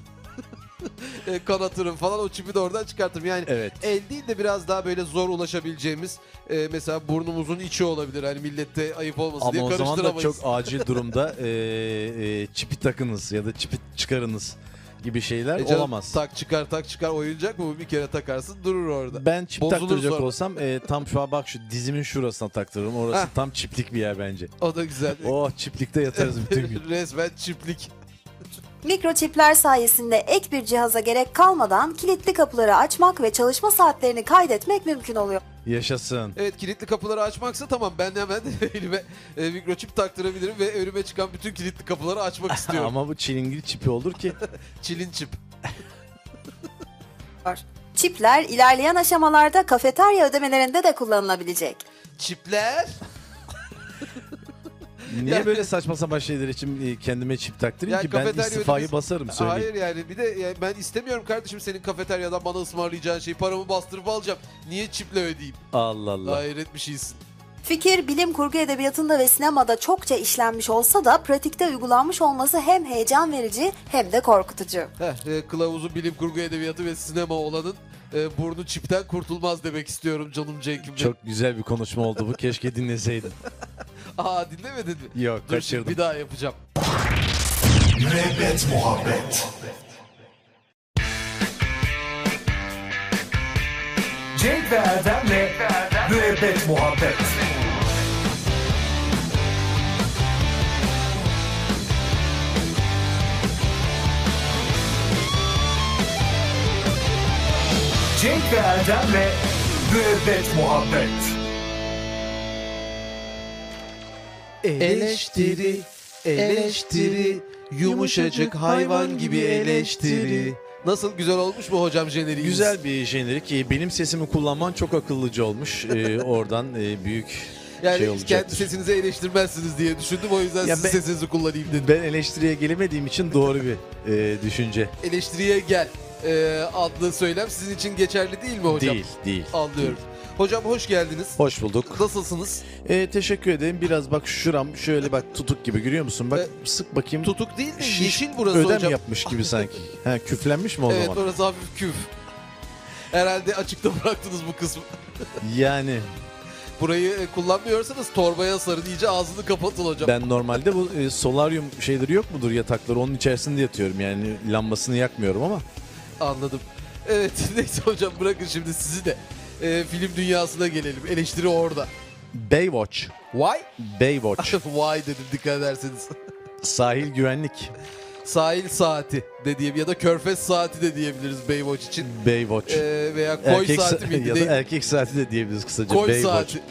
Speaker 3: e, kanatırım falan o çipi de oradan çıkartırım. Yani
Speaker 4: Evet.
Speaker 3: el değil de biraz daha böyle zor ulaşabileceğimiz e, mesela burnumuzun içi olabilir. Hani millette ayıp olmasın diye
Speaker 4: Ama o zaman da
Speaker 3: karıştıramayız.
Speaker 4: çok acil durumda e, e, çipi takınız ya da çipi çıkarınız gibi şeyler
Speaker 3: E canım,
Speaker 4: olamaz.
Speaker 3: Tak çıkar tak çıkar oyuncak mı? Bir kere takarsın durur orada.
Speaker 4: Ben çip
Speaker 3: Bozulur
Speaker 4: taktıracak
Speaker 3: sonra.
Speaker 4: olsam e, tam şu an bak şu dizimin şurasına taktırırım. Orası
Speaker 3: Heh.
Speaker 4: tam çiplik bir yer bence.
Speaker 3: O da güzel.
Speaker 4: Oh çiplikte yatarız bütün gün.
Speaker 3: Resmen çiplik.
Speaker 5: Mikroçipler sayesinde ek bir cihaza gerek kalmadan kilitli kapıları açmak ve çalışma saatlerini kaydetmek mümkün oluyor.
Speaker 4: Yaşasın.
Speaker 3: Evet kilitli kapıları açmaksa tamam ben hemen elime e, mikroçip taktırabilirim ve önüme çıkan bütün kilitli kapıları açmak istiyorum.
Speaker 4: Ama bu çilingir çipi olur ki.
Speaker 3: Çilin çip.
Speaker 5: Çipler ilerleyen aşamalarda kafeterya ödemelerinde de kullanılabilecek.
Speaker 3: Çipler.
Speaker 4: Niye
Speaker 3: Yani-
Speaker 4: böyle saçma sapan şeyler için e, kendime çip taktırayım
Speaker 3: Ya
Speaker 4: ki ben
Speaker 3: kafeterya
Speaker 4: istifayı
Speaker 3: ödemesi-
Speaker 4: basarım söyleyeyim.
Speaker 3: Hayır yani bir de yani ben istemiyorum kardeşim senin kafeteryadan bana ısmarlayacağın şeyi paramı bastırıp alacağım. Niye çiple ödeyeyim?
Speaker 4: Allah Allah.
Speaker 3: Hayret bir şeysin.
Speaker 5: Fikir, bilim kurgu edebiyatında ve sinemada çokça işlenmiş olsa da pratikte uygulanmış olması hem heyecan verici hem de korkutucu.
Speaker 3: Heh, e, kılavuzu bilim kurgu edebiyatı ve sinema olanın e, burnu çipten kurtulmaz demek istiyorum canım Cenk'im.
Speaker 4: Çok güzel bir konuşma oldu bu. Keşke dinleseydin.
Speaker 3: Aa dinlemedin mi?
Speaker 4: Yok
Speaker 3: Dur şimdi
Speaker 4: kaçırdım.
Speaker 3: bir daha yapacağım.
Speaker 1: Müebbet Muhabbet. Cenk ve Erdem'le Müebbet Muhabbet. Cenk ve Erdem'le Müebbet Muhabbet.
Speaker 3: Eleştiri, eleştiri, yumuşacık hayvan gibi eleştiri. Nasıl güzel olmuş mu hocam jeneriğimiz?
Speaker 4: Güzel bir jenerik. E, Benim sesimi kullanman çok akıllıca olmuş. E, oradan e, büyük
Speaker 3: Yani
Speaker 4: şey
Speaker 3: hiç
Speaker 4: olacaktır.
Speaker 3: kendi sesinizi eleştirmezsiniz diye düşündüm o yüzden
Speaker 4: Ya
Speaker 3: sizin
Speaker 4: ben-
Speaker 3: sesinizi kullanayım dedim.
Speaker 4: Ben eleştiriye gelemediğim için doğru bir e, düşünce.
Speaker 3: Eleştiriye gel e, adlı söylem sizin için geçerli değil mi hocam?
Speaker 4: Değil, değil.
Speaker 3: Anlıyorum. Hocam hoş geldiniz.
Speaker 4: Hoş bulduk.
Speaker 3: Nasılsınız?
Speaker 4: E, teşekkür ederim. Biraz bak şuram şöyle bak tutuk gibi görüyor musun? Bak sık bakayım.
Speaker 3: Tutuk değil de
Speaker 4: Şiş-
Speaker 3: yeşil burası
Speaker 4: ödem
Speaker 3: hocam.
Speaker 4: yapmış gibi sanki. Ha, küflenmiş mi o
Speaker 3: Evet
Speaker 4: zaman?
Speaker 3: orası hafif küf. Herhalde açıkta bıraktınız bu kısmı.
Speaker 4: Yani
Speaker 3: Burayı e, kullanmıyorsanız torbaya sarın, iyice ağzını kapatın hocam.
Speaker 4: Ben normalde bu e, solaryum şeyleri yok mudur yatakları, onun içerisinde yatıyorum yani lambasını yakmıyorum ama.
Speaker 3: Anladım. Evet neyse hocam, bırakın şimdi sizi de e, film dünyasına gelelim. Eleştiri orada.
Speaker 4: Baywatch.
Speaker 3: Why?
Speaker 4: Baywatch.
Speaker 3: Why dedim, dikkat ederseniz.
Speaker 4: Sahil güvenlik.
Speaker 3: Sahil saati de diyebiliriz ya da körfez saati de diyebiliriz Baywatch için.
Speaker 4: Baywatch.
Speaker 3: Ee, veya koy
Speaker 4: erkek
Speaker 3: saati miydi?
Speaker 4: ya da
Speaker 3: Değil.
Speaker 4: erkek saati de diyebiliriz kısaca.
Speaker 3: Koy
Speaker 4: Baywatch.
Speaker 3: saati.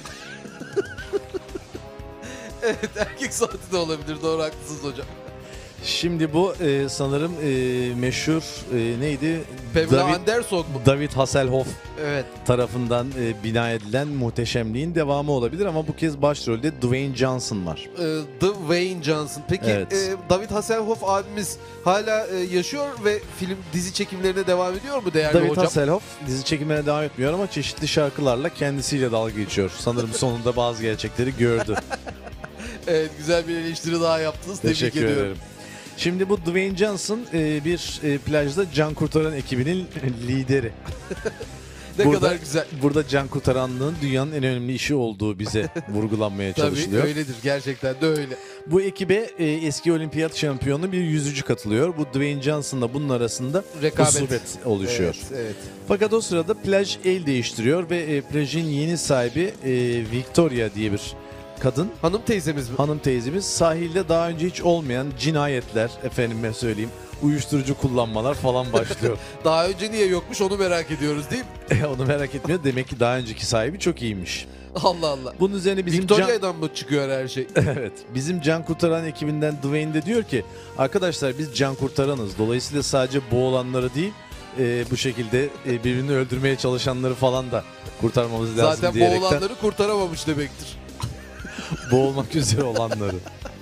Speaker 3: Evet, erkek saati de olabilir, doğru, haklısınız hocam.
Speaker 4: Şimdi bu e, sanırım e, meşhur e, neydi?
Speaker 3: Pamela
Speaker 4: David,
Speaker 3: Anderson mu?
Speaker 4: David Hasselhoff
Speaker 3: Evet.
Speaker 4: tarafından e, bina edilen muhteşemliğin devamı olabilir ama bu kez başrolde Dwayne Johnson var.
Speaker 3: Ee, Dwayne Johnson. Peki
Speaker 4: Evet.
Speaker 3: e, David Hasselhoff abimiz hala e, yaşıyor ve film dizi çekimlerine devam ediyor mu değerli
Speaker 4: David
Speaker 3: hocam?
Speaker 4: Hasselhoff dizi çekimine devam etmiyor ama çeşitli şarkılarla kendisiyle dalga geçiyor. Sanırım sonunda bazı gerçekleri gördü.
Speaker 3: Evet, güzel bir eleştiri daha yaptınız. Tebrik
Speaker 4: Teşekkür
Speaker 3: ediyorum.
Speaker 4: ederim. Şimdi bu Dwayne Johnson e, bir e, plajda can kurtaran ekibinin lideri.
Speaker 3: Ne
Speaker 4: Burada-
Speaker 3: kadar güzel.
Speaker 4: Burada can kurtaranlığın dünyanın en önemli işi olduğu bize vurgulanmaya
Speaker 3: Tabii
Speaker 4: çalışılıyor.
Speaker 3: öyledir, gerçekten de öyle.
Speaker 4: Bu ekibe e, eski olimpiyat şampiyonu bir yüzücü katılıyor. Bu Dwayne Johnson'la bunun arasında
Speaker 3: Rekabet.
Speaker 4: husubet oluşuyor.
Speaker 3: Evet, evet.
Speaker 4: Fakat o sırada plaj el değiştiriyor ve e, plajın yeni sahibi e, Victoria diye bir kadın,
Speaker 3: Hanım teyzemiz mi?
Speaker 4: hanım teyzemiz, sahilde daha önce hiç olmayan cinayetler, efendime söyleyeyim, uyuşturucu kullanmalar falan başlıyor.
Speaker 3: Daha önce niye yokmuş onu merak ediyoruz değil mi?
Speaker 4: Onu merak etmiyor. Demek ki daha önceki sahibi çok iyiymiş.
Speaker 3: Allah Allah.
Speaker 4: Bunun üzerine bizim can...
Speaker 3: Victoria'dan mı çıkıyor her şey?
Speaker 4: Evet. Bizim can kurtaran ekibinden Dwayne de diyor ki arkadaşlar biz can kurtaranız. Dolayısıyla sadece boğulanları değil e, bu şekilde e, birbirini öldürmeye çalışanları falan da kurtarmamız lazım
Speaker 3: Zaten
Speaker 4: diyerekten
Speaker 3: boğulanları kurtaramamış demektir.
Speaker 4: boğulmak üzere olanları.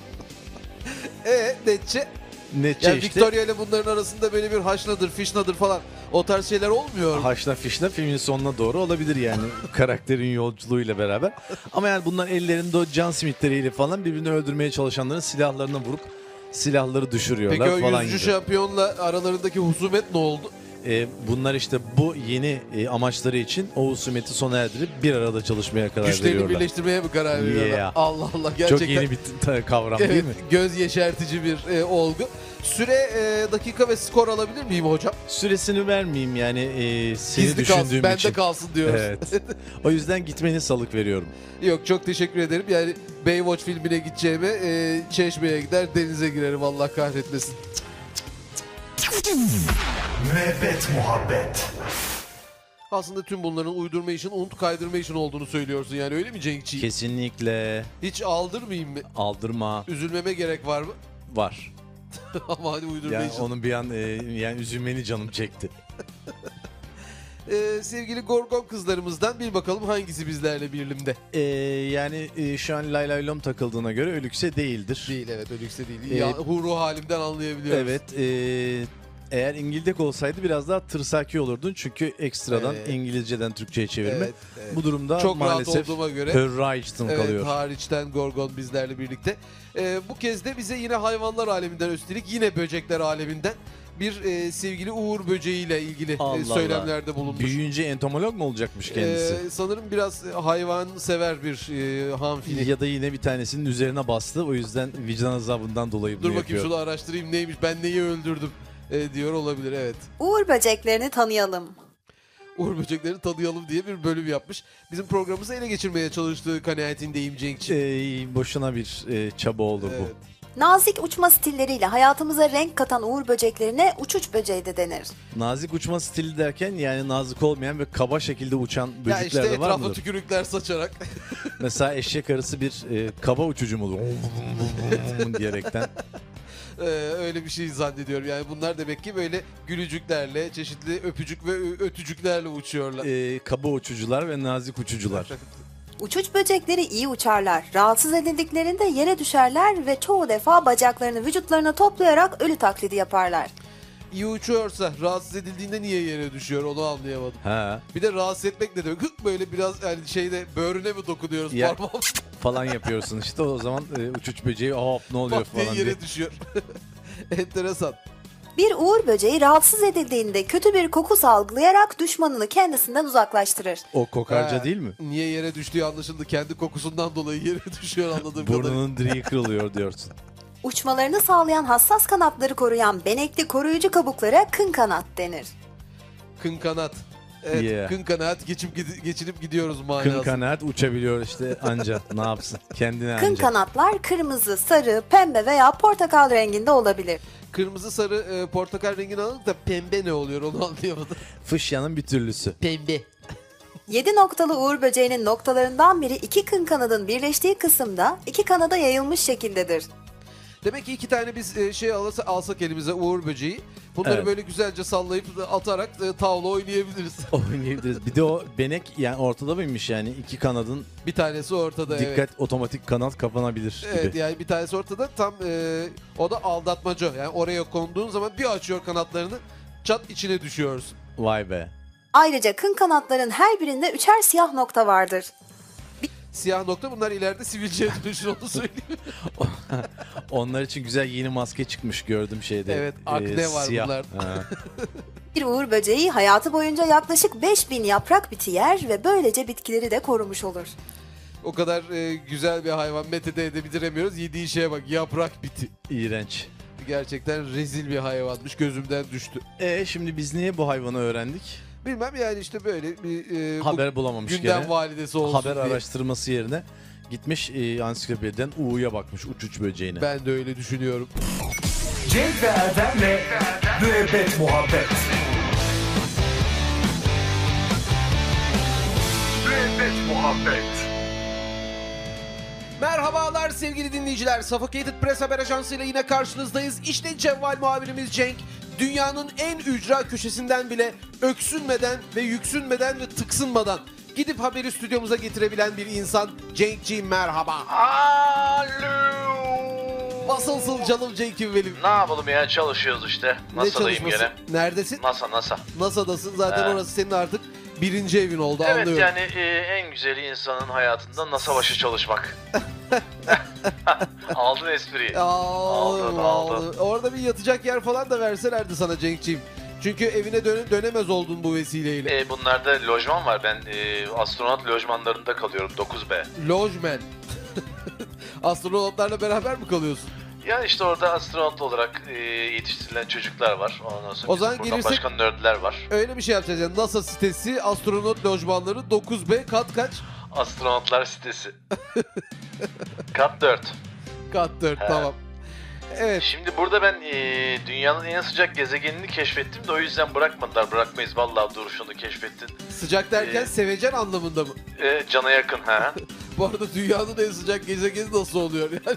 Speaker 3: E netçe.
Speaker 4: Netçe
Speaker 3: Yani
Speaker 4: işte
Speaker 3: Victoria ile bunların arasında böyle bir haşnadır, fişnadır falan o tarz şeyler olmuyor mu?
Speaker 4: haşla fişla filmin sonuna doğru olabilir yani karakterin yolculuğuyla beraber. Ama yani bunlar ellerinde o can simittleriyle falan birbirini öldürmeye çalışanların silahlarına vurup silahları düşürüyorlar
Speaker 3: Peki o
Speaker 4: falan
Speaker 3: yüzücü
Speaker 4: gibi.
Speaker 3: şampiyonla aralarındaki husumet ne oldu?
Speaker 4: E, bunlar işte bu yeni e, amaçları için o husumeti sona erdirip bir arada çalışmaya karar
Speaker 3: Güçlerini
Speaker 4: veriyorlar.
Speaker 3: birleştirmeye mi karar veriyorlar?
Speaker 4: Yeah.
Speaker 3: Allah Allah, gerçekten.
Speaker 4: Çok yeni bir t- kavram
Speaker 3: Evet,
Speaker 4: değil mi?
Speaker 3: göz yeşertici bir e, olgu. Süre, e, dakika ve skor alabilir miyim hocam?
Speaker 4: Süresini vermeyeyim yani e, seni
Speaker 3: Gizli
Speaker 4: düşündüğüm
Speaker 3: kalsın, bende
Speaker 4: için.
Speaker 3: kalsın diyoruz.
Speaker 4: Evet. O yüzden gitmeni salık veriyorum.
Speaker 3: Yok, çok teşekkür ederim. Yani Baywatch filmine gideceğime e, Çeşme'ye gider denize girerim, Allah kahretmesin.
Speaker 1: Müebbet muhabbet.
Speaker 3: Aslında tüm bunların uydurma işin, unut kaydırma işin olduğunu söylüyorsun yani, öyle mi Cenkçiğim?
Speaker 4: Kesinlikle
Speaker 3: Hiç aldırmayayım mı?
Speaker 4: aldırma
Speaker 3: Üzülmeme gerek var mı?
Speaker 4: var.
Speaker 3: Ama hadi uydurma
Speaker 4: Yani
Speaker 3: işin.
Speaker 4: onun bir an e, yani üzülmeni canım çekti.
Speaker 3: Ee, sevgili Gorgon kızlarımızdan bir bakalım hangisi bizlerle birlimde?
Speaker 4: E, yani e, şu an lay lay lom takıldığına göre Ölükse değildir.
Speaker 3: Değil, evet, Ölükse değil.
Speaker 4: Ee,
Speaker 3: ya, huru halimden anlayabiliyoruz.
Speaker 4: Evet. e, eğer İngildek olsaydı biraz daha tırsaki olurdun. Çünkü ekstradan
Speaker 3: Evet.
Speaker 4: İngilizceden Türkçe'ye çevirme.
Speaker 3: Evet, evet.
Speaker 4: Bu durumda
Speaker 3: Çok rahat
Speaker 4: maalesef
Speaker 3: olduğuma göre.
Speaker 4: Hörraiç'ten
Speaker 3: Evet,
Speaker 4: kalıyor.
Speaker 3: hariçten Gorgon bizlerle birlikte. Ee, bu kez de bize yine hayvanlar aleminden, üstelik yine böcekler aleminden bir e, sevgili Uğur böceğiyle ilgili
Speaker 4: Allah
Speaker 3: e, söylemlerde bulunmuş.
Speaker 4: Büyüyünce entomolog mu olacakmış kendisi?
Speaker 3: Ee, sanırım biraz hayvan sever bir e, hanfili.
Speaker 4: Ya da yine bir tanesinin üzerine bastı. O yüzden vicdan azabından dolayı bunu
Speaker 3: Dur bakayım
Speaker 4: yapıyor.
Speaker 3: şunu araştırayım, neymiş, ben neyi öldürdüm e, diyor olabilir, evet.
Speaker 5: Uğur böceklerini tanıyalım.
Speaker 3: Uğur böceklerini tanıyalım diye bir bölüm yapmış. Bizim programımızı ele geçirmeye çalıştığı kanaatindeyim Cenk'ciğim.
Speaker 4: Ee, boşuna bir e, çaba olur
Speaker 3: Evet.
Speaker 4: bu.
Speaker 5: Nazik uçma stilleriyle hayatımıza renk katan uğur böceklerine uçuç böceği de denir.
Speaker 4: Nazik uçma stili derken yani nazik olmayan ve kaba şekilde uçan
Speaker 3: Ya
Speaker 4: böcekler
Speaker 3: işte
Speaker 4: de var
Speaker 3: etrafa
Speaker 4: mıdır?
Speaker 3: tükürükler saçarak.
Speaker 4: Mesela eşek arısı bir e, kaba uçucu mudur? diyerekten.
Speaker 3: Ee, öyle bir şey zannediyorum. Yani bunlar demek ki böyle gülücüklerle, çeşitli öpücük ve ö- ötücüklerle uçuyorlar.
Speaker 4: E, kaba uçucular ve nazik uçucular.
Speaker 5: Uçuç böcekleri iyi uçarlar. Rahatsız edildiklerinde yere düşerler ve çoğu defa bacaklarını vücutlarına toplayarak ölü taklidi yaparlar.
Speaker 3: İyi uçuyorsa rahatsız edildiğinde niye yere düşüyor, onu anlayamadım.
Speaker 4: Ha,
Speaker 3: Bir de rahatsız etmek ne demek? Hık, böyle biraz yani şeyde böğrüne mi dokunuyoruz
Speaker 4: Ya-
Speaker 3: parmağım?
Speaker 4: falan yapıyorsun işte o zaman e, uçuç böceği hop ne oluyor
Speaker 3: Bak diye
Speaker 4: falan diye.
Speaker 3: yere düşüyor. Enteresan.
Speaker 5: Bir uğur böceği rahatsız edildiğinde kötü bir koku salgılayarak düşmanını kendisinden uzaklaştırır.
Speaker 4: O kokarca
Speaker 3: Ha,
Speaker 4: değil mi?
Speaker 3: Niye yere düştüğü anlaşıldı. Kendi kokusundan dolayı yere düşüyor anladığım kadarıyla.
Speaker 4: Burnunun direği kırılıyor diyorsun.
Speaker 5: Uçmalarını sağlayan hassas kanatları koruyan benekli koruyucu kabuklara kın kanat denir.
Speaker 3: Kın kanat. Evet,
Speaker 4: Yeah.
Speaker 3: kın kanat geçip gidi- geçinip gidiyoruz manası.
Speaker 4: Kın kanaat uçabiliyor işte anca. Ne yapsın? Kendine
Speaker 5: Kın
Speaker 4: anca.
Speaker 5: kanatlar kırmızı, sarı, pembe veya portakal renginde olabilir.
Speaker 3: Kırmızı, sarı, e, portakal rengini aldık da pembe ne oluyor onu anlayamadım.
Speaker 4: Fışyanın bir türlüsü.
Speaker 3: Pembe.
Speaker 5: Yedi noktalı uğur böceğinin noktalarından biri iki kın kanadın birleştiği kısımda iki kanada yayılmış şekildedir.
Speaker 3: Demek ki iki tane biz e, şey alırsa, alsak elimize uğur böceği. Bunları
Speaker 4: Evet.
Speaker 3: böyle güzelce sallayıp atarak e, tavla oynayabiliriz.
Speaker 4: Oynayabiliriz. Bir de o benek yani ortada mıymış yani iki kanadın
Speaker 3: Bir tanesi ortada.
Speaker 4: dikkat
Speaker 3: Evet.
Speaker 4: otomatik kanat kapanabilir gibi.
Speaker 3: Evet, yani bir tanesi ortada tam e, o da aldatmaca. Yani oraya konduğun zaman bir açıyor kanatlarını, çat içine düşüyorsun.
Speaker 4: Vay be.
Speaker 5: Ayrıca kın kanatların her birinde üçer siyah nokta vardır.
Speaker 3: Siyah nokta, bunlar ileride sivilceye dönüşür, onu söyleyeyim.
Speaker 4: Onlar için güzel yeni maske çıkmış gördüm şeyde.
Speaker 3: Evet, akne var
Speaker 4: siyah.
Speaker 3: bunlar.
Speaker 4: Ha.
Speaker 5: Bir uğur böceği hayatı boyunca yaklaşık beş bin yaprak biti yer ve böylece bitkileri de korumuş olur.
Speaker 3: O kadar e, güzel bir hayvan metede edebilemiyoruz. Yediği şeye bak, yaprak biti.
Speaker 4: İğrenç.
Speaker 3: Gerçekten rezil bir hayvanmış, gözümden düştü.
Speaker 4: E şimdi biz niye bu hayvanı öğrendik?
Speaker 3: Bilmem yani işte böyle bir e, bu
Speaker 4: Haber bulamamış
Speaker 3: gündem
Speaker 4: gene.
Speaker 3: validesi olsun
Speaker 4: Haber
Speaker 3: diye.
Speaker 4: araştırması yerine gitmiş e, ansiklopediden U'ya bakmış uç uç böceğine.
Speaker 3: Ben de öyle düşünüyorum.
Speaker 1: Cenk ve Erdem'le Müebbet Muhabbet. Müebbet Muhabbet.
Speaker 3: Merhabalar sevgili dinleyiciler. Suffocated Press haber ajansıyla yine karşınızdayız. İşte cevval muhabirimiz Cenk. Dünyanın en ücra köşesinden bile öksünmeden ve yüksünmeden ve tıksınmadan gidip haberi stüdyomuza getirebilen bir insan. Cenk'ciğim merhaba.
Speaker 8: Alo.
Speaker 3: Nasılsın canım Cenk'im benim?
Speaker 8: Ne yapalım ya, çalışıyoruz işte.
Speaker 3: Ne
Speaker 8: NASA'dayım
Speaker 3: çalışması?
Speaker 8: gene.
Speaker 3: Neredesin?
Speaker 8: NASA NASA.
Speaker 3: NASA'dasın. Zaten
Speaker 8: Ha.
Speaker 3: orası senin artık birinci evin oldu,
Speaker 8: Evet
Speaker 3: anlıyorum.
Speaker 8: yani e, en güzeli insanın hayatında NASA başı çalışmak. Aldın espriyi.
Speaker 3: Aldım,
Speaker 8: Aldı,
Speaker 3: aldım. Orada bir yatacak yer falan da verselerdi sana Cenk'ciğim. Çünkü evine dön dönemez oldun bu vesileyle.
Speaker 8: E, bunlarda lojman var. Ben e, astronot lojmanlarında kalıyorum dokuz B.
Speaker 3: Lojmen. Astronotlarla beraber mi kalıyorsun?
Speaker 8: Ya işte orada astronot olarak e, yetiştirilen çocuklar var. Ondan sonra
Speaker 3: O zaman
Speaker 8: bizim buradan
Speaker 3: gelirsek-
Speaker 8: başka nerdler var.
Speaker 3: Öyle bir şey yapacağız yani. NASA sitesi, astronot lojmanları dokuz B, kat kaç?
Speaker 8: Astronotlar sitesi. Kat dört.
Speaker 3: Kat dört,
Speaker 8: He.
Speaker 3: tamam. Evet,
Speaker 8: Şimdi burada ben e, dünyanın en sıcak gezegenini keşfettim de o yüzden bırakmadılar. Bırakmayız vallahi, dur şunu keşfettin.
Speaker 3: sıcak derken
Speaker 8: Ee,
Speaker 3: sevecen anlamında mı?
Speaker 8: E, cana yakın ha.
Speaker 3: Bu arada dünyanın en sıcak gezegeni nasıl oluyor yani?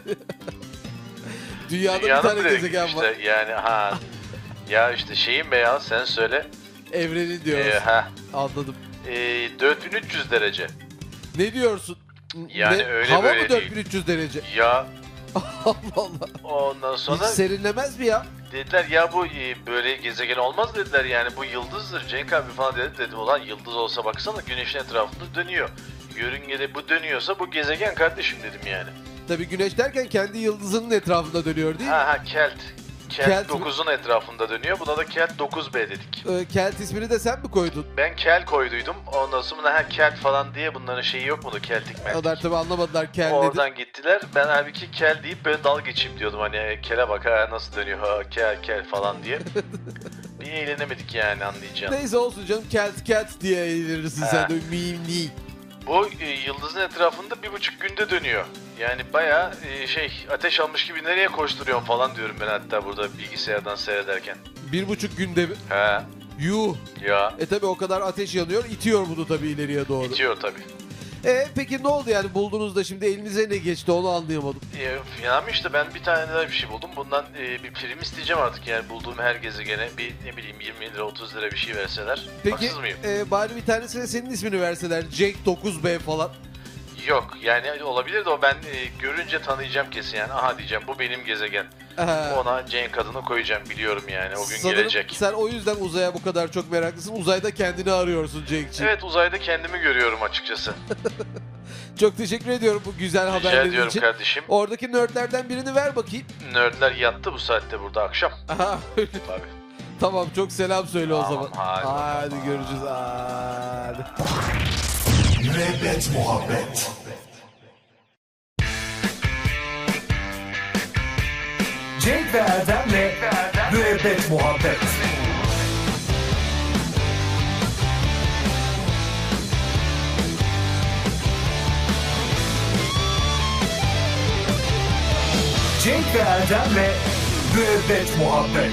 Speaker 3: Dünyada
Speaker 8: Dünyanın
Speaker 3: bir tane
Speaker 8: direkt
Speaker 3: gezegen
Speaker 8: işte,
Speaker 3: var.
Speaker 8: yani ha. Ya işte şeyim be ya, sen söyle.
Speaker 3: Evrenin diyoruz.
Speaker 8: E, ha.
Speaker 3: Anladım.
Speaker 8: E, dört bin üç yüz derece.
Speaker 3: Ne diyorsun?
Speaker 8: Yani
Speaker 3: Ne?
Speaker 8: öyle
Speaker 3: Hava
Speaker 8: böyle
Speaker 3: mı
Speaker 8: değil.
Speaker 3: dört bin üç yüz derece?
Speaker 8: Ya
Speaker 3: Allah Allah.
Speaker 8: ondan
Speaker 3: Hiç
Speaker 8: sonra
Speaker 3: serinlemez mi ya?
Speaker 8: dediler ya bu e, böyle gezegen olmaz dediler, yani bu yıldızdır Cenk abi falan dedi. Dedim ulan yıldız olsa baksana güneşin etrafında dönüyor. Yörüngede bu dönüyorsa bu gezegen kardeşim dedim yani.
Speaker 3: Tabii güneş derken kendi yıldızının etrafında dönüyor değil mi?
Speaker 8: Ha ha Kelt. Kelt,
Speaker 3: Kelt mi?
Speaker 8: dokuzun etrafında dönüyor. Buna da Kelt dokuz B dedik.
Speaker 3: Ee, Kelt ismini de sen mi koydun?
Speaker 8: Ben Kel koyduydum. Ondan sonra ha Kelt falan diye bunların şeyi yok mudur? Keltik meltik.
Speaker 3: Onlar tabii anlamadılar Kel dedi.
Speaker 8: Oradan gittiler. Ben halbuki Kel deyip böyle dal geçeyim diyordum. Hani e, Kel'e bak ha nasıl dönüyor ha Kel Kel falan diye. Bir eğlenemedik yani, anlayacağım.
Speaker 3: Neyse olsun canım, Kelt Kelt diye eğlenirsin
Speaker 8: Ha.
Speaker 3: sen de mimli.
Speaker 8: Bu e, yıldızın etrafında bir buçuk günde dönüyor. Yani bayağı e, şey ateş almış gibi nereye koşturuyorsun falan diyorum ben hatta burada bilgisayardan seyrederken.
Speaker 3: Bir buçuk günde mi?
Speaker 8: He
Speaker 3: Yuh.
Speaker 8: ya
Speaker 3: E tabii o kadar ateş yanıyor, itiyor bunu tabii ileriye doğru.
Speaker 8: bitiyor tabii.
Speaker 3: E peki ne oldu yani, buldunuzda şimdi elinize ne geçti onu anlayamadım.
Speaker 8: E, yani işte ben bir tane daha bir şey buldum. Bundan e, bir prim isteyeceğim artık yani, bulduğum her gezegene bir ne bileyim yirmi lira otuz lira bir şey verseler.
Speaker 3: Peki
Speaker 8: Haksız mıyım?
Speaker 3: e, bari bir tanesine senin ismini verseler, Cenk dokuz B falan.
Speaker 8: Yok yani olabilir de o ben e, görünce tanıyacağım kesin yani. Aha diyeceğim bu benim gezegen.
Speaker 3: Ee,
Speaker 8: Ona Cenk adını koyacağım, biliyorum yani o gün
Speaker 3: sanırım
Speaker 8: gelecek.
Speaker 3: sen o yüzden uzaya bu kadar çok meraklısın. Uzayda kendini arıyorsun Cenk'ciğim.
Speaker 8: Evet uzayda kendimi görüyorum açıkçası.
Speaker 3: Çok teşekkür ediyorum bu güzel
Speaker 8: Rica
Speaker 3: haberlerin
Speaker 8: ediyorum
Speaker 3: için.
Speaker 8: kardeşim.
Speaker 3: Oradaki nerdlerden birini ver bakayım.
Speaker 8: Nerdler yattı bu saatte burada akşam.
Speaker 3: Aha, öyle.
Speaker 8: Tabii.
Speaker 3: Tamam, çok selam söyle o
Speaker 8: Tamam,
Speaker 3: zaman.
Speaker 8: hadi
Speaker 3: Hadi
Speaker 8: bakalım.
Speaker 3: görüşürüz. Hadi.
Speaker 1: Müebbet muhabbet. Cenk ve Erdem'le Müebbet muhabbet. Cenk ve Erdem'le Müebbet muhabbet.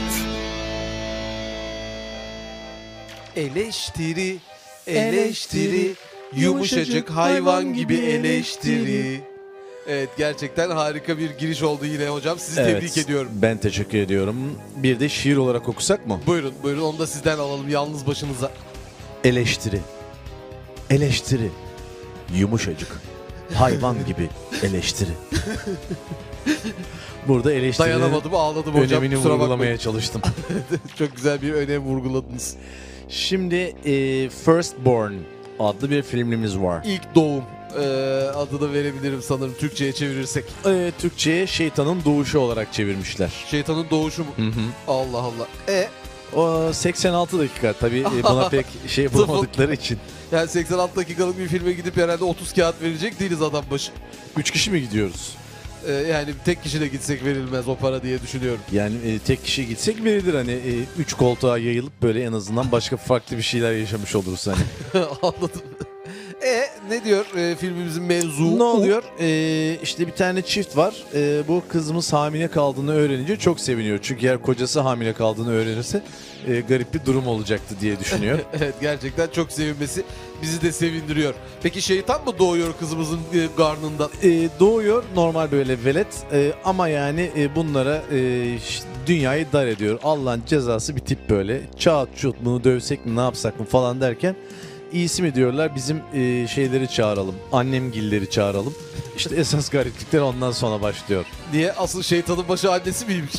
Speaker 3: Eleştiri, eleştiri, yumuşacık hayvan gibi eleştiri. Evet, gerçekten harika bir giriş oldu yine hocam. Sizi tebrik ediyorum.
Speaker 4: Ben teşekkür ediyorum. Bir de şiir olarak okusak mı?
Speaker 3: Buyurun, buyurun onu da sizden alalım yalnız başınıza.
Speaker 4: Eleştiri. Eleştiri. Yumuşacık. Hayvan gibi eleştiri. Burada eleştirinin
Speaker 3: Dayanamadım, ağladım hocam.
Speaker 4: önemini
Speaker 3: Kusura
Speaker 4: vurgulamaya
Speaker 3: bakmayın.
Speaker 4: çalıştım.
Speaker 3: Çok güzel bir önem vurguladınız.
Speaker 4: Şimdi e, Firstborn adlı bir filmimiz var.
Speaker 3: İlk doğum e, adını verebilirim sanırım Türkçe'ye çevirirsek.
Speaker 4: E, Türkçe'ye şeytanın doğuşu olarak çevirmişler.
Speaker 3: Şeytanın doğuşu mu?
Speaker 4: Hı hı.
Speaker 3: Allah Allah. E
Speaker 4: O seksen altı dakika tabii e, buna pek şey bulamadıkları için.
Speaker 3: yani seksen altı dakikalık bir filme gidip herhalde otuz kağıt verecek değiliz adam başı.
Speaker 4: Üç kişi mi gidiyoruz?
Speaker 3: E, yani tek kişi de gitsek verilmez o para diye düşünüyorum.
Speaker 4: Yani e, tek kişi gitsek verilir hani e, üç koltuğa yayılıp böyle en azından başka farklı bir şeyler yaşamış oluruz hani.
Speaker 3: Anladım. E ne diyor e, filmimizin mevzu?
Speaker 4: Ne oluyor? Ee, işte bir tane çift var. Ee, bu kızımız hamile kaldığını öğrenince çok seviniyor. Çünkü eğer kocası hamile kaldığını öğrenirse e, garip bir durum olacaktı diye düşünüyor.
Speaker 3: Evet, gerçekten çok sevinmesi bizi de sevindiriyor. Peki şeytan mı doğuyor kızımızın e, karnından?
Speaker 4: Ee, doğuyor normal böyle velet Ee, ama yani e, bunlara e, ş- dünyayı dar ediyor. Allah'ın cezası bir tip böyle. Çat çut bunu dövsek mi ne yapsak mı falan derken iyisi mi diyorlar bizim e, şeyleri çağıralım. Annemgilleri çağıralım. İşte esas gariplikler ondan sonra başlıyor.
Speaker 3: Niye? Asıl şeytanın başı annesi miymiş?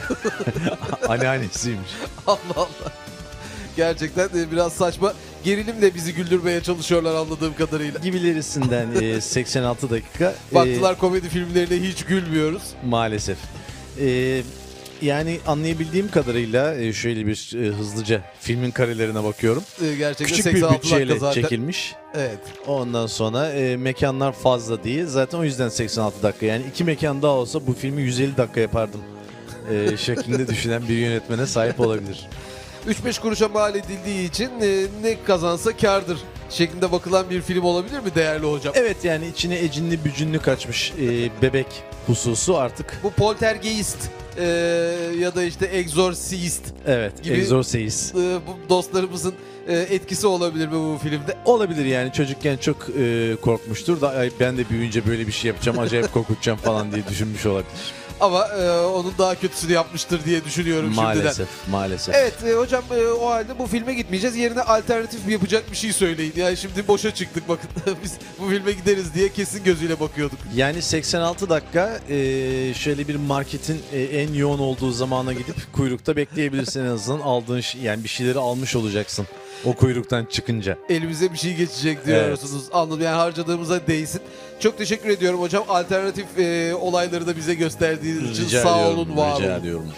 Speaker 4: Anneannesiymiş.
Speaker 3: Allah Allah. Gerçekten e, biraz saçma. Gerilimle bizi güldürmeye çalışıyorlar anladığım kadarıyla.
Speaker 4: Gibilerisinden e, seksen altı dakika. e,
Speaker 3: Baktılar komedi filmlerine hiç gülmüyoruz.
Speaker 4: Maalesef. E, yani anlayabildiğim kadarıyla e, şöyle bir e, hızlıca filmin karelerine bakıyorum.
Speaker 3: E, gerçekten
Speaker 4: Küçük bir
Speaker 3: seksen altı dakika
Speaker 4: bütçeyle
Speaker 3: zaten.
Speaker 4: çekilmiş.
Speaker 3: Evet.
Speaker 4: Ondan sonra e, mekanlar fazla değil. Zaten o yüzden seksen altı dakika. Yani iki mekan daha olsa bu filmi yüz elli dakika yapardım. E, şeklinde düşünen bir yönetmene sahip olabilir.
Speaker 3: üç beş kuruşa mal edildiği için e, ne kazansa kârdır şeklinde bakılan bir film olabilir mi değerli hocam?
Speaker 4: Evet yani içine ecinli bücünlü kaçmış e, bebek hususu artık.
Speaker 3: Bu poltergeist e, ya da işte exorcist
Speaker 4: Evet.
Speaker 3: Gibi-
Speaker 4: Exorcist.
Speaker 3: e, bu dostlarımızın e, etkisi olabilir mi bu filmde?
Speaker 4: Olabilir yani çocukken çok e, korkmuştur da "Ay, ben de büyüyünce böyle bir şey yapacağım acayip korkutacağım falan diye düşünmüş olabilir.
Speaker 3: Ama e, onun daha kötüsünü yapmıştır diye düşünüyorum şimdiden.
Speaker 4: Maalesef maalesef.
Speaker 3: Evet e, hocam e, o halde bu filme gitmeyeceğiz. Yerine alternatif yapacak bir şey söyleyin. Yani şimdi boşa çıktık bakın. Biz bu filme gideriz diye kesin gözüyle bakıyorduk.
Speaker 4: Yani seksen altı dakika e, şöyle bir marketin e, en yoğun olduğu zamana gidip kuyrukta bekleyebilirsin en azından aldığın şey, yani bir şeyleri almış olacaksın o kuyruktan çıkınca.
Speaker 3: Elimize bir şey geçecek diyorsunuz. Anladım, yani harcadığımıza değsin. Çok teşekkür ediyorum hocam. Alternatif e, olayları da bize gösterdiğiniz için
Speaker 4: Rica
Speaker 3: sağ
Speaker 4: ediyorum,
Speaker 3: olun, var
Speaker 4: rica
Speaker 3: olun.
Speaker 4: ediyorum.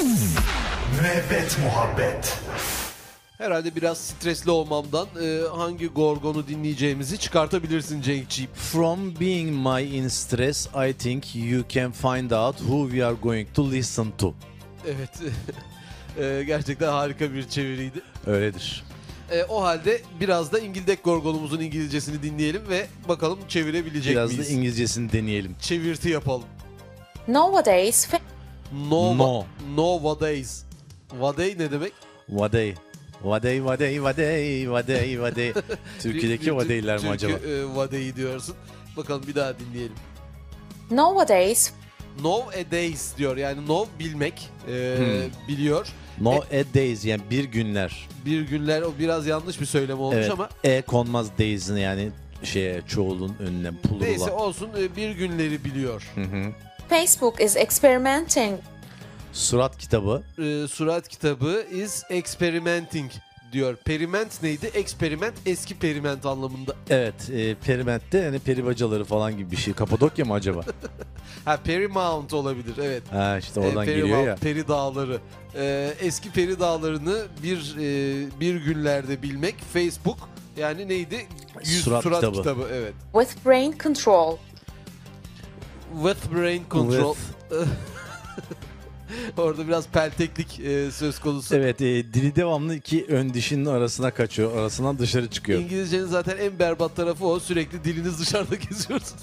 Speaker 1: Müebbet muhabbet.
Speaker 3: Herhalde biraz stresli olmamdan e, hangi gorgonu dinleyeceğimizi çıkartabilirsin Cenk'ciğim.
Speaker 4: From being my in stress, I think you can find out who we are going to listen to.
Speaker 3: Evet. e, gerçekten harika bir çeviriydi.
Speaker 4: Öyledir.
Speaker 3: E, o halde biraz da İngildek gorgonumuzun İngilizcesini dinleyelim ve bakalım çevirebilecek
Speaker 4: Biraz
Speaker 3: miyiz?
Speaker 4: da İngilizcesini deneyelim.
Speaker 3: Çevirti yapalım.
Speaker 6: Nowadays, fa-
Speaker 3: Nova,
Speaker 4: No.
Speaker 3: Nowadays. Vaday ne demek?
Speaker 4: Vadey. Vadey, vadey, vadey, vadey, vadey. Türkiye'deki
Speaker 3: Bir- bir
Speaker 4: vadeyler mi
Speaker 3: Türkü,
Speaker 4: acaba?
Speaker 3: e, vadeyi diyorsun. Bakalım bir daha dinleyelim.
Speaker 6: nowadays,
Speaker 3: Nowadays diyor. Yani know bilmek, e,
Speaker 4: Hmm.
Speaker 3: biliyor.
Speaker 4: No a days yani bir günler.
Speaker 3: Bir günler, o biraz yanlış bir söylem olmuş
Speaker 4: Evet.
Speaker 3: ama
Speaker 4: E konmaz days'ini yani şeye çoğulun önüne
Speaker 3: neyse
Speaker 4: plural'a.
Speaker 3: olsun, e, bir günleri biliyor.
Speaker 4: Hı hı.
Speaker 6: Facebook is experimenting
Speaker 4: Surat kitabı.
Speaker 3: E, surat kitabı is experimenting diyor. Periment neydi? Experiment eski periment anlamında.
Speaker 4: Evet, e, perimentte yani peri bacaları falan gibi bir şey. Kapadokya mı acaba?
Speaker 3: Ha Paramount olabilir evet.
Speaker 4: Ha işte
Speaker 3: Ee,
Speaker 4: oradan geliyor
Speaker 3: Paramount,
Speaker 4: ya.
Speaker 3: Peri Dağları. Ee, eski Peri Dağları'nı bir e, bir günlerde bilmek. Facebook yani neydi? Yüz
Speaker 4: Surat
Speaker 3: surat
Speaker 4: kitabı.
Speaker 3: kitabı. Evet.
Speaker 6: With brain control.
Speaker 3: With brain control.
Speaker 4: With.
Speaker 3: Orada biraz pelteklik e, söz konusu.
Speaker 4: Evet, e, dili devamlı iki ön dişinin arasına kaçıyor. Arasından dışarı çıkıyor.
Speaker 3: İngilizcenin zaten en berbat tarafı o. Sürekli diliniz dışarıda geziyorsunuz.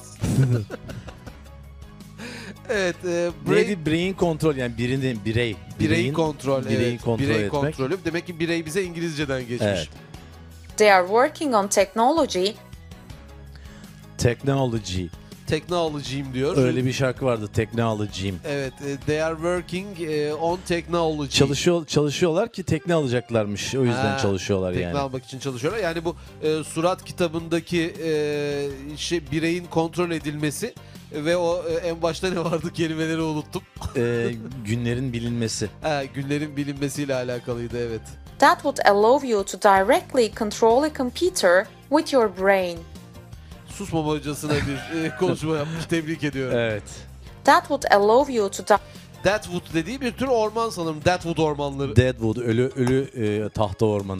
Speaker 3: Evet. E, brain,
Speaker 4: Neydi? Brain kontrol yani birinin birey.
Speaker 3: birey
Speaker 4: Bireyin-
Speaker 3: kontrol.
Speaker 4: bireyi
Speaker 3: evet.
Speaker 4: kontrol
Speaker 3: birey
Speaker 4: etmek.
Speaker 3: kontrolü. Demek ki birey bize İngilizceden geçmiş.
Speaker 4: Evet.
Speaker 6: They are working on technology.
Speaker 4: Technology.
Speaker 3: Technology'yim diyor.
Speaker 4: Öyle bir şarkı vardı. Technology'yim.
Speaker 3: Evet. e, They are working e, on technology.
Speaker 4: Çalışıyor çalışıyorlar ki tekne alacaklarmış. O yüzden
Speaker 3: Ha,
Speaker 4: çalışıyorlar
Speaker 3: Tekne
Speaker 4: yani.
Speaker 3: almak için çalışıyorlar. Yani bu e, surat kitabındaki e, şey, bireyin kontrol edilmesi ve o e, en başta ne vardı kelimeleri unuttum.
Speaker 4: Ee, günlerin bilinmesi.
Speaker 3: Ha, günlerin bilinmesiyle alakalıydı evet.
Speaker 6: That would allow you to directly control a computer with your brain.
Speaker 3: Susmamacasına bir e, konuşma yapmış. Tebrik ediyorum.
Speaker 4: Evet.
Speaker 6: That would allow you to di-
Speaker 3: Deadwood dediği bir tür orman sanırım. Deadwood ormanları.
Speaker 4: Deadwood ölü ölü e, tahta ormanı.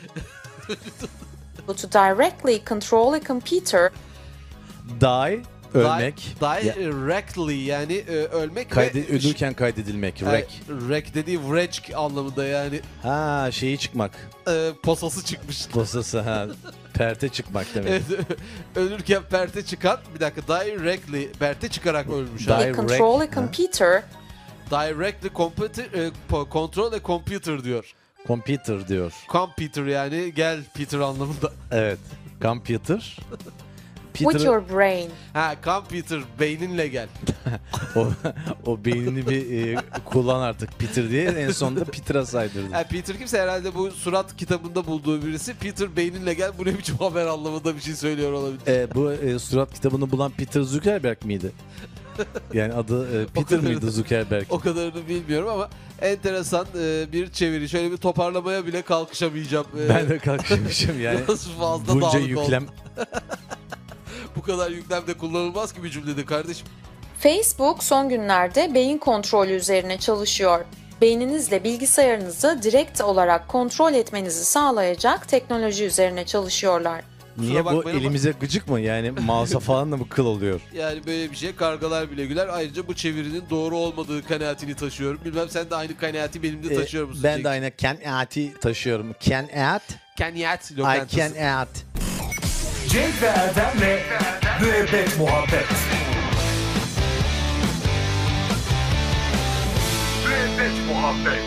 Speaker 6: to directly control a computer
Speaker 4: Die ölmek.
Speaker 3: Die,
Speaker 4: Ya-
Speaker 3: directly yani e, ölmek
Speaker 4: Kaydı,
Speaker 3: ve
Speaker 4: ölürken kaydedilmek.
Speaker 3: E,
Speaker 4: Wreck.
Speaker 3: wreck dediği wretch anlamında yani
Speaker 4: Ha şeyi çıkmak.
Speaker 3: e, posası çıkmış.
Speaker 4: Posası ha. Perte çıkmak demek.
Speaker 3: Evet, ölürken perte çıkan bir dakika directly perte çıkarak ölmüş.
Speaker 4: Di-
Speaker 3: ha.
Speaker 6: They control a
Speaker 4: Direct, ha?
Speaker 6: computer
Speaker 3: Directly computer, e, po- control a computer diyor.
Speaker 4: Computer diyor.
Speaker 3: Computer yani gel Peter anlamında.
Speaker 4: Evet. Computer.
Speaker 6: with
Speaker 4: Peter
Speaker 6: your brain.
Speaker 3: Ha computer beyninle gel.
Speaker 4: o, o beynini bir e, kullan artık Peter diye en sonunda Peter'a saydırdı.
Speaker 3: Ha, Peter kimse herhalde bu surat kitabında bulduğu birisi. Peter beyninle gel bu ne biçim haber anlamında bir şey söylüyor olabilir.
Speaker 4: E, bu e, surat kitabını bulan Peter Zuckerberg miydi? Yani adı e, Peter
Speaker 3: kadarını-
Speaker 4: mıydı Zuckerberg?
Speaker 3: O kadarını bilmiyorum ama enteresan e, bir çeviri. Şöyle bir toparlamaya bile kalkışamayacağım. E,
Speaker 4: Ben de kalkışmışım yani.
Speaker 3: Nasıl fazla
Speaker 4: Bunca
Speaker 3: dağınık
Speaker 4: yüklem.
Speaker 3: oldu. Bu kadar yüklem de kullanılmaz ki bir cümlede kardeşim.
Speaker 6: Facebook son günlerde beyin kontrolü üzerine çalışıyor. Beyninizle bilgisayarınızı direkt olarak kontrol etmenizi sağlayacak teknoloji üzerine çalışıyorlar.
Speaker 4: Niye bu
Speaker 3: bakmayın ama-
Speaker 4: elimize gıcık mı? Yani mouse'a falan da mı kıl oluyor?
Speaker 3: Yani böyle bir şey kargalar bile güler. Ayrıca bu çevirinin doğru olmadığı kanaatini taşıyorum. Bilmem sen de aynı kanaati benimle
Speaker 4: E,
Speaker 3: taşıyor musun?
Speaker 4: ben
Speaker 3: Cenk?
Speaker 4: de aynı can at'i taşıyorum. Can at,
Speaker 3: Kanaat
Speaker 4: I
Speaker 3: lokantası.
Speaker 4: can at.
Speaker 1: Cenk ve Erdem'le Müebbet Muhabbet. Müebbet Muhabbet.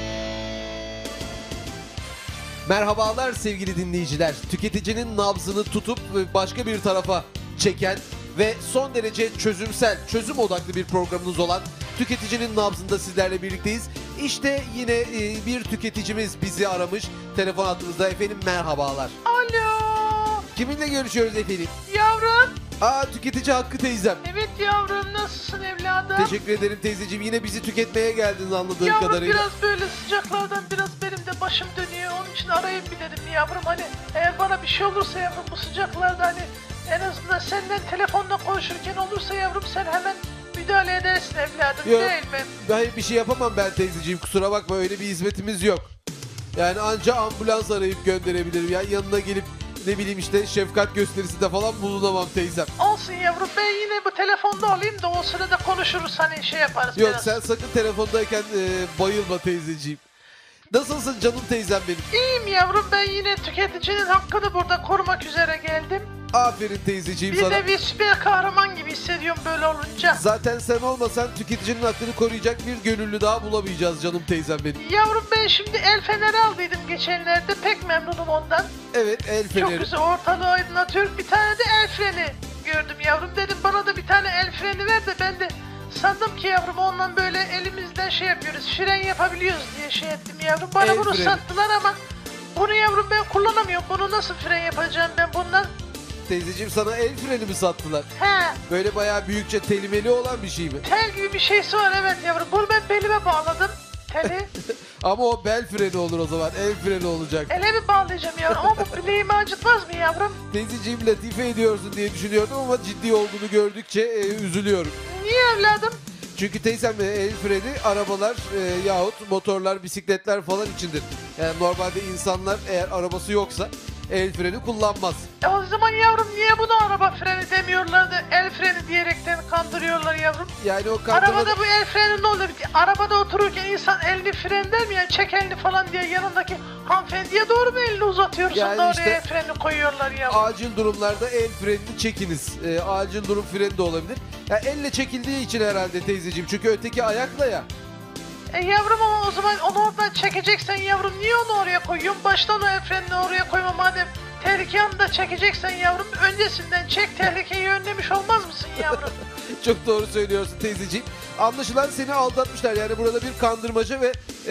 Speaker 3: Merhabalar sevgili dinleyiciler. Tüketicinin nabzını tutup başka bir tarafa çeken ve son derece çözümsel, çözüm odaklı bir programınız olan Tüketicinin Nabzı'nda sizlerle birlikteyiz. İşte yine e, bir tüketicimiz bizi aramış. Telefon hattımızda efendim merhabalar.
Speaker 2: Alo.
Speaker 3: Kiminle görüşüyoruz efendim?
Speaker 2: Yavrum.
Speaker 3: Aa tüketici Hakkı teyzem.
Speaker 2: Evet yavrum, nasılsın evladım?
Speaker 3: Teşekkür ederim teyzeciğim. Yine bizi tüketmeye geldin anladığım
Speaker 2: Yavrum
Speaker 3: kadarıyla.
Speaker 2: biraz böyle sıcaklardan biraz benim de başım dönüyor. Onun için arayayım bir dedim yavrum. Hani eğer bana bir şey olursa yavrum bu sıcaklarda hani en azından senden telefonla konuşurken olursa yavrum sen hemen müdahale edersin evladım
Speaker 3: Yok.
Speaker 2: değil mi?
Speaker 3: Hayır bir şey yapamam ben teyzeciğim. Kusura bakma öyle bir hizmetimiz yok. Yani anca ambulans arayıp gönderebilirim. Yani yanına gelip ne bileyim işte şefkat gösterisinde falan bulunamam teyzem.
Speaker 2: Olsun yavrum, ben yine bu telefonda olayım da o sırada konuşuruz hani şey yaparız
Speaker 3: Yok
Speaker 2: biraz.
Speaker 3: sen sakın telefondayken e, bayılma teyzeciğim. Nasılsın canım teyzem benim?
Speaker 2: İyiyim yavrum, ben yine tüketicinin hakkını burada korumak üzere geldim.
Speaker 3: Aferin teyzeciğim
Speaker 2: Bir
Speaker 3: sana.
Speaker 2: nevi süper kahraman gibi hissediyorum böyle olunca.
Speaker 3: Zaten sen olmasan tüketicinin hakkını koruyacak bir gönüllü daha bulamayacağız canım teyzem benim.
Speaker 2: Yavrum ben şimdi el feneri aldıydım geçenlerde, pek memnunum ondan.
Speaker 3: Evet el
Speaker 2: Çok
Speaker 3: feneri.
Speaker 2: güzel ortalığı aydınlatıyor. Bir tane de el freni gördüm yavrum. Dedim bana da bir tane el freni ver de ben de sandım ki yavrum ondan böyle elimizden şey yapıyoruz, fren yapabiliyoruz diye şey ettim yavrum. Bana
Speaker 3: El
Speaker 2: bunu
Speaker 3: freni.
Speaker 2: sattılar ama bunu yavrum ben kullanamıyorum. Bunu nasıl fren yapacağım ben bundan?
Speaker 3: Teyzeciğim sana el freni mi sattılar?
Speaker 2: He,
Speaker 3: Böyle bayağı büyükçe telimeli olan bir şey mi?
Speaker 2: tel gibi bir şeysi var evet yavrum. Bunu ben belime bağladım. Teli.
Speaker 3: Ama o bel freni olur o zaman. El freni olacak.
Speaker 2: Ele mi bağlayacağım yavrum? Ama bu bileğimi acıtmaz mı yavrum?
Speaker 3: Teyzeciğim latife ediyorsun diye düşünüyordum ama ciddi olduğunu gördükçe e, üzülüyorum.
Speaker 2: Niye evladım?
Speaker 3: Çünkü teyzem e, el freni arabalar e, yahut motorlar, bisikletler falan içindir. Yani normalde insanlar eğer arabası yoksa el freni kullanmaz.
Speaker 2: E o zaman yavrum niye buna araba freni demiyorlar da el freni diyerekten kandırıyorlar yavrum?
Speaker 3: Yani o kandırma...
Speaker 2: Arabada bu el freni ne olur? Arabada otururken insan elini fren der mi yani çek elini falan diye yanındaki hanımefendiye doğru mu elini uzatıyorsun
Speaker 3: Yani
Speaker 2: da oraya
Speaker 3: işte-
Speaker 2: el freni koyuyorlar yavrum?
Speaker 3: Acil durumlarda el frenini çekiniz. E, acil durum freni de olabilir. Ya elle çekildiği için herhalde teyzeciğim. Çünkü öteki ayakla ya.
Speaker 2: E yavrum ama o zaman onu oradan çekeceksen yavrum niye onu oraya koyuyorsun? Baştan o el frenini oraya koyma madem. Tehlike anında çekeceksen yavrum öncesinden çek tehlikeyi önlemiş olmaz mısın yavrum?
Speaker 3: Çok doğru söylüyorsun teyzeciğim. Anlaşılan seni aldatmışlar. Yani burada bir kandırmaca ve e,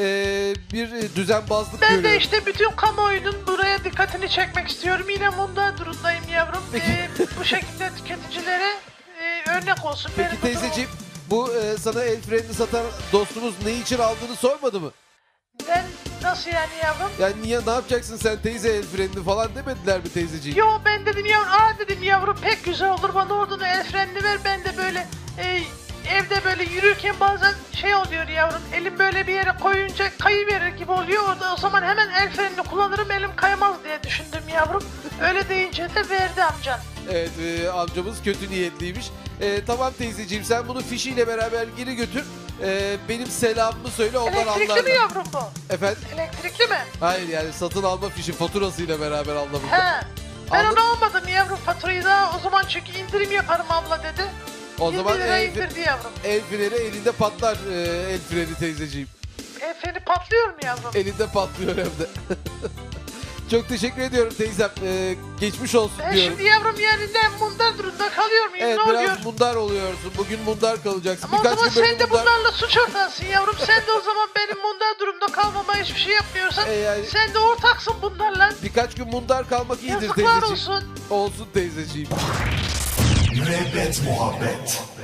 Speaker 3: bir düzenbazlık
Speaker 2: Ben
Speaker 3: görüyorum.
Speaker 2: de işte bütün kamuoyunun buraya dikkatini çekmek istiyorum. Yine munda durumdayım yavrum.
Speaker 3: Peki.
Speaker 2: E, bu şekilde tüketicilere e, örnek olsun.
Speaker 3: Peki
Speaker 2: Benim bu
Speaker 3: teyzeciğim bu e, sana el frenini satan dostumuz ne için aldığını sormadı mı?
Speaker 2: durum- Ben nasıl yani yavrum?
Speaker 3: Yani niye ne yapacaksın sen teyze el frenini falan demediler mi teyzeciğim?
Speaker 2: Yo ben dedim yavrum, aa dedim yavrum pek güzel olur bana oradan el frenini ver ben de böyle e, evde böyle yürürken bazen şey oluyor yavrum elim böyle bir yere koyunca kayıverir gibi oluyor orada o zaman hemen el frenini kullanırım elim kaymaz diye düşündüm yavrum. Öyle deyince de verdi amcan.
Speaker 3: Evet e, amcamız kötü niyetliymiş. E, tamam teyzeciğim sen bunu fişiyle beraber geri götür. E, benim selamımı söyle onlar
Speaker 2: Elektrikli
Speaker 3: anlarlar.
Speaker 2: mi yavrum bu?
Speaker 3: Efendim?
Speaker 2: Elektrikli mi?
Speaker 3: Hayır yani satın alma fişi faturasıyla beraber anlamında.
Speaker 2: He. Ben
Speaker 3: Anladım.
Speaker 2: onu almadım yavrum faturayı da o zaman çünkü indirim yaparım abla dedi.
Speaker 3: O zaman
Speaker 2: yirmi lira
Speaker 3: el,
Speaker 2: indirdi yavrum.
Speaker 3: el freni elinde patlar e, el freni teyzeciğim.
Speaker 2: El freni patlıyor mu yavrum?
Speaker 3: Elinde patlıyor hem de. Çok teşekkür ediyorum teyzem. E, geçmiş olsun
Speaker 2: Ben
Speaker 3: diyorum.
Speaker 2: şimdi yavrum yerinde mundar durumda kalıyor muyum
Speaker 3: Evet
Speaker 2: ne oluyor?
Speaker 3: biraz mundar oluyorsun. Bugün mundar kalacaksın.
Speaker 2: Ama o zaman
Speaker 3: gün böyle
Speaker 2: sen de
Speaker 3: mundar-
Speaker 2: bunlarla suç ortağısın yavrum. Sen de o zaman benim mundar durumda kalmama hiçbir şey yapmıyorsan
Speaker 3: E yani
Speaker 2: sen de ortaksın bunlarla.
Speaker 3: birkaç gün mundar kalmak iyidir
Speaker 2: Yazıklar
Speaker 3: teyzeciğim.
Speaker 2: olsun.
Speaker 3: Olsun teyzeciğim.
Speaker 1: Müebbet muhabbet.